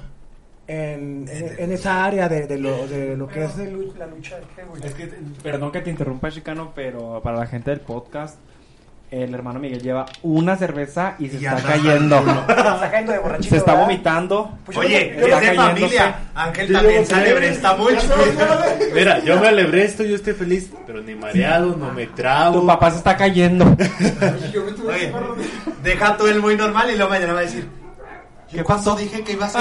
S3: en, en, en esa área de, de, lo, de lo que es de lu- la lucha. ¿Qué, güey?
S5: Es que, perdón que te interrumpa, Chicano, pero para la gente del podcast, el hermano Miguel lleva una cerveza y se
S2: Y
S5: está
S2: anda
S5: cayendo.
S3: Está cayendo de borrachito,
S5: Se está
S3: ¿verdad?
S5: vomitando.
S3: Pues yo
S2: Oye,
S3: no sé,
S2: es
S3: yo-
S2: de
S5: está
S2: familia. Ángel
S4: Yo
S2: también
S4: llevo
S2: se
S4: tres.
S2: alebresta mucho.
S4: Mira, yo me alebré esto, yo estoy feliz, pero ni mareado, no me trago.
S5: Tu papá se está cayendo.
S6: Yo me tuve
S2: Oye,
S6: que parar de-
S2: deja todo el muy normal y luego mañana va a decir, ¿qué pasó? Dije que iba a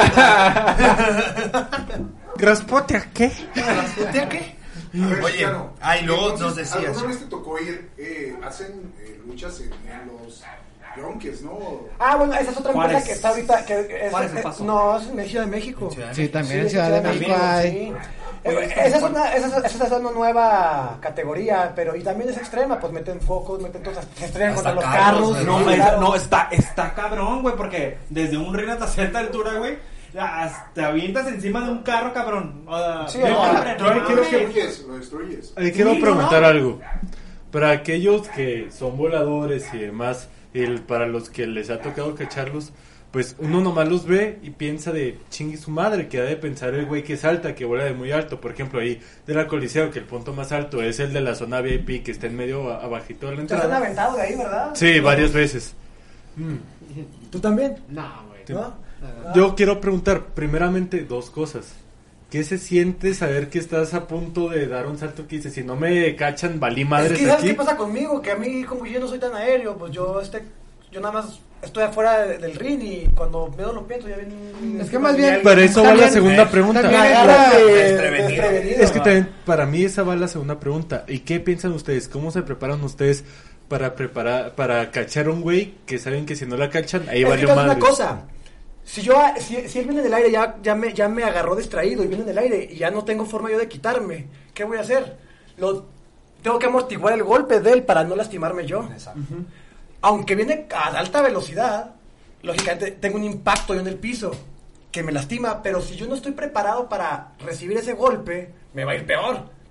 S2: ser...
S5: ¿Graspote a qué?
S2: ¿Usted qué?
S6: A ver,
S2: Oye,
S6: Chicano,
S2: ah, y luego nos
S6: entonces,
S2: decías...
S6: ¿alguna vez te tocó ir, eh, hacen eh, luchas en, en los Yonkes, ¿no?
S3: Ah, bueno, esa es otra empresa
S5: Juárez.
S3: que está ahorita. Que es,
S5: Juárez el
S3: es-
S5: Paso.
S3: no, es en Ciudad de México.
S8: Sí, también en
S3: Sí,
S8: Ciudad de
S3: Ciudad
S8: México hay.
S3: sí. Eh, Esa es, una, esa, es, esa es una nueva categoría, pero y también es extrema, pues meten focos, meten cosas, se estrellan
S2: Hasta
S3: contra los
S2: carros,
S3: carros.
S2: ¿no?
S5: No,
S3: sí,
S5: es-
S3: claro.
S5: no, está, está cabrón, güey, porque desde un ring hasta cierta altura, güey, ya, te avientas encima de un carro, cabrón. O sea,
S3: Sí,
S5: no,
S3: no,
S5: hombre,
S4: yo
S5: no
S4: ahí quiero
S5: mames.
S6: Lo destruyes, lo destruyes.
S4: Ahí quiero
S5: Sí,
S4: preguntar
S5: no.
S4: algo. Para aquellos que son voladores y demás, y el- para los que les ha tocado cacharlos, pues uno nomás los ve y piensa de chingue su madre, que ha de pensar el güey que salta, que vuela de muy alto. Por ejemplo, ahí de la Coliseo, que el punto más alto es el de la zona V I P, que está en medio a- abajito de la
S3: Te han
S4: entrada.
S3: aventado de ahí, ¿verdad?
S4: Sí, varias veces. Mm.
S3: ¿Tú también?
S8: No, güey.
S3: ¿No?
S4: Yo quiero preguntar, primeramente, dos cosas. ¿Qué se siente saber que estás a punto de dar un salto que dices, si no me cachan, valí madres
S3: Es que ¿sabes
S4: aquí?
S3: qué pasa conmigo? Que a mí, como yo no soy tan aéreo, pues yo este, yo nada más estoy afuera de- del ring y cuando veo los pientos ya vienen...
S8: Es que más bien-
S4: Pero eso va a la
S8: También-
S4: segunda pregunta.
S8: también
S3: Me
S8: es
S3: agarras
S8: la-
S3: de-
S2: desprevenido.
S3: desprevenido.
S4: Es que también, para mí esa va la segunda pregunta. ¿Y qué piensan ustedes? ¿Cómo se preparan ustedes para preparar, para cachar a un güey que saben que si no la cachan, ahí
S3: Es que
S4: valió
S3: te voy a decir
S4: madre?
S3: una cosa. Si yo, si, si él viene del aire, ya, ya, me, ya me agarró distraído y viene del aire y ya no tengo forma yo de quitarme. ¿Qué voy a hacer? Lo, tengo que amortiguar el golpe de él para no lastimarme yo.
S2: Exacto.
S3: Aunque viene a alta velocidad, lógicamente tengo un impacto yo en el piso que me lastima, pero si yo no estoy preparado para recibir ese golpe, me va a ir peor.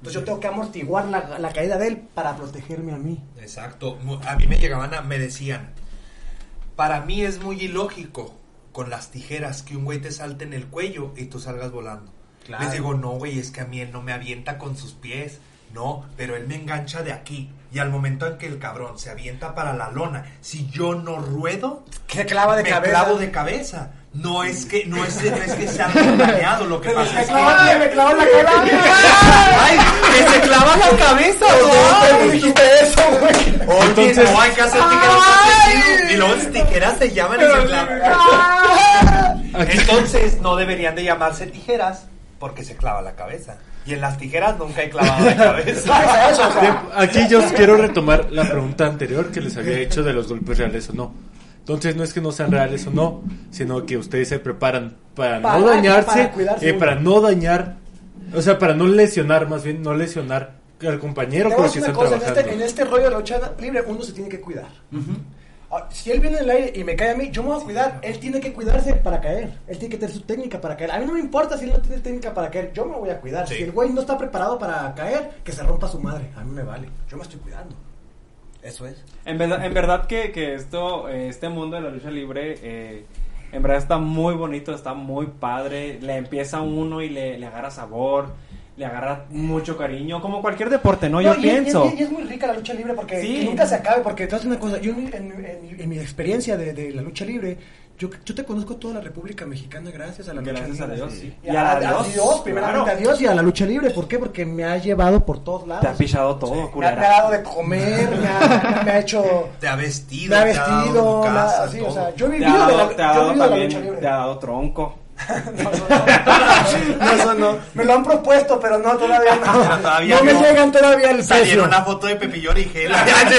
S3: Entonces yo tengo que amortiguar la, la caída de él para protegerme a mí.
S2: Exacto. A mí me llegaban a, me decían, para mí es muy ilógico con las tijeras que un güey te salte en el cuello y tú salgas volando. Claro. Les digo, no, güey, es que a mí él no me avienta con sus pies, no, pero él me engancha de aquí. Y al momento en que el cabrón se avienta para la lona, si yo no ruedo,
S3: se clava de
S2: me
S3: cabeza.
S2: clavo de cabeza. No es que no es, no es que sea planeado, lo que
S3: pero
S2: pasa
S3: me
S2: es que
S3: clava, me clava la cabeza.
S2: Ay, que se clava la cabeza,
S3: güey. No dijiste eso, güey.
S2: Oye, entonces no hay que hacer tijeras y luego las tijeras se llaman y se clavan. Entonces no deberían de llamarse tijeras porque se clava la cabeza. Y en las tijeras nunca he clavado la cabeza.
S4: Aquí yo quiero retomar la pregunta anterior que les había hecho de los golpes reales o no. Entonces no es que no sean reales o no, sino que ustedes se preparan para, para no dañarse y eh, para no dañar, o sea, para no lesionar, más bien no lesionar al compañero con el que están
S3: cosa,
S2: trabajando.
S3: En este, en este rollo de la lucha libre uno se tiene que cuidar. Uh-huh. Si él viene en el aire y me cae a mí, yo me voy a cuidar. Él tiene que cuidarse para caer. Él tiene que tener su técnica para caer. A mí no me importa si él no tiene técnica para caer. Yo me voy a cuidar. Sí. Si el güey no está preparado para caer, que se rompa su madre. A mí me vale. Yo me estoy cuidando. Eso es.
S5: En verdad, en verdad que, que esto, este mundo de la lucha libre, eh, en verdad está muy bonito, está muy padre. Le empieza uno y le, le agarra sabor, le agarra mucho cariño, como cualquier deporte, ¿no? Yo
S3: no, y,
S5: pienso.
S3: Y es, y es muy rica la lucha libre porque
S5: sí.
S3: que nunca se acabe, porque te hace una cosa, yo en, en, en, en mi experiencia de, de la lucha libre, yo, yo te conozco toda la República Mexicana gracias a la
S5: gracias
S3: lucha libre.
S5: Gracias a Dios, sí.
S3: Y, y a, a, Dios, a Dios, primeramente claro. a Dios y a la lucha libre, ¿por qué? Porque me ha llevado por todos lados.
S5: Te ha pichado todo,
S3: sí. me, ha, me ha dado de comer, me ha, me ha hecho...
S2: Te ha vestido,
S3: me ha vestido,
S2: te ha dado casa,
S3: sí,
S2: todo.
S3: O sea, yo he
S5: vivido,
S3: vivido,
S5: dado,
S3: de, la,
S5: te ha
S3: yo
S5: dado
S3: he vivido
S5: también,
S3: de la lucha libre.
S5: Te ha dado tronco.
S3: no, no, no, no, eso no. Me lo han propuesto, pero no, todavía no.
S2: Todavía
S3: no me
S2: no.
S3: llegan todavía el precio.
S2: Salieron una foto de Pepillo Origel.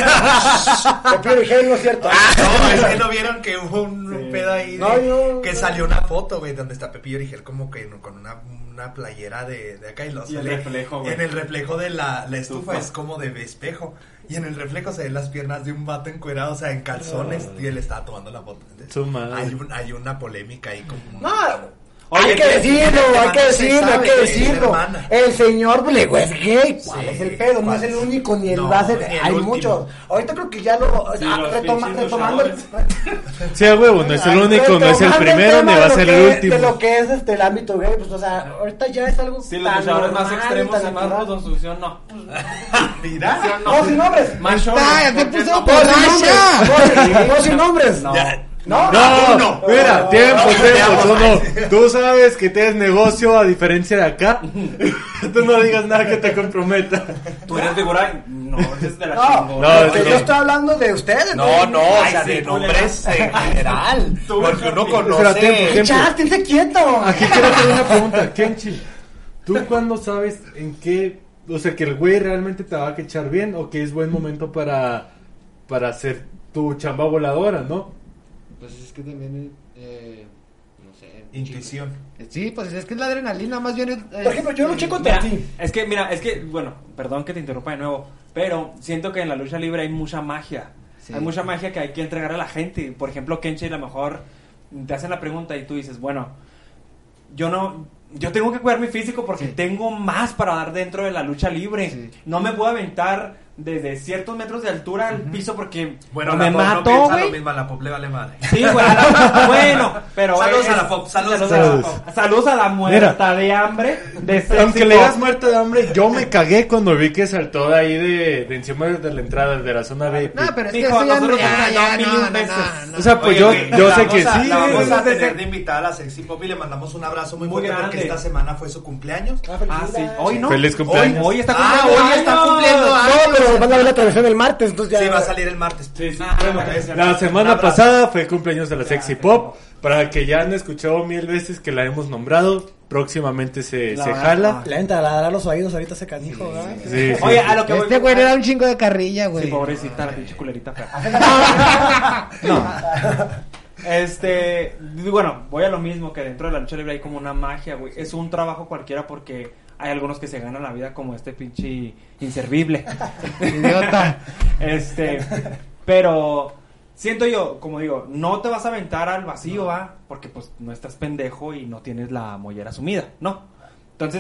S3: Pepillo Origel, no es cierto.
S2: Ah, no, es que no vieron que hubo un sí. pedo ahí.
S3: No,
S2: de,
S3: yo...
S2: Que salió una foto, güey, donde está Pepillo Origel como que con una, una playera de, de acá y lo
S5: y el reflejo, güey.
S2: En el reflejo de la, la estufa es como de espejo. Y en el reflejo se ven las piernas de un vato encuerado, o sea, en calzones, oh. y él estaba tomando la foto. Hay, un, hay una polémica ahí como...
S3: No, Oye, hay que decirlo, hay que decirlo, hay que decirlo. El señor Blego es gay. ¿Cuál sí, es el pedo? No es el único ni el no, va a ser. Hay muchos. Ahorita creo que ya lo. Sí, ah, retoma, retomando. El...
S4: Sí, a huevo, no es el único, no es el primero, ni va a ser el último.
S3: De lo que es este, el ámbito gay, pues, o sea, ahorita ya es algo.
S5: Sí, los luchadores más extremos y más construcción, no.
S2: Mira.
S3: No, sin nombres.
S5: Más show.
S8: Ya te puso
S3: No, sin nombres.
S4: No. No, no, no, mira, tiempo, tiempo, tú no, tú sabes que tienes negocio a diferencia de acá, tú no digas nada que te comprometa.
S5: Tú eres figura, no, eres de la
S3: no,
S5: chingona.
S3: No, yo estoy hablando de ustedes.
S2: No, no, o sea, de nombres en general, porque uno conoce.
S3: Chas, tense quieto.
S4: Aquí quiero hacer una pregunta, Kenchi, ¿tú cuándo sabes en qué, o sea, que el güey realmente te va a echar bien o que es buen momento para, para hacer tu chamba voladora, no?
S8: Pues es que también, eh, no sé.
S2: Intuición.
S8: Sí, pues es que es la adrenalina, más bien. Es,
S3: Por ejemplo, yo luché contra
S5: mira,
S3: ti.
S5: Es que, mira, es que, bueno, perdón que te interrumpa de nuevo, pero siento que en la lucha libre hay mucha magia. Sí. Hay mucha magia que hay que entregar a la gente. Por ejemplo, Kenchi, a lo mejor te hacen la pregunta y tú dices, bueno, yo no. Yo tengo que cuidar mi físico porque sí. tengo más para dar dentro de la lucha libre. Sí. No me puedo aventar desde ciertos metros de altura al uh-huh. piso porque
S2: bueno,
S5: me
S2: la
S5: mato,
S2: no
S5: güey.
S2: Lo mismo, a la pop le vale madre.
S5: Sí, güey. Bueno, pero
S2: saludos
S5: es,
S2: a la pop, saludos,
S5: saludos,
S2: saludos.
S5: A la pop. Saludos a la muerta Mira, de hambre. De
S4: aunque le digas muerta de hambre, yo me cagué cuando vi que saltó de ahí de, de encima de la entrada de la zona V I P.
S8: No, pero es
S5: Dijo,
S8: que eso ya,
S5: nosotros
S8: ya, ya,
S5: mil
S8: no, no,
S5: veces.
S8: no, no.
S4: O sea, pues
S2: Oye,
S4: yo,
S2: güey,
S4: yo sé que
S2: a,
S4: sí.
S2: La vamos a
S5: desde...
S2: tener de invitada a la Sexy Pop y le mandamos un abrazo muy, muy fuerte
S5: grande.
S2: porque esta semana fue su cumpleaños.
S5: Ah, sí. Hoy no.
S4: Feliz cumpleaños.
S5: Hoy, hoy está
S2: ah,
S5: cumpliendo.
S2: hoy está cumpliendo.
S3: No, pero van a ver la transmisión el martes, entonces ya.
S2: Sí, va a salir el martes.
S5: Sí, sí.
S2: Ah,
S5: bueno,
S4: la semana pasada fue el cumpleaños de la Sexy Pop. Para que ya han escuchado mil veces que la hemos nombrado, próximamente se, se jala.
S3: La venta la dará los oídos ahorita ese canijo, ¿verdad?
S4: Sí, sí.
S5: Oye, a lo que
S8: este güey le da un chingo de carrilla, güey.
S5: Sí, pobrecita, la pinche culerita fea. No. Este, bueno, voy a lo mismo que dentro de la lucha libre hay como una magia, güey. Es un trabajo cualquiera porque hay algunos que se ganan la vida como este pinche inservible.
S8: Idiota.
S5: Este, pero siento yo, como digo, no te vas a aventar al vacío, ¿va? Porque pues no estás pendejo y no tienes la mollera sumida, ¿no? Entonces,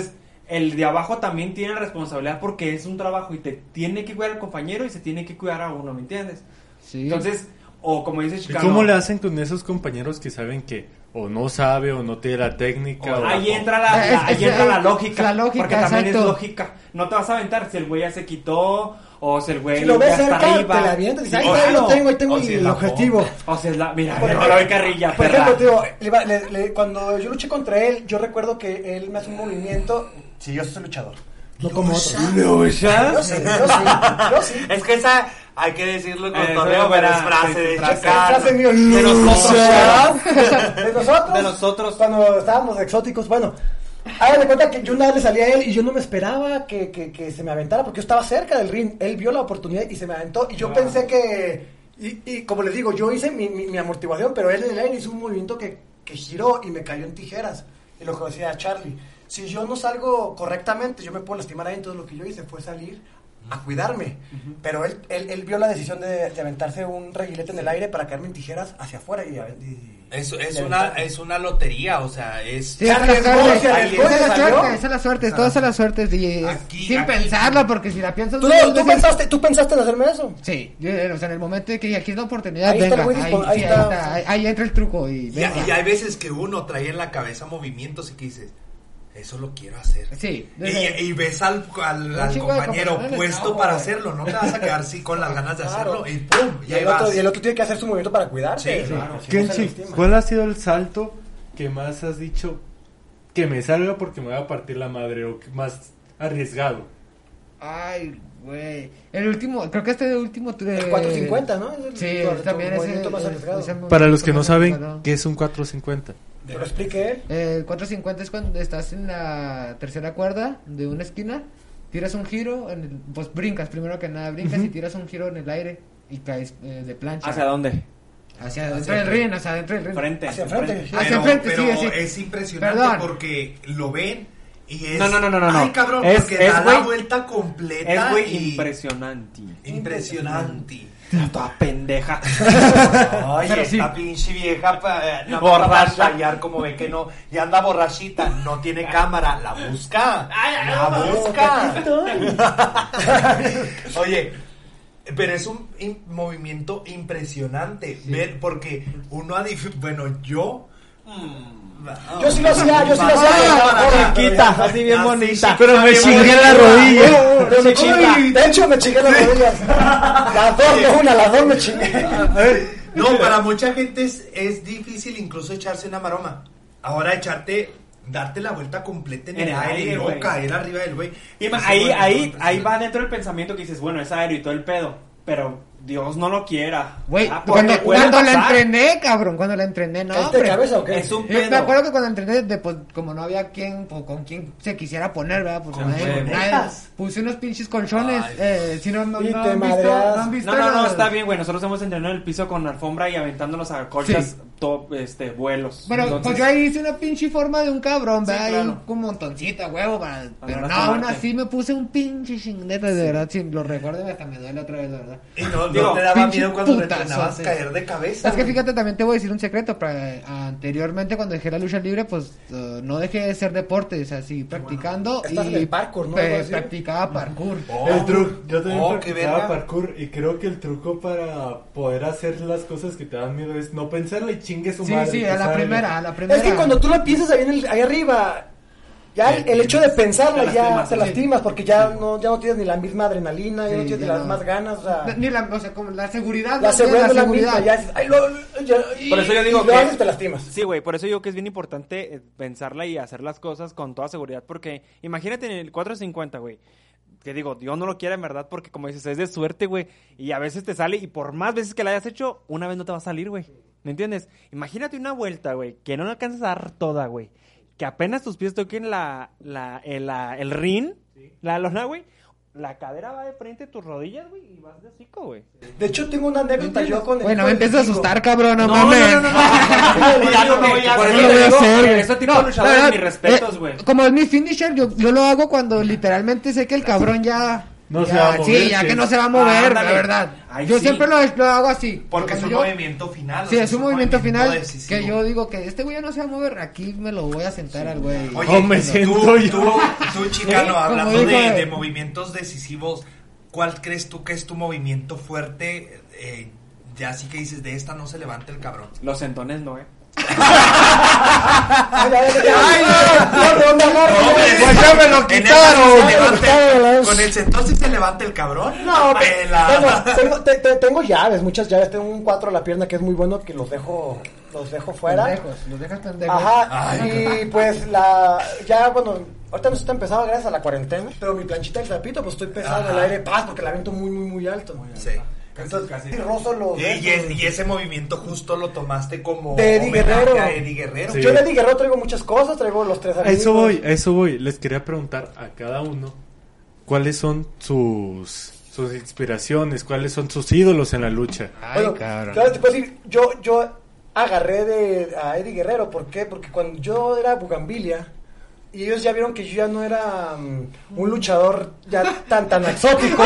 S5: el de abajo también tiene responsabilidad porque es un trabajo y te tiene que cuidar al compañero y se tiene que cuidar a uno, ¿me entiendes?
S8: Sí.
S5: Entonces, o como dice
S4: ¿Y
S5: Chicano,
S4: cómo le hacen con esos compañeros que saben que o no sabe o no tiene la técnica? O
S5: ahí
S4: la...
S5: entra la, la-
S8: Es-
S5: ahí
S8: es-
S5: entra la
S8: es
S5: lógica,
S8: la lógica,
S5: porque también
S8: exacto.
S5: es lógica. No te vas a aventar si el güey ya se quitó o si el güey
S3: Si lo ves
S5: ya está
S3: cerca,
S5: arriba.
S3: te la avientas y dices,
S5: Sí,
S3: ahí, ahí lo
S5: claro.
S3: tengo, ahí tengo
S2: O
S3: y
S2: si
S3: el
S2: la
S3: objetivo.
S5: O sea, es la, mira,
S3: Por
S5: no
S3: ejemplo,
S5: lo doy carrilla,
S3: Por
S5: perra.
S3: ejemplo, tío, le iba- le- le- cuando yo luché contra él, yo recuerdo que él me hace un movimiento. Sí, yo soy luchador. No como otros. Yo sí, yo sí, yo sí.
S2: Es que esa, hay que decirlo con
S5: Eh,
S2: torreo,
S5: eso
S2: pero
S5: era-
S2: es frase de
S5: frase-
S2: Chicano.
S3: Frase mío,
S5: De nosotros,
S3: luchar. De nosotros.
S5: De nosotros.
S3: Cuando estábamos exóticos, bueno. Háganle cuenta que yo una vez le salí a él y yo no me esperaba que, que, que se me aventara porque yo estaba cerca del ring. Él vio la oportunidad y se me aventó. Y yo
S5: Ah.
S3: pensé que. Y, y como les digo, yo hice mi, mi, mi amortiguación, pero él en el aire hizo un movimiento que, que giró y me cayó en tijeras. Y lo que decía Charlie, si yo no salgo correctamente, yo me puedo lastimar ahí. Entonces lo que yo hice fue salir a cuidarme. Pero él, él, él vio la decisión de, de aventarse un reguilete en el aire para caerme en tijeras hacia afuera. Y, y-
S2: Es,
S3: y
S2: es,
S3: aventarme.
S2: una, es una lotería, o sea, es...
S8: Sí, esa es la
S3: arriesgó,
S8: suerte,
S3: se arriesgó y
S8: esa es
S3: le
S8: la
S3: salió.
S8: suerte, esa es la suerte, todo es la suerte, y
S2: Aquí-
S8: sin
S2: aquí-
S8: pensarla, porque si la piensas
S3: ¿Tú,
S8: dos
S3: no- tú
S8: veces-
S3: pensaste, ¿Tú pensaste en hacerme eso?
S8: Sí, yo, o sea, en el momento de que dije, aquí es la oportunidad,
S3: Ahí está
S8: venga,
S3: el güey
S8: ahí,
S3: dispo- ahí
S8: sí,
S3: está.
S8: ahí está, ahí- ahí entra el truco y
S2: Y,
S8: venga.
S2: y hay veces que uno trae en la cabeza movimientos y que dices, eso lo quiero hacer.
S8: Sí,
S2: Y,
S8: desde-
S2: y ves al, al, al
S8: chingo de
S2: compañero
S8: profesionales,
S2: puesto
S8: no,
S2: para
S8: güey.
S2: hacerlo, no te vas a quedar así con las ganas de
S3: Claro.
S2: hacerlo y pum,
S3: Y
S2: y ahí
S3: el, otro,
S2: vas.
S3: y el otro tiene que hacer su movimiento para cuidarse.
S2: Sí, claro.
S3: Si no se
S4: Kenchi,
S3: lastima.
S4: ¿cuál ha sido el salto que más has dicho que me salga porque me va a partir la madre o que más arriesgado?
S8: Ay, güey. El último, creo que este último... eh,
S3: El cuatrocientos cincuenta, ¿no? Es el-
S8: Sí,
S3: tu- tu
S8: también es
S3: movimiento
S8: el,
S3: más
S8: el-
S3: arriesgado.
S8: ese
S4: Para los que no
S8: movimiento
S4: saben
S8: más arriesgado.
S4: qué es un cuatrocientos cincuenta.
S3: Te lo expliqué él.
S8: Eh, El cuatrocientos cincuenta es cuando estás en la tercera cuerda de una esquina, tiras un giro, en el- pues brincas, primero que nada brincas y tiras un giro en el aire y caes eh, de plancha.
S5: ¿Hacia dónde?
S8: Hacia adentro del ring, hacia adentro del ring.
S5: Frente.
S3: Hacia enfrente.
S5: frente.
S3: Sí.
S8: Hacia
S2: Pero,
S8: enfrente,
S2: pero
S8: sí, así.
S2: es impresionante
S8: Perdón.
S2: porque lo ven y es...
S5: No, no, no, no, no, no.
S2: Ay, cabrón,
S5: Es-
S2: porque
S5: es,
S2: da
S5: güey,
S2: la vuelta completa
S5: Es güey
S2: y...
S5: impresionante.
S2: Impresionante.
S5: Toda pendeja.
S2: Ay,
S8: Pero
S2: esta
S8: sí.
S2: pinche vieja pa- no
S5: Borracha.
S2: va a fallar como ve que no, y anda borrachita, no tiene cámara, la busca, la busca. Oye, pero es un im- movimiento impresionante ver porque uno ha dif- bueno, yo
S3: Yo sí lo hacía, yo sí lo hacía.
S2: Ah,
S5: chiquita, así bien bonita.
S4: Pero me chingué en la rodilla.
S3: Pero me chingué. De hecho, me chingué las rodillas. Las dos, no una, las dos me chingué.
S2: A ver, no, para mucha gente es, es difícil incluso echarse una maroma. Ahora echarte, darte la vuelta completa en,
S5: En
S2: el
S5: el
S2: aire y
S5: aire,
S2: luego
S5: güey.
S2: caer arriba del güey.
S5: Y ma-
S2: Ese
S5: ahí,
S2: movimiento
S5: ahí,
S2: impresionante.
S5: ahí va dentro el pensamiento que dices, bueno, es aéreo y todo el pedo, pero Dios no lo quiera.
S8: Güey,
S5: Ah, porque
S8: cuando,
S5: puede
S8: cuando la
S5: pasar.
S8: entrené, cabrón, cuando la entrené, no,
S3: ¿Este de
S8: hombre.
S3: cabeza o qué?
S5: Es un
S8: Yo me
S5: pedo.
S8: acuerdo que cuando entrené, de, pues, como no había quien, pues, con quien se quisiera poner, ¿verdad? Porque
S2: ¿Con
S8: nadie,
S2: quién?
S8: nadie- puse unos pinches colchones,
S2: Ay.
S8: eh, si no, no,
S3: Y
S8: no
S3: te
S8: han visto,
S3: madreas.
S8: no han visto
S5: No, no, no,
S8: los-
S5: está bien, güey. Nosotros hemos entrenado en el piso con alfombra y aventándonos a colchas,
S8: Sí.
S5: top, este, vuelos.
S8: Bueno,
S5: Entonces,
S8: pues yo ahí hice una pinche forma de un cabrón,
S5: Sí,
S8: ¿verdad?
S5: claro.
S8: Ahí un montoncita, huevo, para... pero
S5: no
S8: no, aún
S5: lastimarte.
S8: así me puse un pinche chinguete, de verdad, si lo recuerdo hasta me duele otra vez, de verdad.
S2: Y no,
S5: Digo,
S2: no te daba
S8: pinche
S2: miedo cuando te
S8: putazo,
S2: entrenabas
S8: sí.
S2: caer de cabeza.
S8: Es que
S2: güey.
S8: fíjate, también te voy a decir un secreto. Para, anteriormente, cuando dejé la lucha libre, pues uh, no dejé de ser deporte, o sea, sí, practicando.
S3: Estás
S8: y
S3: en el parkour, ¿no?
S8: pe-
S3: Algo así.
S8: practicaba parkour.
S2: Oh,
S4: El truco, yo también
S2: oh, qué
S4: practicaba
S2: verga.
S4: parkour y creo que el truco para poder hacer las cosas que te dan miedo es no pensarla y chingue su
S8: Sí,
S4: madre.
S8: sí,
S4: que
S8: a la
S4: salga.
S8: primera, a la primera.
S3: Es que cuando tú lo piensas ahí, en el- ahí arriba, ya el, el hecho de pensarla
S5: Te
S3: ya
S5: lastimas,
S3: te
S5: sí.
S3: lastimas porque ya no, ya no tienes ni la misma adrenalina, ya
S8: Sí,
S3: no tienes
S8: ya
S3: ni las
S8: no.
S3: más ganas, o sea,
S8: Ni la, o sea, como la seguridad.
S3: la
S8: no,
S3: seguridad es la
S8: seguridad.
S3: misma, ya dices, ay, lo, ya- y-
S5: Por eso yo digo
S3: y lo
S5: que-
S3: haces, te lastimas.
S5: Sí, güey, por eso digo que es bien importante eh, pensarla y hacer las cosas con toda seguridad, porque imagínate en el cuatrocientos cincuenta, güey, que digo, Dios no lo quiere en verdad, porque como dices, es de suerte, güey, y a veces te sale, y por más veces que la hayas hecho, una vez no te va a salir, güey, ¿me entiendes? Imagínate una vuelta, güey, que no la alcanzas a dar toda, güey, que apenas tus pies toquen la, la, el, la, el ring, la lona, güey, la cadera va de frente a tus rodillas, güey, y vas de hocico, güey.
S3: De hecho, tengo una anécdota yo con el
S8: Bueno,
S3: hijo
S8: me
S3: del
S8: empiezo a
S3: chico.
S8: asustar, cabrón, no,
S5: No,
S8: mames.
S5: no, no, no, no. Ya no, no, ya,
S8: Por
S5: por
S8: eso
S5: eso
S8: lo
S5: te
S8: voy a
S5: digo,
S8: hacer,
S5: eh,
S8: güey.
S5: ese tipo de
S8: No,
S5: luchadores,
S8: la
S5: mis
S8: verdad,
S5: respetos,
S8: eh,
S5: güey.
S8: Como es mi finisher, yo, yo lo hago cuando literalmente sé que el cabrón ya
S4: no
S8: ya,
S4: se va a mover.
S8: Sí, ya que no se va a mover,
S5: Ándale.
S8: la verdad.
S5: Ay,
S8: yo
S5: sí.
S8: siempre lo, lo hago así.
S2: Porque es
S8: Cuando
S2: un
S8: yo-
S2: movimiento final. o
S8: Sí,
S2: sea,
S8: es un movimiento final
S2: decisivo.
S8: que yo digo que este güey ya no se va a mover, aquí me lo voy a sentar al güey.
S2: Oye,
S4: ¿Cómo me
S2: tú,
S4: siento
S2: tú,
S4: yo?
S2: tú, tú, chicano,
S8: Sí,
S2: hablando
S8: como
S2: de,
S8: dijo-
S2: de movimientos decisivos, ¿cuál crees tú que es tu movimiento fuerte? Eh, ya así que dices, de esta no se levanta el cabrón.
S5: Los sentones no, eh.
S3: Ay, ay, ay, ay, no, no, no, no, no,
S2: Pues
S4: ya me lo
S2: en
S4: quitaron.
S2: esa sí se levanta-
S3: Quitaron.
S2: Con el centón sí se levanta el cabrón.
S3: No,
S2: Pela.
S3: tengo, tengo, te- te- tengo llaves, muchas llaves. Tengo un cuatro a la pierna que es muy bueno, que los dejo, los dejo fuera.
S8: Pendejos, los dejas pendejos.
S3: Ajá,
S2: Ay,
S3: y pues la, ya bueno, ahorita no se está empezando gracias a la cuarentena, pero mi planchita del tapito, pues estoy pesado en el
S2: Ajá.
S3: aire paz porque la viento muy, muy, muy alto.
S2: Sí.
S3: Entonces, sí, rozo los...
S2: Y, y- y ese movimiento justo lo tomaste como
S3: De Eddie
S2: homenaje
S3: Guerrero.
S2: a Eddie Guerrero.
S4: Sí.
S3: Yo le di Guerrero, traigo muchas cosas, traigo los tres
S4: A
S3: amigos.
S4: eso voy, a eso voy. Les quería preguntar a cada uno cuáles son sus sus inspiraciones, cuáles son sus ídolos en la lucha.
S8: Ay,
S3: Bueno,
S8: cabrón.
S3: claro, te puedo decir, yo, yo agarré de, a Eddie Guerrero, ¿por qué? Porque cuando yo era Bugambilia, y ellos ya vieron que yo ya no era um, un luchador ya tan, tan exótico.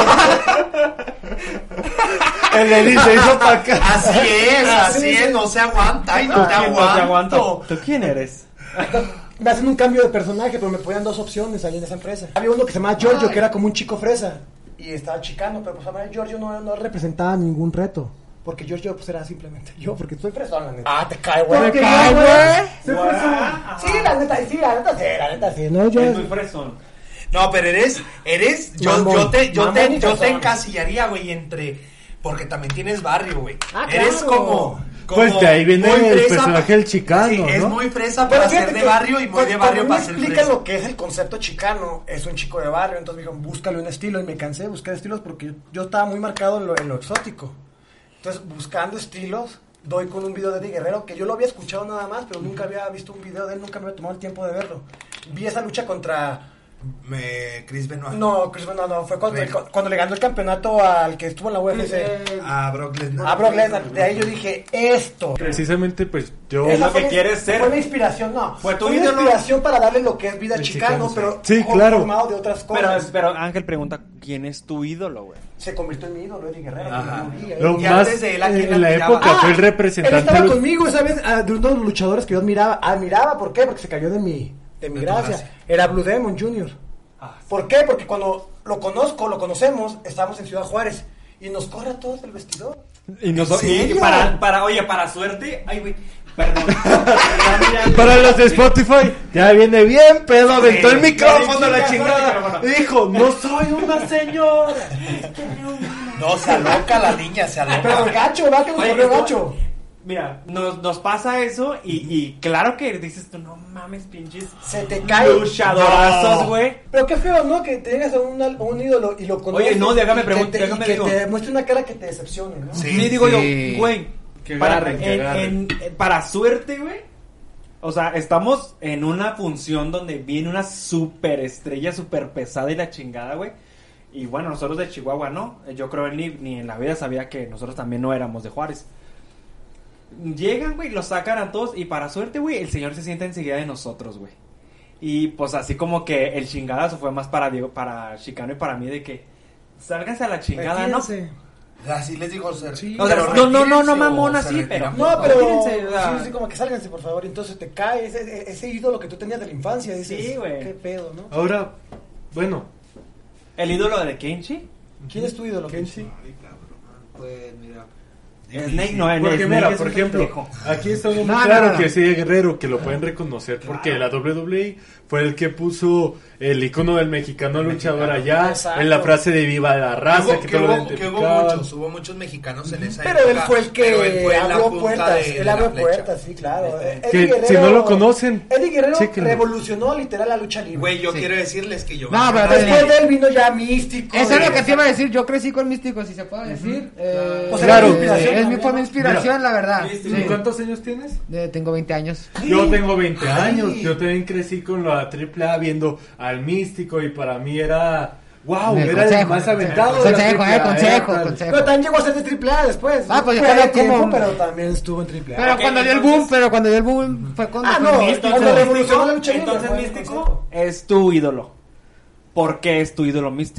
S4: El Eddie se hizo para acá.
S2: Así es, así
S3: Sí,
S2: es,
S3: sí.
S2: no se aguanta, ay, no te
S5: ¿Quién no te
S2: aguanto.
S5: aguanto? ¿Tú quién eres?
S3: Me hacen un cambio de personaje, pero me podían dos opciones ahí en esa empresa. Había uno que se llamaba Giorgio, que era como un chico fresa, y estaba chicano, pero pues a mí Giorgio no, no representaba ningún reto. Porque Giorgio pues era simplemente yo, porque soy fresón, la neta. Ah, te cae, güey.
S8: Te cae, güey.
S3: Soy fresón. Sí, la neta, sí, la neta, sí, la neta, sí. No, yo...
S5: Es muy fresón.
S2: No, pero eres, eres, yo,
S3: Mamón.
S2: yo te, yo
S3: Mamón
S2: te,
S3: y
S2: yo te
S3: fresón.
S2: encasillaría, güey, entre, porque también tienes barrio, güey.
S3: Ah,
S2: Eres
S3: claro.
S2: como, como
S4: Pues de ahí viene
S2: muy
S4: el
S2: fresa
S4: personaje
S2: pa-
S4: del chicano,
S2: sí, es
S4: ¿no?
S2: muy fresa
S3: Pero
S2: para
S3: fíjate
S2: ser de
S3: que
S2: barrio y muy
S3: cuando-
S2: de barrio
S3: cuando
S2: para
S3: me
S2: ser
S3: explican
S2: fresa.
S3: lo que es el concepto chicano, es un chico de barrio, entonces me dijeron, búscale un estilo, y me cansé de buscar estilos porque yo, yo estaba muy marcado en lo, en lo exótico. Entonces, buscando estilos, doy con un video de Eddie Guerrero, que yo lo había escuchado nada más, pero nunca había visto un video de él, nunca me había tomado el tiempo de verlo. Vi esa lucha contra...
S2: Me, Chris Benoit.
S3: No, Chris Benoit no, fue cuando,
S2: Bueno.
S3: cuando le ganó el campeonato al que estuvo en la U F C.
S2: A Brock Lesnar.
S3: A Brock Lesnar. De ahí yo dije, esto.
S4: Precisamente, pues yo.
S3: Esa
S5: lo
S3: fue
S5: que
S3: mi-
S5: quieres ser.
S3: Fue mi inspiración, no.
S5: Fue tu
S3: Fue mi
S5: ídolo.
S3: inspiración para darle lo que es vida
S4: El
S3: chicano,
S4: chicano,
S3: pero
S4: sí. Sí,
S3: con-
S4: claro.
S3: formado de otras
S5: Pero,
S3: cosas.
S5: pero Ángel pregunta, ¿quién es tu ídolo, güey?
S3: Se convirtió en mi ídolo, Eddie Guerrero.
S2: Ajá.
S3: como vi, ¿eh?
S4: Lo
S2: Y
S4: más
S2: antes de él, ¿a quién
S4: en la
S2: admiraba?
S4: época fue el
S3: Él
S4: representante.
S3: estaba
S4: lu-
S3: conmigo, ¿sabes? Ah, de uno de los luchadores que yo admiraba. Admiraba, ¿por qué? Porque se cayó de mi, de mi
S2: De tu
S3: gracia.
S2: gracia.
S3: Era Blue Demon junior
S2: Ah, sí.
S3: ¿Por qué? Porque cuando lo conozco, lo conocemos, estábamos en Ciudad Juárez y nos corre a todos el vestidor.
S5: Y nos
S3: ¿En serio?
S5: y para, para, oye, para suerte, ay, güey, perdón.
S4: Para los de Spotify, ya viene bien, pedo, aventó el
S2: Sí,
S4: micrófono a la
S3: chica,
S4: chingada. Y dijo, no soy una señora.
S2: No, se aloca la niña, se
S3: Pero
S2: aloca.
S3: gacho, va que nos
S5: Oye,
S3: corrió
S5: esto-
S3: gacho.
S5: Mira, nos, nos pasa eso y, y claro que dices tú, no mames, pinches
S3: Se te cae.
S5: luchadorazos, güey.
S3: Pero qué feo, ¿no? Que te llegas a un, a un ídolo y lo conoces.
S5: Oye, no, déjame
S3: y que
S5: pregun-
S3: te-
S5: déjame
S3: y que
S5: digo.
S3: te muestre una cara que te decepcione, ¿no?
S2: Sí.
S5: Sí, digo
S8: sí.
S5: yo, güey,
S4: Que
S5: para,
S4: agarren, que
S5: en-
S4: agarren.
S5: en- para suerte, güey. O sea, estamos en una función donde viene una super estrella, super pesada y la chingada, güey. Y bueno, nosotros de Chihuahua, ¿no? Yo creo que ni, ni en la vida sabía que nosotros también no éramos de Juárez. Llegan, güey, los sacan a todos y para suerte, güey, el señor se sienta enseguida de nosotros, güey. Y pues así como que el chingadazo fue más para Diego, para Chicano y para mí de que sálganse a la chingada, ¿no?
S3: Retírense.
S2: Así les dijo ser.
S3: Sí.
S5: O sea,
S2: Pero
S5: no, no, no, no,
S2: retírense
S5: mamón,
S2: o se
S5: así,
S2: retiran.
S5: pero-
S3: No, pero
S5: Retírense, o sea.
S3: sí, sí, como que sálganse, por favor. Entonces te cae ese, ese ídolo que tú tenías de la infancia. Dices,
S5: Sí, güey.
S3: qué pedo, ¿no?
S4: Ahora, bueno,
S5: El ídolo de Kenshi.
S3: ¿Quién es tu ídolo?
S4: Kenshi.
S8: Pues mira.
S5: Snake no,
S4: Porque
S5: Snake
S4: mira,
S5: es
S4: por
S5: un
S4: ejemplo,
S5: pendejo.
S4: aquí está muy
S8: No, no,
S4: claro
S8: no, no.
S4: que es Eddie Guerrero, que lo pueden reconocer porque la doble u doble u E fue el que puso el icono del mexicano luchador allá,
S3: Exacto.
S4: en la frase de viva la raza,
S2: Hubo-
S4: que,
S2: que,
S4: todo lo
S2: hubo, que hubo
S4: identificaban.
S2: muchos, hubo muchos mexicanos en esa
S3: Pero
S2: época.
S3: él fue el
S2: pero él
S3: que
S2: fue la
S3: abrió
S2: punta
S3: puertas.
S2: de- de
S3: Él
S2: la
S3: abrió
S2: flecha.
S3: puertas, sí, claro.
S2: Este,
S3: Eddie
S4: que
S3: Guerrero-
S4: si no lo conocen,
S3: Eddie Guerrero
S4: chéquenlo.
S3: revolucionó literal la lucha libre.
S2: Güey, yo
S8: Sí.
S2: quiero decirles que yo...
S8: No, pero-
S3: Después de él vino ya Místico.
S8: Eso es lo que
S3: y-
S8: te iba a decir. Yo crecí con Místico, si se puede decir. Eh,
S3: Pues
S4: era
S8: claro,
S4: tu
S3: inspiración
S8: es mi
S3: también,
S8: fue mi
S3: ¿no?
S8: inspiración, la verdad.
S5: Místico.
S8: Sí.
S4: ¿Y cuántos años tienes?
S8: Eh, tengo veinte años.
S4: Yo tengo veinte
S2: Ay.
S4: años, yo también crecí con la triple A viendo al Místico y para mí era, wow,
S8: El
S4: era el
S8: consejo,
S4: más
S8: el
S4: aventado de la
S8: consejo,
S4: triple
S8: eh,
S4: A,
S8: consejo,
S4: era tal.
S8: consejo.
S3: Pero también llegó a ser de triple A después.
S8: Ah, pues
S3: fue
S8: fue
S3: de tiempo,
S8: como-
S3: pero también estuvo en triple A.
S8: Pero
S5: Ok,
S8: cuando dio el
S5: entonces-
S8: boom, pero cuando dio el boom fue cuando
S3: Ah,
S8: fue
S3: no,
S8: Místico.
S3: cuando revolucionó la lucha libre,
S5: Entonces
S3: fue el
S5: Místico
S3: concepto.
S5: es tu ídolo. ¿Por qué es tu ídolo Místico?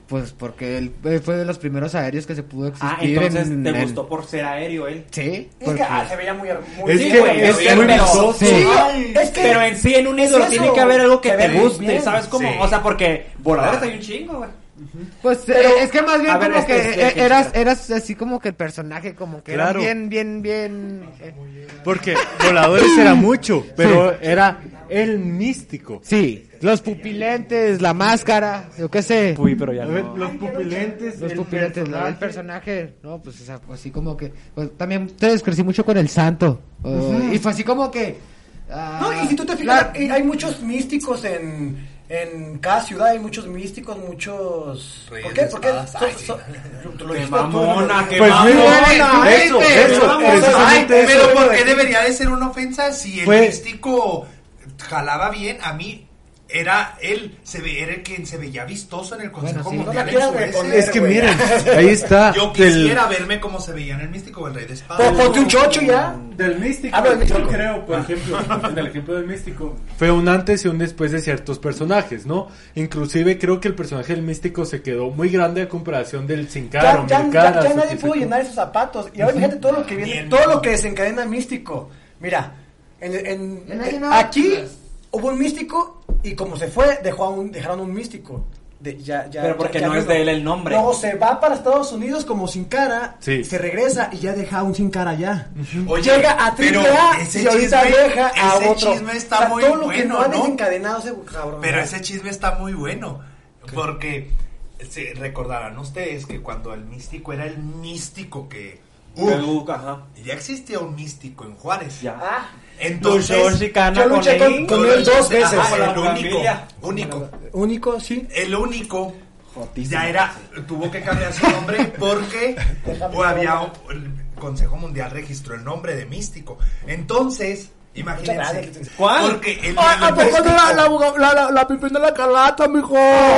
S8: Pues porque él eh, fue de los primeros aéreos que se pudo existir.
S5: Ah, entonces
S8: en,
S5: te
S8: en-
S5: gustó por ser aéreo él.
S8: Sí,
S3: Es
S8: porque-
S3: que ah, se veía muy muy
S4: Es
S5: Sí,
S4: que
S5: güey,
S4: es
S5: pero-
S4: muy
S5: pero-
S4: vistoso.
S8: sí.
S3: Ay, es que
S5: Pero en sí, en un
S3: es
S5: ídolo
S3: eso,
S5: tiene que haber algo que
S3: se
S5: te
S3: ve
S5: guste,
S3: bien.
S5: ¿sabes cómo?
S2: Sí.
S5: O sea, porque voladores hay un chingo, güey.
S8: Pues
S3: Pero-
S8: eh, es que más bien
S5: a ver,
S8: como
S5: este,
S8: que
S5: este,
S8: eh,
S5: este,
S8: eras,
S5: este.
S8: eras así como que el personaje como que
S4: Claro.
S8: era bien, bien, bien... eh,
S4: Porque voladores era mucho, pero era el místico.
S8: sí, los pupilentes, la máscara, yo qué sé.
S5: Uy, pero ya
S4: A ver,
S5: no.
S4: los pupilentes,
S8: Los
S4: el
S8: pupilentes, ¿no?
S4: personaje.
S8: El personaje, no, pues o sea, pues, así como que, pues también ustedes crecí mucho con el santo, uh, y fue así como que... ah,
S3: No, y si tú te fijas,
S8: la-
S3: hay hay muchos místicos en, en cada ciudad, hay muchos místicos, muchos...
S2: Reyes
S3: ¿Por qué?
S2: de
S3: Porque
S2: espadas. Ay, sí.
S3: tú lo
S5: Qué
S3: dijiste tú,
S5: mamona,
S3: ¿no?
S5: qué
S4: Pues
S5: mamona.
S4: mira, eso,
S8: Ay,
S4: eso,
S8: mamona.
S4: precisamente
S2: Ay,
S4: eso.
S2: pero ¿por qué debería de ser una ofensa si el
S4: Fue-
S2: místico jalaba bien? A mí era él, se ve, era el quien se veía vistoso en el Consejo
S8: Bueno, sí.
S2: Mundial.
S3: No la
S2: en
S3: quieras
S2: Suecia.
S3: reponer,
S4: Es que
S3: güey.
S4: miren, ahí está.
S2: Yo
S4: del-
S2: quisiera verme cómo se veía en el místico o el rey de
S3: Po-
S2: espadas.
S3: Ponte un chocho ya.
S4: Del místico,
S3: Habla del místico.
S4: yo creo, por ejemplo, en el ejemplo del místico, fue un antes y un después de ciertos personajes, ¿no? Inclusive creo que el personaje del místico se quedó muy grande a comparación del Sin Cara,
S3: Ya, ya,
S4: Mil
S3: ya,
S4: Caras,
S3: ya
S4: o
S3: nadie
S4: que
S3: pudo
S4: se-
S3: llenar esos zapatos. Y ahora fíjate todo lo que viene,
S2: Bien.
S3: todo lo que desencadena místico. Mira, en, en-
S8: Ya nadie
S3: en-
S8: no-
S3: aquí hubo un místico y como se fue, dejó a un, dejaron un místico. De- ya, ya,
S5: Pero porque
S3: ya- ya
S5: no es
S3: vino.
S5: de él el nombre.
S3: Luego se va para Estados Unidos como Sin Cara,
S4: Sí.
S3: se regresa y ya deja a un Sin Cara allá.
S2: Oye,
S3: Llega a
S2: pero
S3: Triple A
S2: ese
S3: y ahorita
S2: chisme-
S3: deja a
S2: ese
S3: otro.
S2: chisme está
S3: O sea,
S2: muy
S3: todo lo que
S2: bueno,
S3: no ha
S2: ¿no?
S3: desencadenado ese cabrón.
S2: Pero
S3: ¿no?
S2: ese chisme está muy bueno. Porque se recordarán ustedes que cuando el místico era el místico que.
S5: Uh, ajá.
S2: Ya existía un místico en Juárez.
S5: Ya.
S3: Ah,
S2: Entonces.
S5: Luchó Chicana
S3: yo luché
S5: con
S3: con-
S5: él.
S3: con él dos veces.
S2: Ajá,
S5: Con la
S2: el único.
S5: familia.
S2: Único.
S3: único, sí.
S2: El único.
S5: Jotísimo.
S2: Ya era. Tuvo que cambiar su nombre porque. O había. El Consejo Mundial registró el nombre de místico. Entonces. Imagínense.
S3: gracias.
S5: ¿Cuál?
S2: Porque el.
S3: Ah, ¿a
S2: el
S3: poco no la,
S2: místico-
S3: la, la, la, la pipina de la calata, mijo?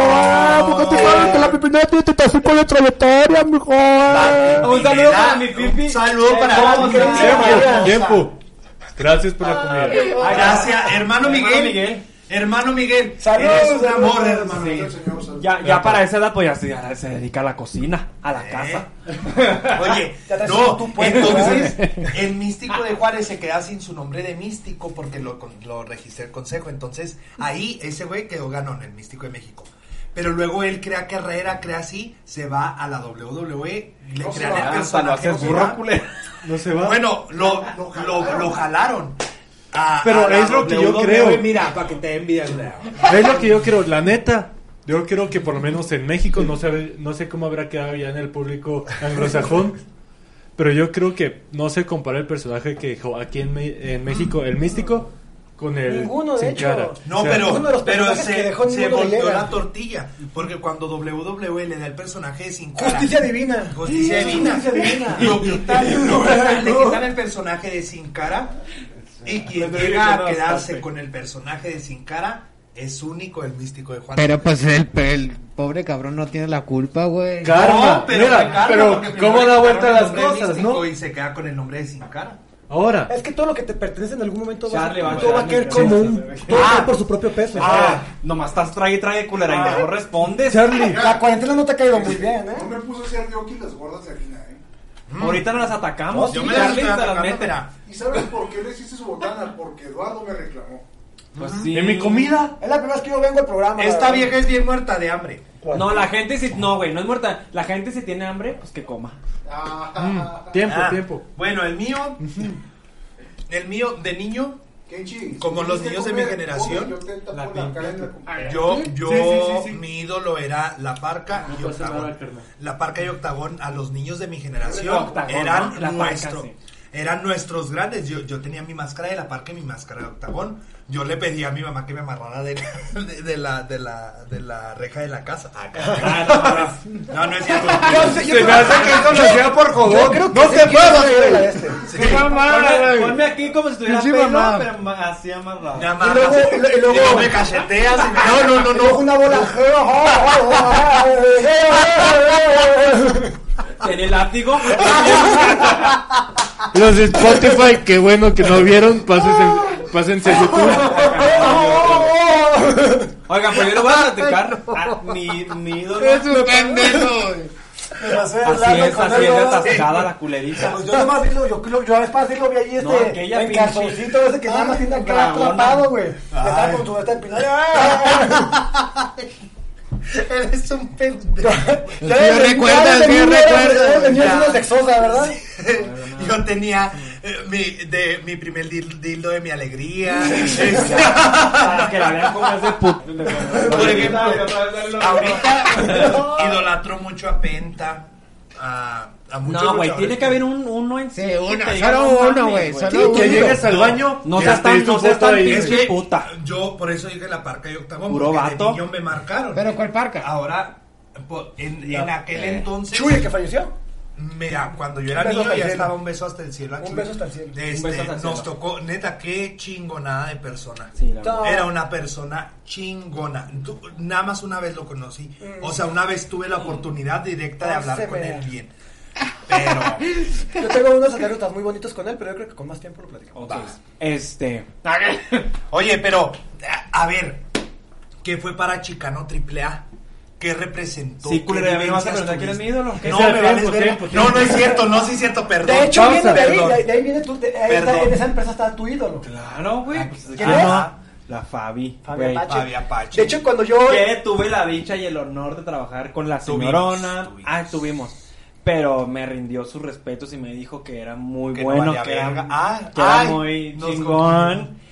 S3: Ah, ¿por qué te sabes que la pipina tiene tetazo de trayectoria, mijo?
S5: Un saludo
S2: Mira,
S5: para mi pipi.
S2: Un saludo para
S5: Hermano
S2: mi
S5: Miguel.
S2: María.
S4: Tiempo, tiempo. Gracias por la comida.
S2: Ah, Gracias, hermano
S5: Hermano
S2: Miguel.
S5: Miguel.
S2: Hermano Miguel.
S3: Saludos,
S2: Eres un amor,
S3: saludos.
S2: hermano.
S5: Sí.
S6: Señor, salud.
S5: Ya, ya para esa edad, pues ya se, ya se dedica a la cocina, a la
S2: ¿Eh?
S5: casa.
S2: Oye,
S3: Ya traes
S2: no,
S3: tu puesto,
S2: entonces el místico de Juárez se queda sin su nombre de místico porque lo, lo registró el consejo. Entonces ahí ese güey quedó ganón, el místico de México. Pero luego él crea carrera, crea así, se va a la doble u doble u E, le
S6: No se
S2: crean
S6: va,
S2: el
S5: Hasta lo
S2: personaje.
S5: haces
S2: no se
S5: burro,
S2: va.
S5: culero.
S4: No se va.
S2: Bueno, lo,
S6: Lo
S2: lo,
S6: jalaron.
S2: lo jalaron. a-
S4: Pero
S2: a la
S4: es lo que yo
S2: doble u doble u E.
S4: creo.
S5: Mira, para que te envidias.
S4: Es lo que yo creo, la neta. Yo creo que por lo menos en México, no sé, no sé cómo habrá quedado ya en el público anglosajón, pero yo creo que no se compara el personaje que dejó aquí en, Me- en México, el místico, con el
S3: Ninguno, de
S4: sin
S3: hecho.
S4: cara.
S2: No,
S4: O sea,
S2: pero,
S3: ninguno de los
S2: pero
S3: personajes
S2: se,
S3: que dejó
S2: se
S3: ninguno le
S2: volteó
S3: llega.
S2: la tortilla. Porque cuando doble u doble u E le da el personaje de Sin Cara.
S3: Justicia divina.
S2: Justicia divina.
S3: Justicia divina.
S2: Lo quitan, lo quitan, le quitan el personaje de Sin Cara. Y quien llega a quedarse con el personaje de Sin Cara es único el místico de Juan.
S8: Pero pues el, el pobre cabrón no tiene la culpa, güey.
S4: Karma,
S2: No, pero,
S4: mira,
S2: fue karma,
S4: pero
S2: porque primero
S4: ¿cómo
S2: le
S4: da
S2: quitaron
S4: vuelta
S2: el
S4: las
S2: nombre de
S4: cosas,
S2: místico
S4: no?
S2: Y se queda con el nombre de Sin Cara.
S4: Ahora,
S3: Es que todo lo que te pertenece en algún momento va,
S5: Charlie, va
S3: a,
S5: a
S3: todo va a
S5: Charlie,
S3: caer como un...
S5: sí.
S3: Todo
S5: Ah.
S3: cae por su propio peso.
S5: Ah, nomás estás trae y trae culera y no respondes.
S4: Charlie,
S3: La cuarentena no te ha caído muy bien,
S6: No
S3: ¿eh?
S6: me puso a hacer Yoki las gordas de harina, ¿eh?
S5: Ahorita nos las atacamos.
S2: Yo
S5: sí,
S2: me las
S5: Charlie
S2: estoy
S5: se las
S2: atacando,
S5: mete.
S2: mira.
S6: ¿Y sabes por qué le hiciste su botana? Porque Eduardo me reclamó.
S5: Pues sí.
S4: ¿en mi comida?
S3: Es la primera vez que yo vengo al programa.
S2: Esta
S3: ¿verdad?
S2: vieja es bien muerta de hambre.
S5: No, la gente si no, güey, no es muerta. La gente si tiene hambre, pues que coma.
S6: Ah,
S4: Tiempo,
S2: Ah,
S4: tiempo.
S2: Bueno, el mío, el mío de niño,
S6: Kenchi,
S2: Como
S6: si
S2: los
S6: quieres
S2: niños de mi
S6: comer,
S2: generación,
S6: come, yo te tapo
S5: la
S6: la
S5: pinta.
S6: cara en la computadora.
S2: yo, yo,
S4: Sí, sí, sí, sí.
S2: mi ídolo era La Parca y
S4: pasa nada,
S2: Octagón.
S4: carnal.
S2: La Parca y Octagón a los niños de mi generación
S5: Octagón,
S2: eran
S5: ¿no? La Parca,
S2: nuestro,
S5: sí.
S2: eran nuestros grandes. Yo, yo tenía mi máscara de La Parca y mi máscara de Octagón. Yo le pedí a mi mamá que me amarrara de, de, de la, de la, de la reja de la casa. Ah,
S5: Ah, no,
S2: no, no es cierto.
S3: Yo sé- yo
S4: Se me
S3: creo-
S4: hace que eso lo hacía por
S3: Yo
S4: jodón.
S3: creo que
S4: No
S3: sé
S4: se
S3: quién
S4: puede,
S3: es la de
S4: güey.
S3: este.
S4: ¡Qué mamada,
S5: Ponme,
S4: güey!
S5: ponme aquí como si estuviera
S4: Pinche
S5: pelo,
S4: mamá.
S5: pero ma- así amarrado.
S2: Me amarras.
S3: Y luego- y luego-
S2: Y luego me cacheteas. y me- No, no, no,
S3: Y luego
S2: no.
S3: una bola.
S5: Tiene el látigo.
S4: Los de Spotify, qué bueno que no vieron. Pásense, pásense a YouTube.
S5: Oiga, pues yo le voy a platicar. Ah, mi, mi ídolo.
S8: Es un pendejo.
S3: Me pasé de
S5: Así
S3: lado
S5: es,
S3: con
S5: así
S3: él,
S5: es de
S3: ¿verdad?
S5: atascada la culerita.
S3: Pues yo nomás vi, lo- yo, yo, yo a veces sí lo vi ahí, este,
S5: No, aquella
S3: en
S5: pinche-
S3: calzoncito ese que nada más tiene acá
S5: dragona.
S3: atrapado, güey. Estaba con su esta empinada.
S2: Eres un pendejo.
S8: Sí, recuerda, sí, recuerda.
S3: Tenías una sexosa, ¿verdad?
S2: Yo tenía eh, mi, de, mi primer dil- dildo de mi alegría.
S5: Para que la vean como es de puto.
S2: Por ejemplo, ahorita idolatro mucho a Penta. A, a muchos
S5: No, güey,
S2: luchadores.
S5: tiene que haber un, uno en
S8: Sí,
S5: que
S8: uno,
S5: te diga,
S8: solo
S5: no
S8: uno,
S5: mames,
S8: güey, solo
S4: Sí,
S8: uno.
S4: que llegues al baño.
S5: No
S4: y
S5: seas
S4: hasta
S5: tan,
S4: tu
S5: no seas
S4: foto
S5: tan
S4: ahí.
S2: Es
S5: pinche
S2: que
S5: puta.
S2: yo por eso dije la parca y octagón.
S5: Puro
S2: porque
S5: vato.
S2: de niño me marcaron.
S8: ¿Pero cuál parca?
S2: Ahora, po- en, en aquel
S8: eh,
S2: entonces.
S3: Chuy, el que falleció.
S2: Mira, cuando yo era
S3: Un beso
S2: niño
S3: hasta el
S2: ya
S3: cielo.
S2: estaba un beso hasta el cielo. a
S3: Un
S2: Chuy.
S3: beso hasta el cielo.
S2: Este,
S5: Un beso hasta el
S2: nos
S5: cielo.
S2: tocó, neta, qué chingonada de persona.
S5: Sí, la verdad.
S3: No.
S2: Era una persona chingona. Tú- nada más una vez lo conocí. O sea, una vez tuve la oportunidad directa de
S3: No
S2: hablar
S3: se
S2: con
S3: vea.
S2: él bien. Pero,
S3: Yo tengo unos anécdotas muy bonitos con él, pero yo creo que con más tiempo lo platicamos.
S5: Ok. Este.
S2: oye, pero, a, a ver, ¿qué fue para Chicano triple A? ¿Qué representó?
S5: Sí,
S2: ¿Qué
S5: culera, ¿me vas a
S2: vivencias
S5: preguntar quién es mi
S2: tuviste?
S5: ídolo? ¿Qué?
S2: No,
S4: Ese
S2: me vales
S4: tiempo,
S2: verga.
S4: tiempo,
S2: No, no es
S4: tiempo.
S2: cierto, no, sí es cierto, perdón.
S3: De hecho,
S4: Pausa.
S3: viene de ahí,
S2: Perdón.
S3: de, de ahí viene tu, de- ahí está,
S2: Perdón.
S3: en esa empresa está tu ídolo.
S5: Claro, güey. Pues,
S3: ¿Quién
S5: ah,
S3: es?
S5: no, la Fabi.
S3: Fabi
S5: güey.
S3: Apache.
S2: Fabi Apache.
S3: De hecho, cuando yo...
S5: Que tuve la dicha y el honor de trabajar con la
S2: Tuvimos,
S5: señorona.
S2: tuvimos.
S5: Ah, tuvimos. Pero me rindió sus respetos y me dijo que era muy
S2: Que no
S5: bueno,
S2: valía
S5: que, era,
S2: verga. Ah,
S5: que era
S2: ay,
S5: muy
S2: nos
S5: chingón.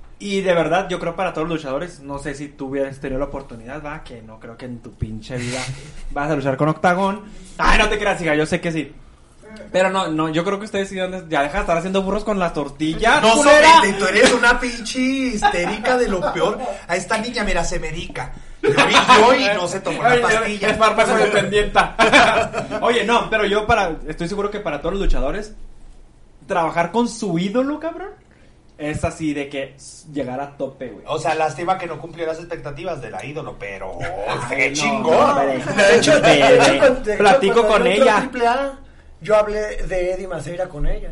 S5: Y de verdad, yo creo para todos los luchadores, no sé si tú hubieras tenido la oportunidad, va, que no creo que en tu pinche vida vas a luchar con Octagón. Ay, no te creas, hija, yo sé que sí. Pero no, no, yo creo que ustedes sí ya dejan de estar haciendo burros con las tortillas.
S2: No,
S5: culera.
S2: Sophie, tú eres una pinche histérica de lo peor. A esta niña, mira, se medica. Yo vi yo y no se tomó la
S5: Ay,
S2: pastilla.
S5: Es fármaco dependiente. Oye, no, pero yo para, estoy seguro que para todos los luchadores, trabajar con su ídolo, cabrón, es así de que llegar a tope, güey.
S2: O sea, lástima que no cumplió las expectativas de la ídolo, pero
S5: Ay,
S2: qué
S5: no,
S2: chingón.
S5: no,
S3: De hecho, de
S5: Bebé.
S3: hecho, cuando- de hecho,
S5: Platico
S3: cuando
S5: con
S3: yo entré a
S5: ella.
S3: Triple A, yo hablé de Eddie Maceira con ella.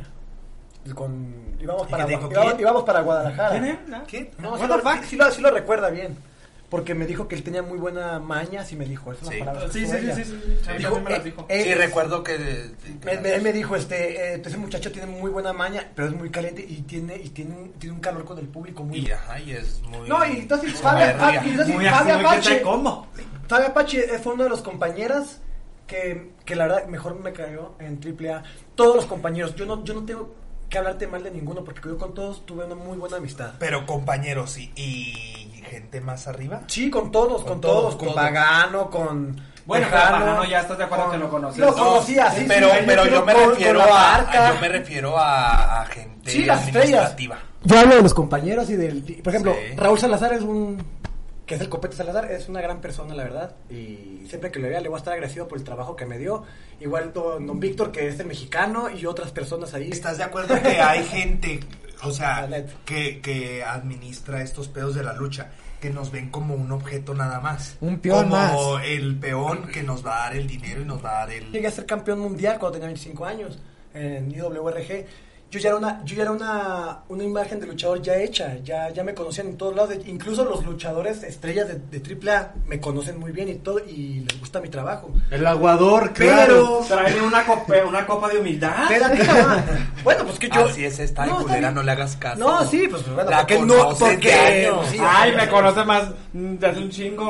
S3: Con, íbamos,
S2: ¿Y
S3: para,
S2: qué dijo?
S3: íbamos,
S2: ¿Quién?
S3: íbamos para Guadalajara.
S5: ¿Quién es? ¿No?
S2: ¿Qué?
S3: No,
S5: What
S3: sí
S5: the
S3: lo,
S5: fuck?
S3: sí, sí lo, sí lo recuerda bien. Porque me dijo que él tenía muy buena maña, sí me dijo. Esas son
S2: Sí.
S3: las palabras
S5: Sí,
S3: que
S5: sí,
S3: usó
S5: sí,
S3: ella.
S5: sí, sí, sí.
S3: Dijo,
S5: Sí, me las
S3: eh,
S5: dijo.
S3: eh,
S2: Sí, recuerdo que...
S3: Él, me- él me dijo, este, eh, ese muchacho tiene muy buena maña, pero es muy caliente y tiene y tiene un, tiene un calor con el público muy...
S2: Y, ajá, y es muy...
S3: No, y entonces
S2: muy
S3: Fabi,
S2: berria.
S3: Fabi- entonces,
S5: Muy
S3: Fabi
S5: así, muy
S3: Apache,
S5: que sabe cómo.
S3: Fabi Apache eh, fue uno de los compañeras que, que la verdad mejor me cayó en Triple A. Todos los compañeros, yo no, yo no tengo que hablarte mal de ninguno porque yo con todos tuve una muy buena amistad.
S2: Pero compañeros, ¿y, y gente más arriba?
S3: Sí, con todos, con,
S2: Con
S3: todos,
S2: todos,
S3: con
S2: todos.
S3: Pagano, con...
S5: Bueno,
S3: Tejano,
S5: pero Pagano ya estás de acuerdo que lo conoces.
S3: Lo
S5: No,
S3: conocía, sí,
S2: pero,
S3: sí,
S2: pero yo me
S3: con-
S2: refiero
S3: con la
S2: a,
S3: Barca.
S2: yo me refiero a, a gente
S3: Sí, las estrellas.
S2: administrativa.
S3: Yo hablo de los compañeros y del... Por ejemplo,
S2: Sí.
S3: Raúl Salazar es un... Que es el Copete Salazar, es una gran persona, la verdad. Y siempre que lo vea le voy a estar agradecido por el trabajo que me dio. Igual don, don Víctor, que es el mexicano, y otras personas ahí.
S2: ¿Estás de acuerdo que hay gente, o sea,
S3: La neta.
S2: que, que administra estos pedos de la lucha, que nos ven como un objeto nada más?
S8: Un peón
S2: como
S8: más.
S2: el peón que nos va a dar el dinero y nos va a dar el...
S3: Llegué a ser campeón mundial cuando tenía veinticinco años en I W R G. Yo ya era una, yo ya era una, una imagen de luchador ya hecha, ya, ya me conocían en todos lados, de- incluso los luchadores estrellas de, de Triple A me conocen muy bien y todo, y les gusta mi trabajo.
S4: El aguador,
S3: Pero,
S4: claro.
S5: Tráeme una copa, una copa de humildad.
S3: espérate, mamá. Bueno, pues que yo...
S2: Así es esta,
S3: No,
S2: ay,
S3: está
S2: culera,
S3: bien.
S2: no le hagas caso.
S3: No, sí, pues bueno,
S2: La
S3: porque no,
S2: conoces de
S3: porque...
S2: años.
S3: sí,
S5: Ay,
S3: sí,
S5: me
S3: sí.
S5: conoce más mm, de hace un chingo.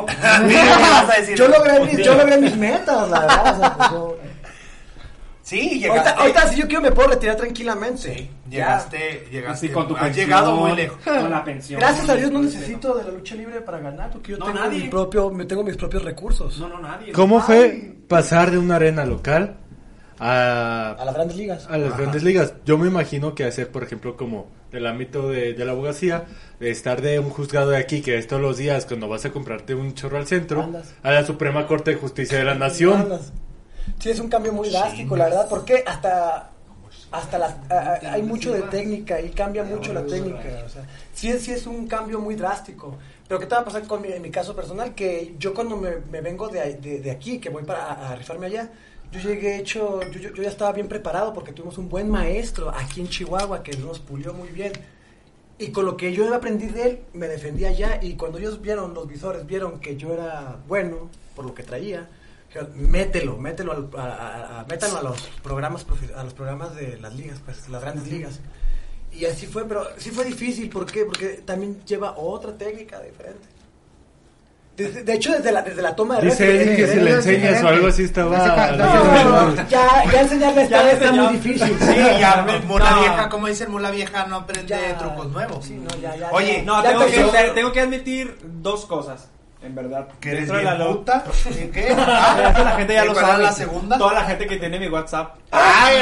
S2: Vas a decir-
S3: Yo logré, mis, yo logré mis metas, la verdad. O sea, pues yo-
S2: Sí, llegaste.
S3: ahorita, ahorita si yo quiero me puedo retirar tranquilamente.
S2: Sí,
S3: Ya.
S2: llegaste, llegaste.
S5: Sí, con tu
S2: has
S5: pensión,
S2: llegado muy lejos.
S5: Con la pensión.
S3: Gracias a Dios no necesito de la lucha libre para ganar, porque yo
S5: No,
S3: tengo
S5: nadie.
S3: mi propio, me tengo mis propios recursos.
S5: No, no, nadie.
S4: ¿Cómo fue pasar de una arena local a,
S3: A las grandes ligas.
S4: a las grandes ligas? Yo me imagino que hacer, por ejemplo, como el ámbito de, de la abogacía, de estar de un juzgado de aquí, que es todos los días cuando vas a comprarte un chorro al centro,
S3: Andas.
S4: a la Suprema Corte de Justicia de la Nación.
S3: Andas. Sí, es un cambio muy drástico, la verdad, porque hasta hasta las, a- a- hay mucho de técnica y cambia mucho la técnica, o sea, sí, es- sí es un cambio muy drástico. Pero ¿qué te va a pasar con mi, en mi caso personal? Que yo cuando me, me vengo de, de, de aquí, que voy para a, a rifarme allá, yo llegué hecho, yo, yo, yo ya estaba bien preparado porque tuvimos un buen maestro aquí en Chihuahua que nos pulió muy bien. Y con lo que yo aprendí de él, me defendía ya. Y cuando ellos vieron, los visores vieron que yo era bueno por lo que traía, dijeron, mételo, mételo, al, a, a, a, métalo a los programas a los programas de las ligas, pues las grandes ligas. Y así fue, pero sí fue difícil. ¿Por qué? Porque también lleva otra técnica diferente. De, de hecho, desde la, desde la toma de
S4: dice él que si le enseñas o algo así estaba...
S3: No, no, ya, ya enseñarle está, está muy difícil.
S2: Sí, ya, mula no. vieja, como dicen, mula vieja no aprende ya, trucos nuevos.
S3: Sí, no, ya, ya,
S5: Oye, no,
S3: ya
S5: tengo, que,
S3: yo...
S5: tengo que admitir dos cosas, en verdad.
S2: ¿Que eres
S5: Dentro
S2: bien
S5: de la
S2: puta?
S5: ¿Y qué? Ah, la gente ya lo sabe.
S2: ¿La segunda?
S5: Toda la gente que tiene mi WhatsApp.
S2: ¡Ay!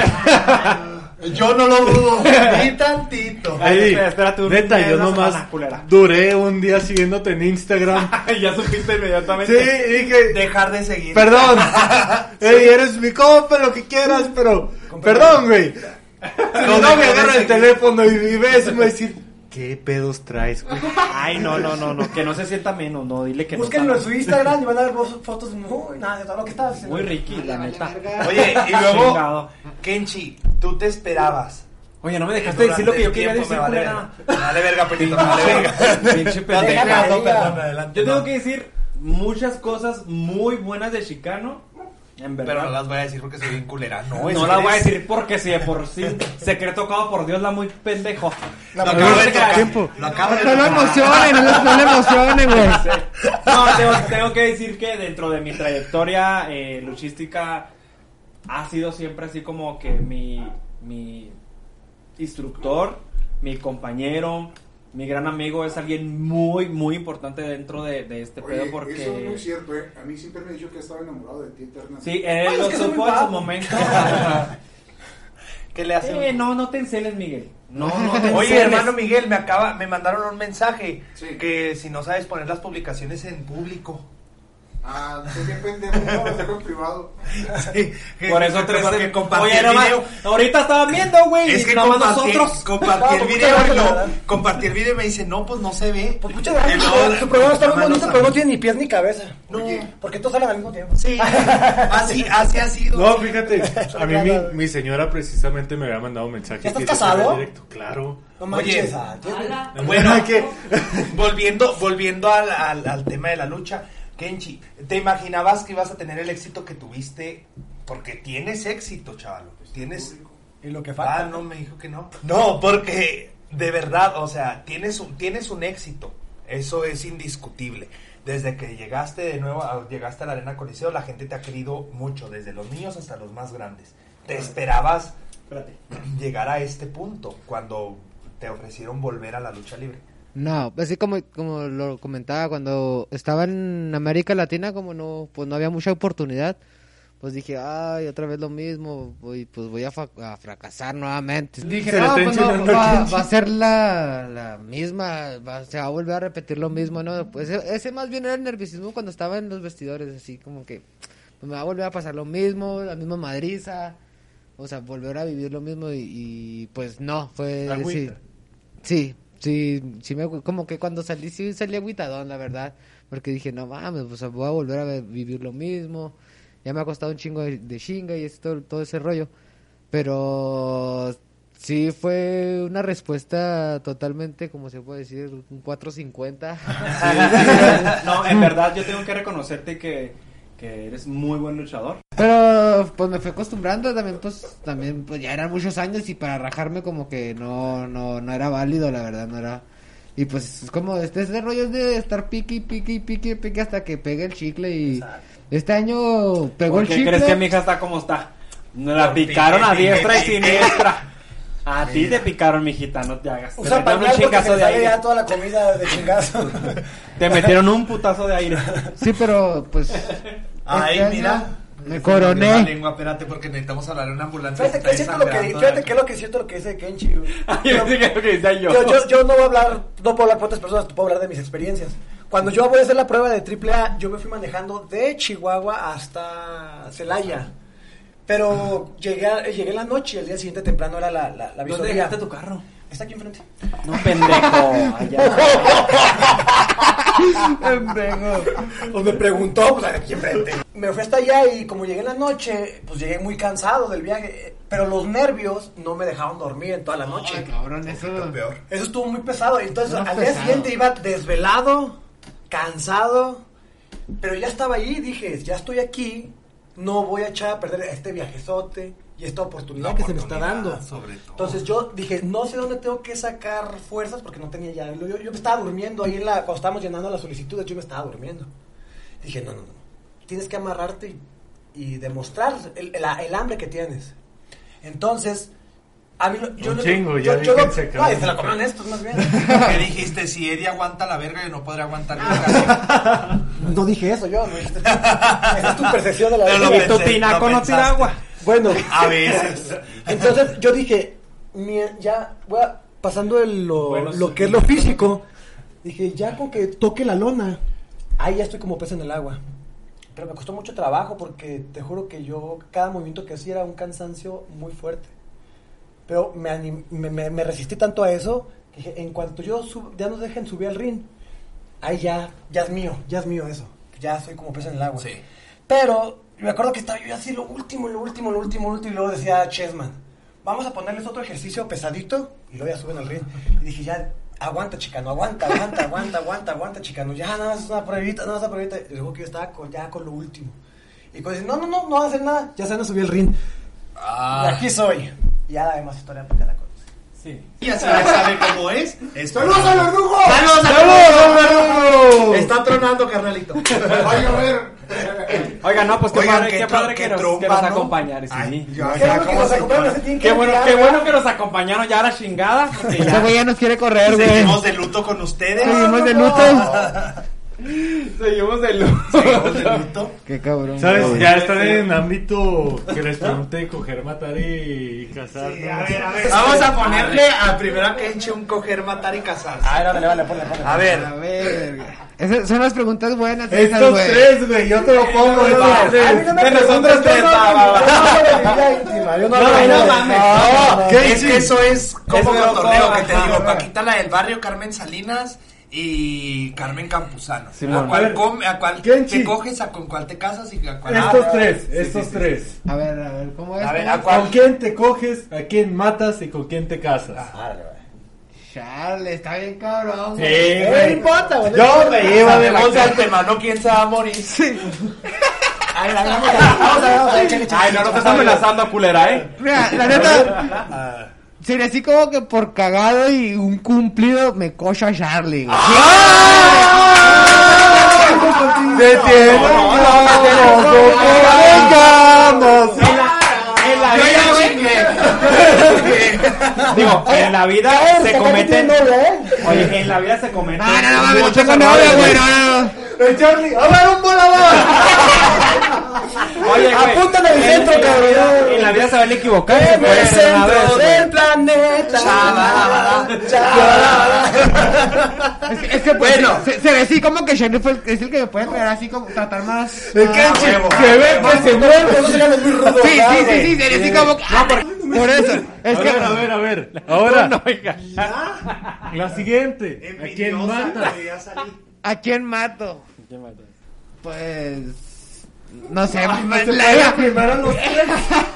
S2: Yo no lo dudo, ni tantito.
S4: Ay,
S5: espera, espera, tú,
S4: neta, yo nomás duré un día siguiéndote en Instagram.
S5: Ya supiste inmediatamente.
S4: Sí, dije,
S2: dejar de seguir.
S4: Perdón. Ey, eres mi compa, lo que quieras, pero perdón, güey. No, no me agarra el teléfono y, y ves y me decir, ¿qué pedos traes, güey?
S5: Ay, no, no, no, no, que no se sienta menos, no, dile que
S3: búsquenlo
S5: no.
S3: en su Instagram y van a ver fotos muy, nada, de todo lo que estás haciendo.
S5: Muy Ricky, la neta.
S2: Oye, y luego, chingado. Kenchi, tú te esperabas.
S5: Oye, no me dejaste decir lo que yo quería decir,
S2: me vale, me vale verga, Petito, me vale verga.
S5: Pinche pendejo. Perdón, perdón, adelante. Yo tengo que decir muchas cosas muy buenas de Chicano. En verdad.
S2: Pero no las voy a decir porque soy bien culera. No,
S5: no las voy a decir porque si de por sí secreto tocado por Dios la muy pendejo.
S4: Lo acabo de tocar. Tiempo.
S8: Lo acabo de no lo emocionen, no, no lo emocionen, güey.
S5: No, tengo, tengo que decir que dentro de mi trayectoria eh, luchística ha sido siempre así como que mi mi instructor, mi compañero, mi gran amigo es alguien muy, muy importante dentro de, de este
S6: Oye,
S5: pedo porque...
S6: eso es muy cierto, ¿eh? A mí siempre me ha dicho que estaba enamorado de ti eternamente.
S5: Sí, él Ay, lo es supo en su momento.
S2: ¿Qué le hace?
S5: Eh, no, no te enceles, Miguel. No, no te enceles.
S2: Oye, hermano Miguel, me acaba, me mandaron un mensaje
S6: sí.
S2: que si no sabes poner las publicaciones en público.
S6: Ah, qué pendejo, no lo dejo en privado.
S2: Sí,
S5: por eso te
S2: porque compartí
S5: Oye,
S2: el
S5: nomás,
S2: video.
S5: ahorita estaban viendo, güey.
S2: Es que
S5: nomás
S2: compartí,
S5: nosotros.
S2: compartí el video y lo, compartí el video y me dice, no, pues no se ve.
S3: Pues muchas gracias. No, su programa está muy bonito, pero no tiene ni pies ni cabeza. No, porque todos hablan al mismo tiempo.
S2: Sí, así, así ha sido.
S4: No, fíjate, a mí mi, mi señora precisamente me había mandado un mensaje.
S3: ¿Ya estás casado?
S4: Directo, claro.
S3: No manches.
S2: Oye, bueno, que volviendo, volviendo al, al, al tema de la lucha. Kenchi, ¿te imaginabas que ibas a tener el éxito que tuviste? Porque tienes éxito, chaval. Tienes...
S3: ¿Y lo que falta?
S2: Ah, no, me dijo que no. No, porque de verdad, o sea, tienes un, tienes un éxito. Eso es indiscutible. Desde que llegaste de nuevo, a, llegaste a la Arena Coliseo, la gente te ha querido mucho, desde los niños hasta los más grandes. ¿Te esperabas Espérate. llegar a este punto cuando te ofrecieron volver a la lucha libre?
S8: No, así como, como lo comentaba, cuando estaba en América Latina, como no, pues no había mucha oportunidad, pues dije, ay, otra vez lo mismo, voy, pues voy a, fa- a fracasar nuevamente. Dije,
S4: se
S8: no,
S4: le
S8: pues
S4: está
S8: no, va, va a ser la, la misma, va, se va a volver a repetir lo mismo, ¿no? Pues ese más bien era el nerviosismo cuando estaba en los vestidores, así como que, pues me va a volver a pasar lo mismo, la misma madriza, o sea, volver a vivir lo mismo y, y pues no, fue, sí, sí. Sí, sí me, como que cuando salí, sí salí agüitadón, la verdad, porque dije, no mames, pues voy a volver a vivir lo mismo, ya me ha costado un chingo de, de chinga y esto, todo ese rollo, pero sí fue una respuesta totalmente, como se puede decir, un cuatro cincuenta.
S5: Sí. No, en verdad yo tengo que reconocerte que... que eres muy buen luchador.
S8: Pero pues me fui acostumbrando también, pues también pues ya eran muchos años y para rajarme como que no no no era válido, la verdad, no era. Y pues es como este, este rollo es de estar pique pique pique pique hasta que pegue el chicle y exacto. Este año pegó el chicle.
S5: ¿Qué crees que mi hija está como está? Nos la picaron a diestra y siniestra. A ti te picaron, mijita, no te hagas.
S3: Usa pañal porque se sale ya toda la comida de chingazo.
S5: Te metieron un putazo de aire.
S8: Sí, pero pues...
S2: Ay, este mira.
S8: Me coroné.
S2: La lengua, espérate, porque necesitamos hablar en una ambulancia.
S3: Fíjate que es cierto lo que, fíjate que es lo que es cierto lo que dice Kenchi. Yo,
S5: yo, que lo que dice yo.
S3: Yo, yo, yo no voy a hablar, no puedo hablar por otras personas, puedo hablar de mis experiencias. Cuando yo voy a hacer la prueba de triple A, yo me fui manejando de Chihuahua hasta Celaya. Pero llegué, llegué en la noche y el día siguiente temprano era la, la, la visoría.
S5: ¿Dónde dejaste tu carro?
S3: Está aquí enfrente.
S5: No, pendejo. Allá.
S3: Pues me preguntó, pues aquí enfrente. Me fui hasta allá y como llegué en la noche, pues llegué muy cansado del viaje. Pero los nervios no me dejaron dormir en toda la noche.
S8: Ay, cabrón, eso...
S2: Peor.
S3: Eso estuvo muy pesado. Entonces
S8: No,
S3: al
S8: pesado.
S3: día siguiente iba desvelado, cansado. Pero ya estaba ahí, dije, ya estoy aquí. No voy a echar a perder este viajezote y esta oportunidad
S2: La
S3: que se me está
S2: oportunidad,
S3: dando.
S2: sobre todo.
S3: Entonces yo dije, no sé dónde tengo que sacar fuerzas porque no tenía ya. Yo, yo me estaba durmiendo ahí en la, cuando estábamos llenando las solicitudes, yo me estaba durmiendo. Dije, no, no, no. Tienes que amarrarte y, y demostrar el, el, el hambre que tienes. Entonces, a mí lo- yo
S4: Un
S3: lo-
S4: chingo,
S3: yo,
S4: ya
S3: yo lo-
S4: déjense
S3: no, y
S4: caer.
S3: se la comieron estos más bien.
S2: ¿Qué dijiste? Si Eddie aguanta la verga, yo no podré aguantar la
S3: No dije eso yo, no dijiste. Esa es tu percepción de la
S2: Yo lo
S3: vida.
S5: Y tu
S2: pensé,
S5: tinaco
S2: lo
S5: no tira
S2: pensaste.
S5: agua.
S3: Bueno,
S2: A veces.
S3: entonces yo dije, mi- ya voy a- pasando el, lo,
S5: Bueno,
S3: lo
S5: sí.
S3: que es lo físico, dije, ya con que toque la lona, ahí ya estoy como pez en el agua. Pero me costó mucho trabajo porque te juro que yo, cada movimiento que hacía era un cansancio muy fuerte. Pero me, anim- me, me- me resistí tanto a eso, que dije, en cuanto yo sub- ya nos dejen subir al ring, ahí ya, ya es mío, ya es mío eso. Ya soy como pez en el agua.
S2: Sí.
S3: Pero me acuerdo que estaba yo así, lo último, lo último, lo último, lo último, y luego decía Chessman, vamos a ponerles otro ejercicio pesadito, y luego ya suben al ring. Y dije, ya, aguanta, chicano, aguanta, aguanta, aguanta, aguanta, aguanta, chicano, ya nada más una pruebita, nada más una pruebita. Y luego que yo estaba con, ya con lo último. Y cuando dicen, no, no, no, no van a hacer nada, ya se van a subir al ring.
S2: Ah.
S3: Y aquí soy. Y ya la demás historia porque la conoce.
S5: Sí.
S2: Ya se sabe cómo es. Esto
S6: ¡Saludos al verdugo!
S2: ¡Saludos,
S3: ¡Saludos!
S2: Está tronando, carnalito.
S6: Oye, a ver.
S5: Oiga, no, pues qué
S2: Oigan,
S5: padre,
S2: qué
S5: qué padre
S2: tro-
S5: que,
S2: qué
S5: nos,
S2: trompa,
S5: que nos
S2: ¿no?
S5: acompañaron. Sí.
S2: Ay, ya,
S3: Qué
S2: ya,
S3: bueno que
S2: ¿cómo
S3: nos
S2: se
S3: acompañan,
S2: llama?
S3: se tienen que
S5: Qué bueno,
S3: retirar,
S5: qué
S3: ¿verdad?
S5: bueno que nos acompañaron ya a la chingada. Porque
S8: Ese
S5: ya
S8: güey ya nos quiere correr, güey.
S2: Seguimos de luto con ustedes.
S8: Seguimos de luto.
S5: seguimos de luz.
S2: Seguimos de luto.
S8: Qué cabrón.
S4: ¿Sabes?
S8: güey.
S4: Ya están en ámbito que les pregunté coger, matar y cazar.
S2: Sí,
S4: ¿no?
S2: a ver, a ver. Vamos a ponerle a primera Kenche un coger, matar y casarse.
S3: Ah, vale, vale, ponle, ponle.
S2: A ver.
S8: A ver. Esas son las preguntas buenas. esas,
S4: Estos
S8: güey.
S4: tres, güey, yo te lo pongo.
S2: no,
S4: estos
S2: no,
S3: A
S4: tres.
S3: mí no me
S5: De nosotros
S3: preguntes,
S5: tres,
S3: yo no-
S5: va, va, va.
S3: yo no hablo de mi vida íntima, yo no hablo
S5: No,
S3: de
S5: no
S3: mi-
S5: mames.
S3: no, no.
S2: Es que eso es como
S5: Es de
S2: cotorreo
S5: loco,
S2: que te
S5: ajá,
S2: digo.
S5: ajá.
S2: Paquita la del barrio, Carmen Salinas y Carmen Campuzano.
S5: Simón.
S2: ¿A cuál,
S4: A ver,
S2: come- a cuál
S4: Kenchi.
S2: te coges, a con cuál te casas y a cuál...
S4: Estos
S2: Ah,
S4: tres, estos tres.
S8: A ver, a ver, ¿cómo es?
S2: A ver,
S8: ¿Cómo
S2: ¿a
S8: es?
S2: cuál?
S4: ¿Con quién te coges? ¿A quién matas? ¿Y con quién te casas?
S3: Árale, vale.
S8: Chale, está bien cabrón.
S4: Sí,
S8: güey.
S3: No
S4: güey.
S3: importa, güey. no
S4: Yo
S3: importa.
S4: me iba de la
S2: Sabemos de
S4: casa.
S2: antemano quién se va a morir.
S3: A ver, a ver, vamos a ver, vamos a ver, vamos a ver, échale, échale,
S5: Ay, no, no te
S3: échale.
S5: estás amenazando, culera, ¿eh?
S8: Mira, la neta, sería así como que por cagado y un cumplido me cocho a Charlie, güey.
S4: ¡Se tiene
S5: no,
S4: vengamos!
S5: En la vida, güey. Digo, en la vida se
S3: Acá
S5: cometen.
S3: tiene novia, ¿eh?
S5: Oye, en la vida se cometen.
S8: No, no, no, mames, no
S5: muchos
S8: tengo novia,
S5: errores,
S8: güey, no, no, no.
S4: ¡El Charlie! ¡A ver, un volador!
S5: Oye, güey.
S3: Apúntale al
S5: en-
S3: centro,
S5: en la
S3: cabrón.
S5: vida- En la vida se vale equivocar. Se
S3: En
S5: puede
S3: el
S5: hacer una vez,
S3: centro
S5: güey.
S3: del planeta.
S2: Chalala,
S3: Chalala.
S8: Es que, es que pues,
S2: Bueno.
S8: se, se ve así como que Charlie fue el- es el que me puede pegar así como tratar más.
S4: El
S8: más-
S4: Kenchi
S2: huevo,
S4: se ve
S2: huevo.
S4: que se mueve.
S3: No se llama muy rudo.
S8: Sí,
S3: ¿verdad,
S8: sí, sí,
S3: güey?
S8: sí, sería así como que. ah, por eso. Es
S4: A
S8: que.
S4: ver, a ver, a ver. Ahora,
S5: No, oiga.
S4: la siguiente. ¿A quién matas?
S8: ¿A quién mato?
S5: ¿Quién mata?
S8: Pues. No sé.
S4: No
S8: pues,
S4: se
S8: la-
S4: puede afirmar a los tres.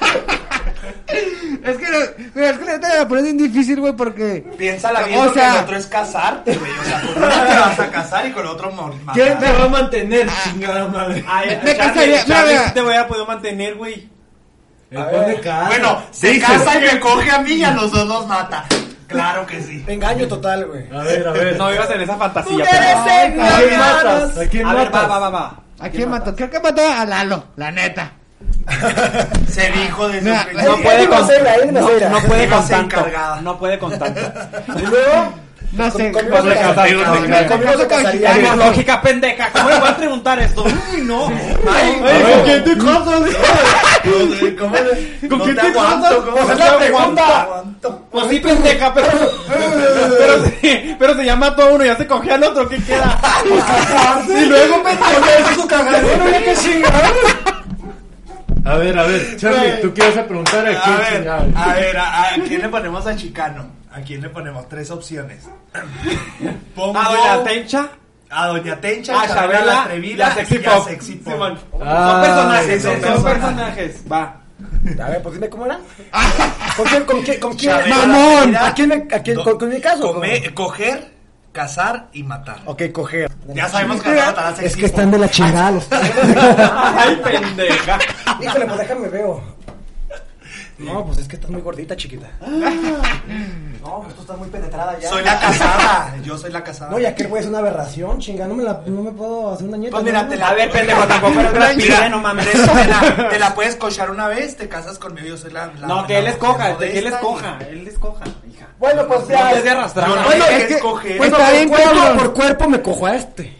S8: Es que, no- mira, es que la neta me la pones bien difícil, güey, porque.
S2: Piénsala bien,
S8: O
S2: porque
S8: sea-
S2: el otro es casarte, güey. O sea, con uno te vas a casar y con el otro mor- matar.
S4: ¿Quién te va a mantener, chingada madre?
S5: Ay,
S8: Me
S5: Charlie,
S8: casaría- mira,
S5: Charlie,
S8: mira.
S5: sí te voy a poder mantener, güey.
S4: El pone cara.
S2: Bueno, se
S4: Dices.
S2: casa y me coge a mí y a los dos los mata. Claro que sí.
S3: Engaño total, güey.
S4: A ver, a ver.
S5: No vivas en esa fantasía.
S3: Mujeres
S5: pero-
S4: ¿A quién
S3: engañadas.
S4: matas? ¿A quién
S5: A ver,
S4: matas?
S5: va, va, va, va.
S8: ¿A quién mató? Creo que mató a Lalo, la neta.
S2: Se dijo desde
S8: Mira,
S2: un principio.
S5: No puede
S3: Eddie
S5: con
S3: Maceira, Eddie
S5: no,
S3: Maceira.
S5: no puede
S2: Iba a
S5: con
S2: ser
S5: tanto.
S2: encargada.
S5: No puede con tanto.
S3: Y luego,
S8: No sé.
S3: conmigo
S8: no
S3: se
S8: sé,
S3: casaría.
S4: conmigo se
S3: Conmigo
S4: casaría.
S3: conmigo se casaría.
S5: Por lógica pendeja. ¿Cómo le voy a preguntar esto? Uy, no. Ay,
S4: A ver, ¿con quién te casas?
S2: ¿Cómo le-
S4: ¿Con
S2: no
S4: quién
S2: te
S4: te
S2: aguanto?
S4: casas?
S2: ¿Cómo
S5: Pues
S2: se
S5: es
S2: te
S5: la
S2: aguanto?
S5: pregunta.
S2: Aguanto.
S5: Pues sí, pendeja, pero. Pero sí, pero se llama a uno y ya se coge al otro. ¿Qué queda? Y luego, pendeja, su cagadero. Ya que chingar.
S4: A ver, a ver, Charlie, ¿tú qué vas a preguntar a
S2: A
S4: quién
S2: ver,
S4: chingada?
S2: a ver, ¿a, a quién le ponemos a Chicano? ¿A quién le ponemos? Tres opciones. Pongo
S5: A Doña Tencha.
S2: A Doña Tencha,
S5: A Chabela,
S2: la Atrevida
S5: y a Sexy
S2: y a
S5: Pop.
S2: Sexy Pop.
S5: Simón.
S4: Ah,
S5: Son personajes,
S2: son
S5: son
S2: personajes.
S5: personajes. Va.
S3: A ver, pues dime cómo era. ¿Con quién? ¿Con quién? ¿Con quién?
S2: Chabela, la
S3: ¡Mamón!
S2: Atrevida.
S3: ¿A quién? Me, a quién
S2: Do-
S3: con, con mi caso?
S2: Come- coger, cazar y matar.
S3: Ok, coger.
S2: Ya sabemos que vas a matar a Sexy
S3: Es que
S2: Pop.
S3: están de la chingada los
S5: Ay, pendeja.
S3: Híjole, pues déjame veo. No, pues es que estás muy gordita, chiquita. No, pues tú estás muy penetrada ya.
S2: Soy la casada. Yo soy la casada.
S3: No, y aquel güey es una aberración, chinga. No me, la, no me puedo hacer una nieta.
S2: Pues mira,
S3: ¿no?
S2: te la-
S5: A ver, pendejo, tampoco eres Brad Pitt,
S2: Mira,
S5: ¿eh? No mames.
S2: Te la, te la puedes cochar una vez, te casas conmigo, yo soy la... la
S5: No, que
S2: la
S5: él
S2: mujer
S5: escoja,
S2: modesta
S5: que él
S2: y-
S5: escoja, él escoja, hija.
S3: Bueno, pues
S5: No
S3: ya.
S5: te has de arrastrar.
S2: Yo no
S3: Bueno,
S2: dije
S3: es que-
S2: escoger.
S3: Bueno,
S8: Está
S3: por,
S8: bien,
S3: cuerpo,
S8: cabrón.
S3: por cuerpo me cojo a este.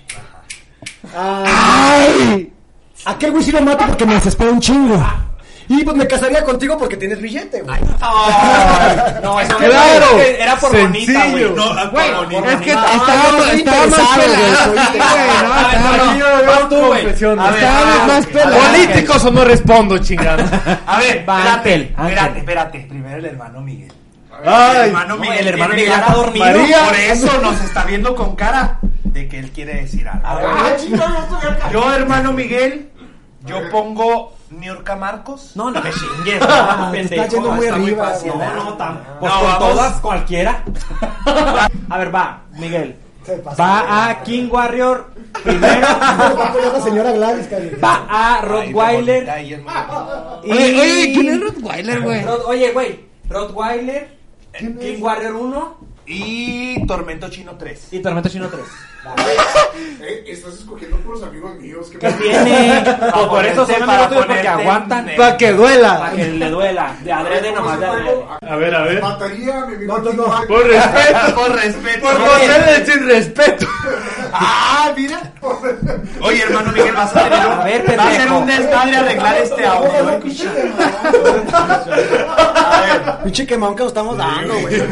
S3: Ay. Aquel güey sí lo mato porque me desespera un chingo. Y pues me casaría contigo porque tienes billete, güey.
S5: No, eso
S4: Claro.
S5: es que era por bonita, güey.
S4: Sencillo.
S2: No,
S5: Güey,
S2: por bonita.
S8: Es que
S3: No,
S8: estaba,
S3: no, no,
S8: estaba más
S3: interesado,
S8: pelado,
S3: güey.
S8: sí, güey, no,
S5: A ver,
S8: estaba-
S5: no, no, vas tú, güey.
S4: Confesiones.
S2: A ver,
S8: Estaba
S2: ah,
S8: más pelado.
S4: Políticos o no respondo, chingado.
S2: A ver,
S5: Va,
S2: espérate,
S5: Ángel,
S2: espérate,
S5: Ángel.
S2: espérate. Primero el hermano Miguel. El
S4: Ay,
S2: hermano
S5: no,
S2: Miguel,
S5: el hermano
S2: tiene
S5: Miguel
S2: cara-
S5: está dormido.
S2: María, por eso nos está viendo con cara de que él quiere decir algo.
S6: Ah, chingado, no estoy acá.
S2: Yo, hermano Miguel, yo pongo Niurka Marcos.
S5: No, no me chingues,
S3: Ah,
S5: no,
S3: te
S5: pendejo.
S3: estás yendo muy
S2: está muy
S3: arriba,
S2: fácil,
S3: güey.
S5: No, no, tam- pues
S2: No,
S5: con
S2: vamos.
S5: todas, cualquiera. A ver, va, Miguel.
S3: Se pasó.
S5: Va a King Warrior primero.
S3: Va a apoyar a la señora Gladys, cabrón.
S5: Va a Rottweiler.
S2: Ahí es muy bonita.
S5: y-
S8: Oye, oye, ¿quién es Rottweiler, güey?
S5: Rod- Oye, güey. Rottweiler, King Warrior uno
S2: Y Tormento Chino tres.
S5: y Tormento Chino tres.
S6: Eh, estás escogiendo por los amigos míos. ¿Qué
S5: ¿Qué
S6: me-
S5: tiene? Pues por eso son
S2: Para
S5: amigos tuyos, porque
S2: ponerte
S5: aguantan.
S2: en-
S4: para que
S5: Para
S4: duela.
S5: que le duela. De adrede nomás, de adrede.
S4: A ver, a ver.
S6: Mataría a mi amigo
S3: No, no,
S6: King
S3: no.
S6: Warrior.
S4: Por respeto.
S2: Por respeto.
S4: Por
S2: Oye,
S4: ponerle sin respeto.
S2: Ah, mira. Oye, hermano Miguel, vas a tener un,
S5: A ver,
S2: va a ser
S5: pendejo.
S2: un desmadre arreglar este audio.
S3: Oye,
S2: ¿eh?
S3: pinche quemón.
S2: A ver.
S3: Pinche quemón que nos estamos dando, güey.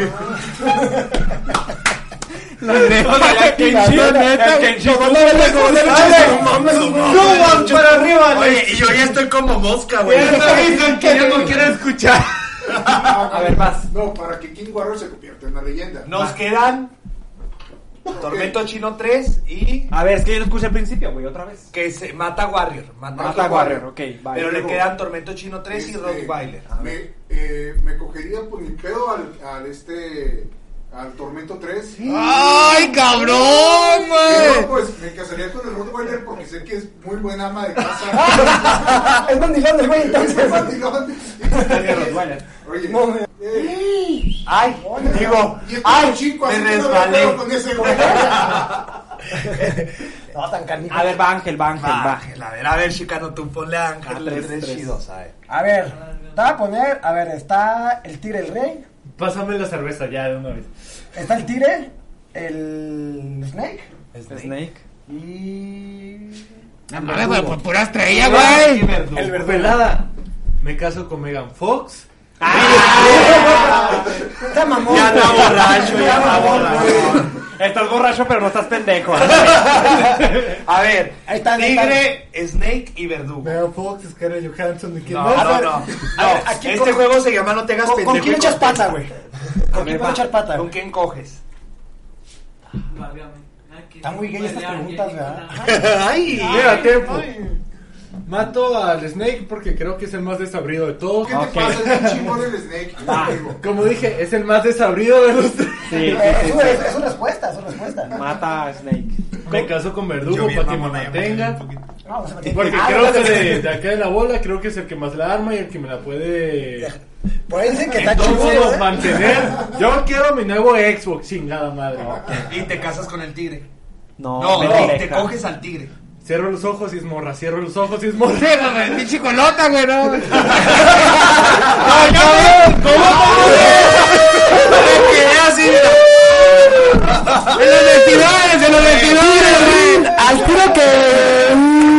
S5: La neta, el Kenshi,
S3: La neta,
S5: el
S3: güey.
S5: Kenshi.
S3: Como no le- como no le-
S2: Dale.
S3: no mames, no mames.
S4: Suban para arriba.
S2: Oye, y yo ya estoy como mosca, güey.
S4: Eso dicen que yo no quiero escuchar.
S5: A ver, vas.
S6: No, para que King Warrior se convierta en una leyenda.
S2: Nos quedan Tormento Chino tres y
S5: A ver, es que yo no escuché al principio, güey, otra vez.
S2: que se mata Warrior. Mata,
S5: Mata a Warrior, ok, vale.
S2: Pero le quedan Tormento Chino tres y
S6: Este,
S2: Rottweiler.
S6: Me, eh, me cogería por mi pedo al, al este al Tormento tres.
S8: ¡Ay, cabrón,
S6: Y
S8: güey!
S6: luego, pues me casaría con el Rottweiler porque sé que es muy buena ama de casa.
S3: Es mandilón el güey,
S6: Es
S3: entonces.
S6: mandilón. Oye,
S3: No, me-
S6: eh,
S2: Ay, digo,
S6: y este
S2: ay,
S6: chico
S2: me
S6: así que no me
S2: resbalé.
S6: pego con ese güey.
S3: No, tan canijo.
S5: A ver, va Ángel, va Ángel,
S2: Va,
S5: va.
S2: Ángel, a ver, a ver, chicano, tú ponle a Ángel
S5: Ah,
S2: tres,
S5: tres,
S2: tres
S5: tres.
S2: chidos, a ver.
S3: A ver, te voy a poner, a ver, está el Tigre el Rey,
S4: Pásame la cerveza ya de una vez.
S3: está el Tigre, el Snake
S5: Snake.
S3: y...
S8: No mames, güey, por pura estrella, güey.
S2: El verdugo.
S4: Pelada. Me caso con Megan Fox.
S3: Está mamón.
S2: Ya anda
S3: güey.
S2: borracho, ya anda borracho.
S5: Estás borracho, pero no estás pendejo.
S2: A ver,
S3: Ahí está, ahí
S2: Tigre, Snake y Verdugo.
S4: Megan Fox, Scarlett Johansson y quién
S2: No,
S4: más.
S2: no, no.
S3: A
S2: No,
S3: ver, aquí
S2: este
S3: con-
S2: juego se llama No te hagas
S3: ¿Con,
S2: pendejo.
S3: con quién
S2: y
S3: echas
S2: contesta.
S3: pata, güey? ¿Con quién vas a echar pata?
S2: ¿Con
S3: güey?
S2: quién coges?
S3: Está muy gay estas preguntas, ¿verdad?
S2: Ay,
S4: Mira, tiempo. Mato al Snake porque creo que es el más desabrido de todos.
S6: ¿Qué te
S5: Ok.
S6: pasa? Es un chingón el Snake.
S5: Va.
S6: Digo,
S4: Como dije, es el más desabrido de los tres.
S5: Sí,
S3: Eh,
S5: sí,
S3: Es
S5: sí,
S3: una,
S5: sí.
S3: es una respuesta, es una respuesta.
S5: Mata a Snake.
S4: Me caso con
S2: Yo
S4: Verdugo
S2: bien
S4: para que me
S2: mamona, ya me
S4: mantenga.
S2: quedé un poquito.
S3: No, no se me tiene
S4: Porque
S3: Ah,
S4: creo
S3: no,
S4: que
S3: no, no,
S4: de,
S3: no.
S4: de acá de la bola, creo que es el que más la arma y el que me la puede.
S3: Por ahí dicen que está
S4: Entonces,
S3: chido, ¿eh?
S4: mantener. Yo quiero mi nuevo Xbox, chingada madre.
S2: Y te casas con el tigre.
S5: No,
S2: No,
S5: me
S2: no,
S5: aleja.
S2: te coges al tigre.
S4: Cierro los ojos y es morra, cierro los ojos y es morra.
S8: Sí, güey, pinche colota, güey, no.
S4: ¡Ay, cabrón! ¿Cómo, cómo?
S2: Me quedé así,
S8: En los vestidores, en los vestidores, güey.
S3: Al tiro que...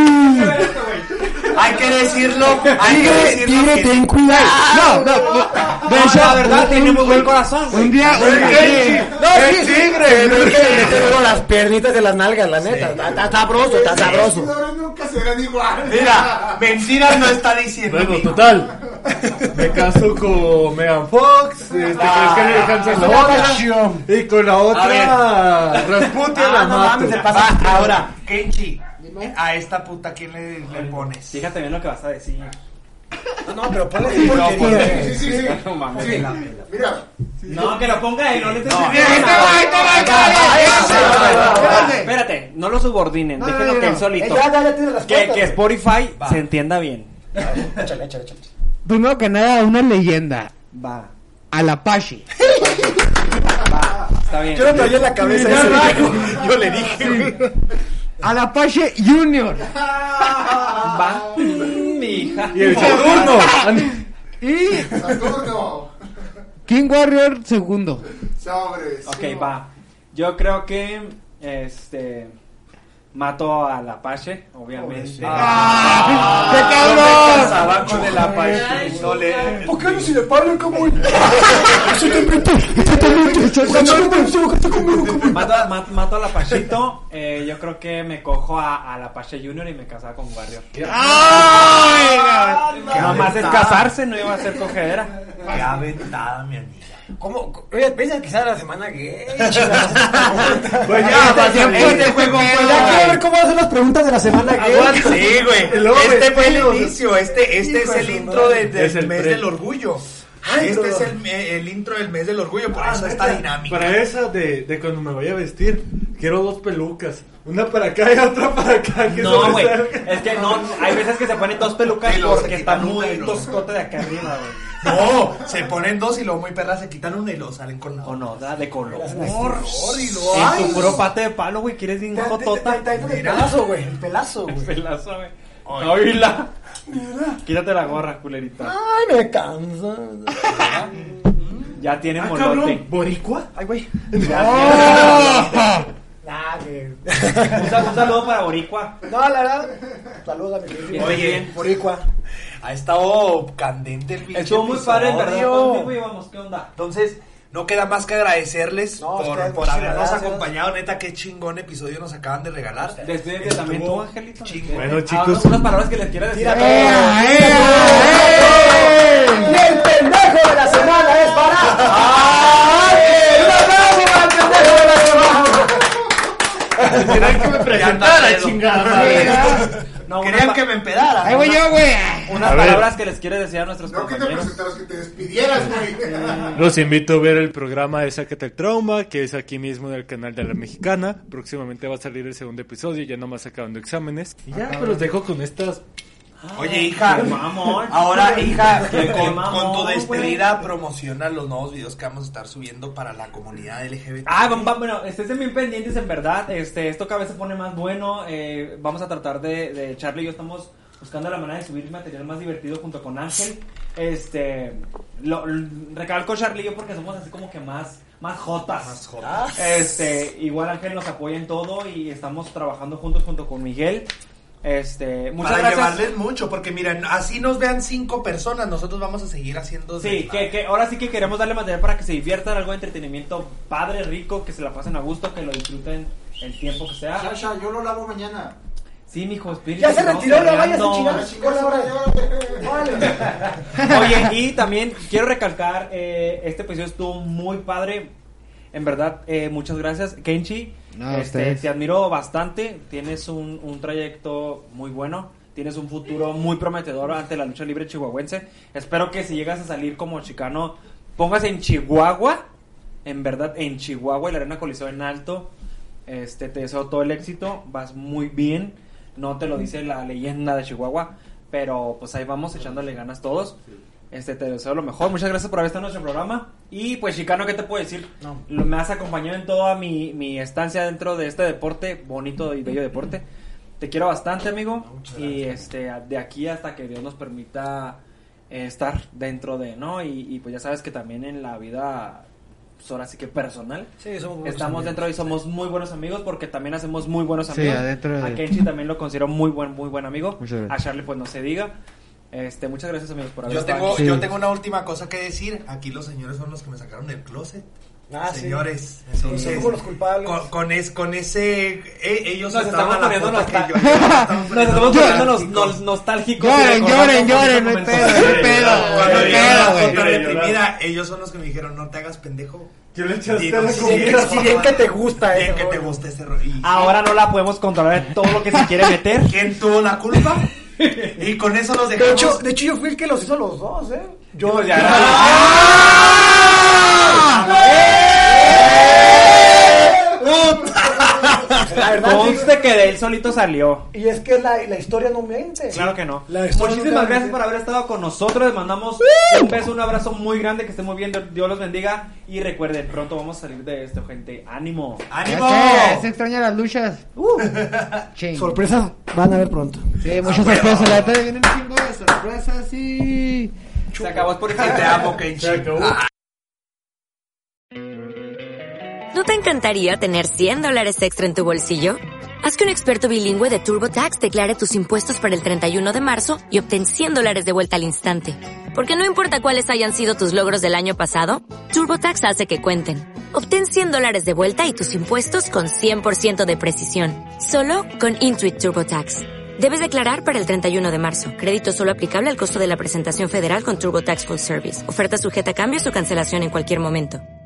S2: hay que decirlo, hay que
S3: Tigre,
S2: decirlo.
S3: tigre,
S2: que-
S3: ten cuidado.
S8: No, no, no. De
S5: No,
S8: hecho,
S5: la verdad,
S8: un-
S5: tiene muy
S8: un-
S5: buen corazón, güey.
S8: Un día, un día.
S3: No, sí, sí, tigre. No es que le meto luego las piernitas de las nalgas, la neta. Está, está sabroso, está sabroso.
S6: ahora no nunca serán igual.
S2: Mira, mentiras no está diciendo.
S4: Bueno,
S2: mijo.
S4: total. Me caso con Megan Fox, este, con
S2: Ah,
S4: Scarlett Johansson la
S3: es una
S4: otra,
S3: pasión.
S4: y con la otra Rasputin
S2: Ah,
S4: la
S2: no
S4: mato.
S2: mames, se pasa. Va, ahora, Kenchi, a esta puta, ¿quién le, le pones?
S5: Fíjate bien lo que vas a decir.
S3: No, no, pero ponle así porque...
S2: ponle.
S6: Sí, sí, sí.
S5: No mames.
S6: Sí. Mira,
S5: No, que lo ponga él, no le estés
S2: No.
S5: diciendo
S8: Ahí te
S5: nada.
S8: va, ahí te va, ahí te va, ahí te va. Espérate.
S5: Espérate, no lo subordinen,
S8: No,
S5: déjenlo
S8: no, no,
S5: que él
S8: no.
S5: solito.
S3: Eh, ya, ya, ya tiene las
S5: Que,
S3: respuestas.
S5: que Spotify
S2: Va.
S5: se entienda bien.
S3: Échale, échale, échale.
S8: Primero que nada, una leyenda.
S5: Va,
S8: Al Apache.
S5: va, está bien.
S3: Yo lo traía en la cabeza ese.
S2: Yo le dije, güey.
S8: Al Apache Junior.
S5: Va, mi hija.
S4: Y el Saturno.
S8: Y
S6: Saturno.
S8: King Warrior segundo.
S6: Sobres.
S5: Ok, va. Yo creo que, este, mato al Apache, obviamente.
S8: ¡Ah! ¡Qué
S2: Yo me
S8: cabrón!
S2: casaba con el Apache. No le...
S3: ¿Por qué no se le para el cabrón? Exactamente, exactamente. Exactamente.
S5: Mato, a- ma- mato al Apachito. Eh, yo creo que me cojo a- al Apache Junior y me casaba con Warrior.
S8: ¡Ay!
S5: Que nomás es casarse, no iba a ser cogedera.
S2: Qué aventada, mi amiga.
S3: ¿Cómo? Oye, piensa que sea la semana gay.
S4: Pues ya,
S8: Este
S4: pasa
S8: tiempo
S4: bien.
S8: este juego fue
S3: Ya quiero ver cómo hacen las preguntas de la semana gay.
S2: Sí, güey.
S4: Y luego
S2: Este fue el
S4: vestidos.
S2: inicio. Este, este
S3: Hijo
S2: es
S3: de
S2: el
S3: su
S2: intro
S3: madre.
S2: de- del
S4: Es el
S2: mes
S4: pre.
S2: del orgullo.
S3: Ay,
S2: Este
S3: pero-
S2: es el, me- el intro del mes del orgullo, por
S3: Ah,
S2: eso
S3: neta.
S2: está dinámico.
S4: Para esa de, de cuando me vaya a vestir, quiero dos pelucas. Una para acá y otra para acá. Que
S5: No, güey.
S4: sobresalga.
S5: Es que no, hay veces que se ponen dos pelucas
S2: Y luego se
S5: porque está
S2: quitan
S5: muy
S2: una y luego-
S5: toscote de acá arriba, güey.
S2: No, se ponen dos y luego muy perras se quitan una y luego salen con la
S5: O no, da de color.
S2: Horror, y luego,
S5: En
S2: ay,
S5: tu puro pate de palo, güey, quieres bien jotota.
S3: El pelazo, güey. El pelazo,
S5: El
S3: güey.
S5: pelazo, güey. Oíla. Quítate la gorra, culerita.
S3: Ay, me cansa.
S5: Ya tiene
S4: Ah,
S5: molote.
S4: cabrón, ¿boricua?
S3: Ay, güey.
S5: Ya
S3: Ah, que...
S5: tiene- Un sal- un saludo para Boricua.
S3: No, la verdad. Saludos a mi querido.
S2: Oye,
S3: Boricua.
S2: ha estado candente el pinche
S5: Estuvo muy padre, en verdad.
S2: episodio.
S5: ¿Cuánto tiempo llevamos? ¿Qué onda?
S2: Entonces, no queda más que agradecerles
S3: No,
S2: por,
S3: ustedes,
S2: por
S3: muchas
S2: habernos
S3: gracias.
S2: acompañado. Neta, qué chingón episodio nos acaban de regalar.
S5: Despídete también tú,
S2: Estuvo
S5: Angelito.
S2: chingón.
S4: Bueno,
S5: Ah,
S4: chicos.
S5: unas palabras que les quieras decir.
S3: Tírate.
S8: ¡Ea, ea,
S3: Y el pendejo de la semana es para. ¡Ay! ¡Un aplauso para el pendejo de la semana!
S4: Querían que me presentara, chingada madre.
S5: No,
S2: Querían
S5: una,
S2: que me empedara.
S8: Ahí voy yo, güey.
S5: unas
S4: A ver.
S5: palabras que les quieres decir a nuestros
S6: No que te
S5: compañeros.
S6: presentaras, que te despidieras, güey.
S4: Los invito a ver el programa de Sácate el Trauma, que es aquí mismo en el canal de La Mexicana. Próximamente va a salir el segundo episodio, ya nomás acabando exámenes. Y ya, pues los dejo con estas.
S2: Oye, hija,
S5: Qué mamón.
S2: ahora, hija,
S5: Qué
S2: con,
S5: mamón,
S2: con tu
S5: güey.
S2: despedida promociona los nuevos videos que vamos a estar subiendo para la comunidad L G B T.
S5: Ah, vam- vam- bueno, estén bien pendientes en verdad. Este, esto cada vez se pone más bueno. Eh, vamos a tratar de, de Charlie y yo estamos buscando la manera de subir material más divertido junto con Ángel. Este, lo, l- recalco Charlie y yo porque somos así como que más, más jotas.
S2: Más jotas.
S5: Este, igual Ángel nos apoya en todo y estamos trabajando juntos junto con Miguel. Este, muchas
S2: Para
S5: gracias.
S2: llevarles mucho, porque miren, así nos vean cinco personas, nosotros vamos a seguir haciendo.
S5: Sí, que, que ahora sí que queremos darle material para que se diviertan, algo de entretenimiento padre, rico, que se la pasen a gusto, que lo disfruten el tiempo que sea.
S6: Sasha, yo lo lavo mañana.
S5: Sí, mijo, espíritu.
S3: Ya se
S5: estamos
S3: retiró, la vaya a
S5: cargando.
S3: chingar. Hola, hola. Vale.
S5: Oye, y también quiero recalcar, eh, este episodio estuvo muy padre. En verdad, eh, muchas gracias, Kenchi.
S8: No,
S5: este,
S8: ustedes.
S5: te admiro bastante. Tienes un, un trayecto muy bueno. Tienes un futuro muy prometedor ante la lucha libre chihuahuense. Espero que si llegas a salir como chicano, pongas en Chihuahua. En verdad, en Chihuahua, y la Arena Coliseo en alto. Este, te deseo todo el éxito. Vas muy bien. No te lo dice la leyenda de Chihuahua. Pero pues ahí vamos echándole ganas todos. Este, te deseo lo mejor. Muchas gracias por haber estado en nuestro programa. Y pues, Chicano, ¿qué te puedo decir?
S3: No.
S5: Lo- me has acompañado en toda mi, mi estancia dentro de este deporte, bonito y bello deporte. Te quiero bastante, amigo. Y este, de aquí hasta que Dios nos permita eh, estar dentro de, ¿no? Y, y pues ya sabes que también en la vida, pues ahora sí que personal,
S3: Sí, somos buenos
S5: estamos
S3: amigos.
S5: dentro y somos muy buenos amigos porque también hacemos muy buenos
S8: Sí,
S5: amigos.
S8: adentro de-
S5: A Kenchi también lo considero muy buen, muy buen amigo.
S8: Muchas gracias.
S5: A Charlie pues no se diga. Este, muchas gracias, amigos, por haber
S2: Yo
S5: estado
S2: tengo,
S5: aquí.
S8: Sí.
S2: yo tengo una última cosa que decir. Aquí los señores son los que me sacaron del closet.
S3: Ah,
S2: señores.
S3: Sí.
S2: Entonces,
S3: Son como los culpables.
S2: Con, con, es, con ese... eh, ellos
S5: Nos
S2: estaban
S5: estamos
S2: a la
S5: poniendo
S2: foto que
S5: nostal-
S2: yo- estamos
S5: Nos estamos poniendo nos-
S2: nostálgicos.
S5: nos- nostálgicos. y
S8: Lloren,
S5: recordando
S8: lloren,
S5: cómo
S8: lloren,
S5: se
S8: no hay
S5: comenzó.
S8: pedo, no hay pedo,
S2: Cuando
S8: no hay
S2: yo
S8: pedo,
S2: era
S8: güey.
S2: contra
S4: Llorar.
S2: deprimida, ellos son los que me dijeron, no te hagas pendejo.
S4: ¿Qué le echaste
S2: Digo,
S4: a la
S2: sí,
S4: comida?
S3: Si bien que te gusta
S2: Bien
S3: ese
S2: que te
S3: rollo.
S2: gusta ese rollo. Y-
S5: Ahora no la podemos controlar de todo lo que se quiere meter.
S2: ¿Quién tuvo la culpa? Y con eso nos
S3: De
S2: dejamos.
S3: hecho, de hecho, yo fui el que los hizo los dos, ¿eh? Yo
S5: ya-
S3: La verdad, sí.
S5: Conste que de él solito salió.
S3: Y es que la, la historia no miente.
S5: Claro que no.
S3: La historia
S5: Muchísimas
S3: no
S5: gracias
S3: miente.
S5: por haber estado con nosotros. Les mandamos un beso, un abrazo muy grande. Que estén muy bien. Dios los bendiga. Y recuerden, pronto vamos a salir de esto, gente. ¡Ánimo!
S2: ¡Ánimo!
S8: Ya sé, se extrañan las luchas. Ching.
S3: Sorpresas van a ver pronto.
S8: Sí, muchas sorpresas. La neta vienen un chingo de sorpresas y...
S5: Se acabó Spotify.
S2: Te amo, Kenshi.
S4: Se acabó.
S9: ¿No te encantaría tener cien dólares extra en tu bolsillo? Haz que un experto bilingüe de TurboTax declare tus impuestos para el treinta y uno de marzo y obtén cien dólares de vuelta al instante. Porque no importa cuáles hayan sido tus logros del año pasado, TurboTax hace que cuenten. Obtén cien dólares de vuelta y tus impuestos con cien por ciento de precisión. Solo con Intuit TurboTax. Debes declarar para el treinta y uno de marzo. Crédito solo aplicable al costo de la presentación federal con TurboTax Full Service. Oferta sujeta a cambios o cancelación en cualquier momento.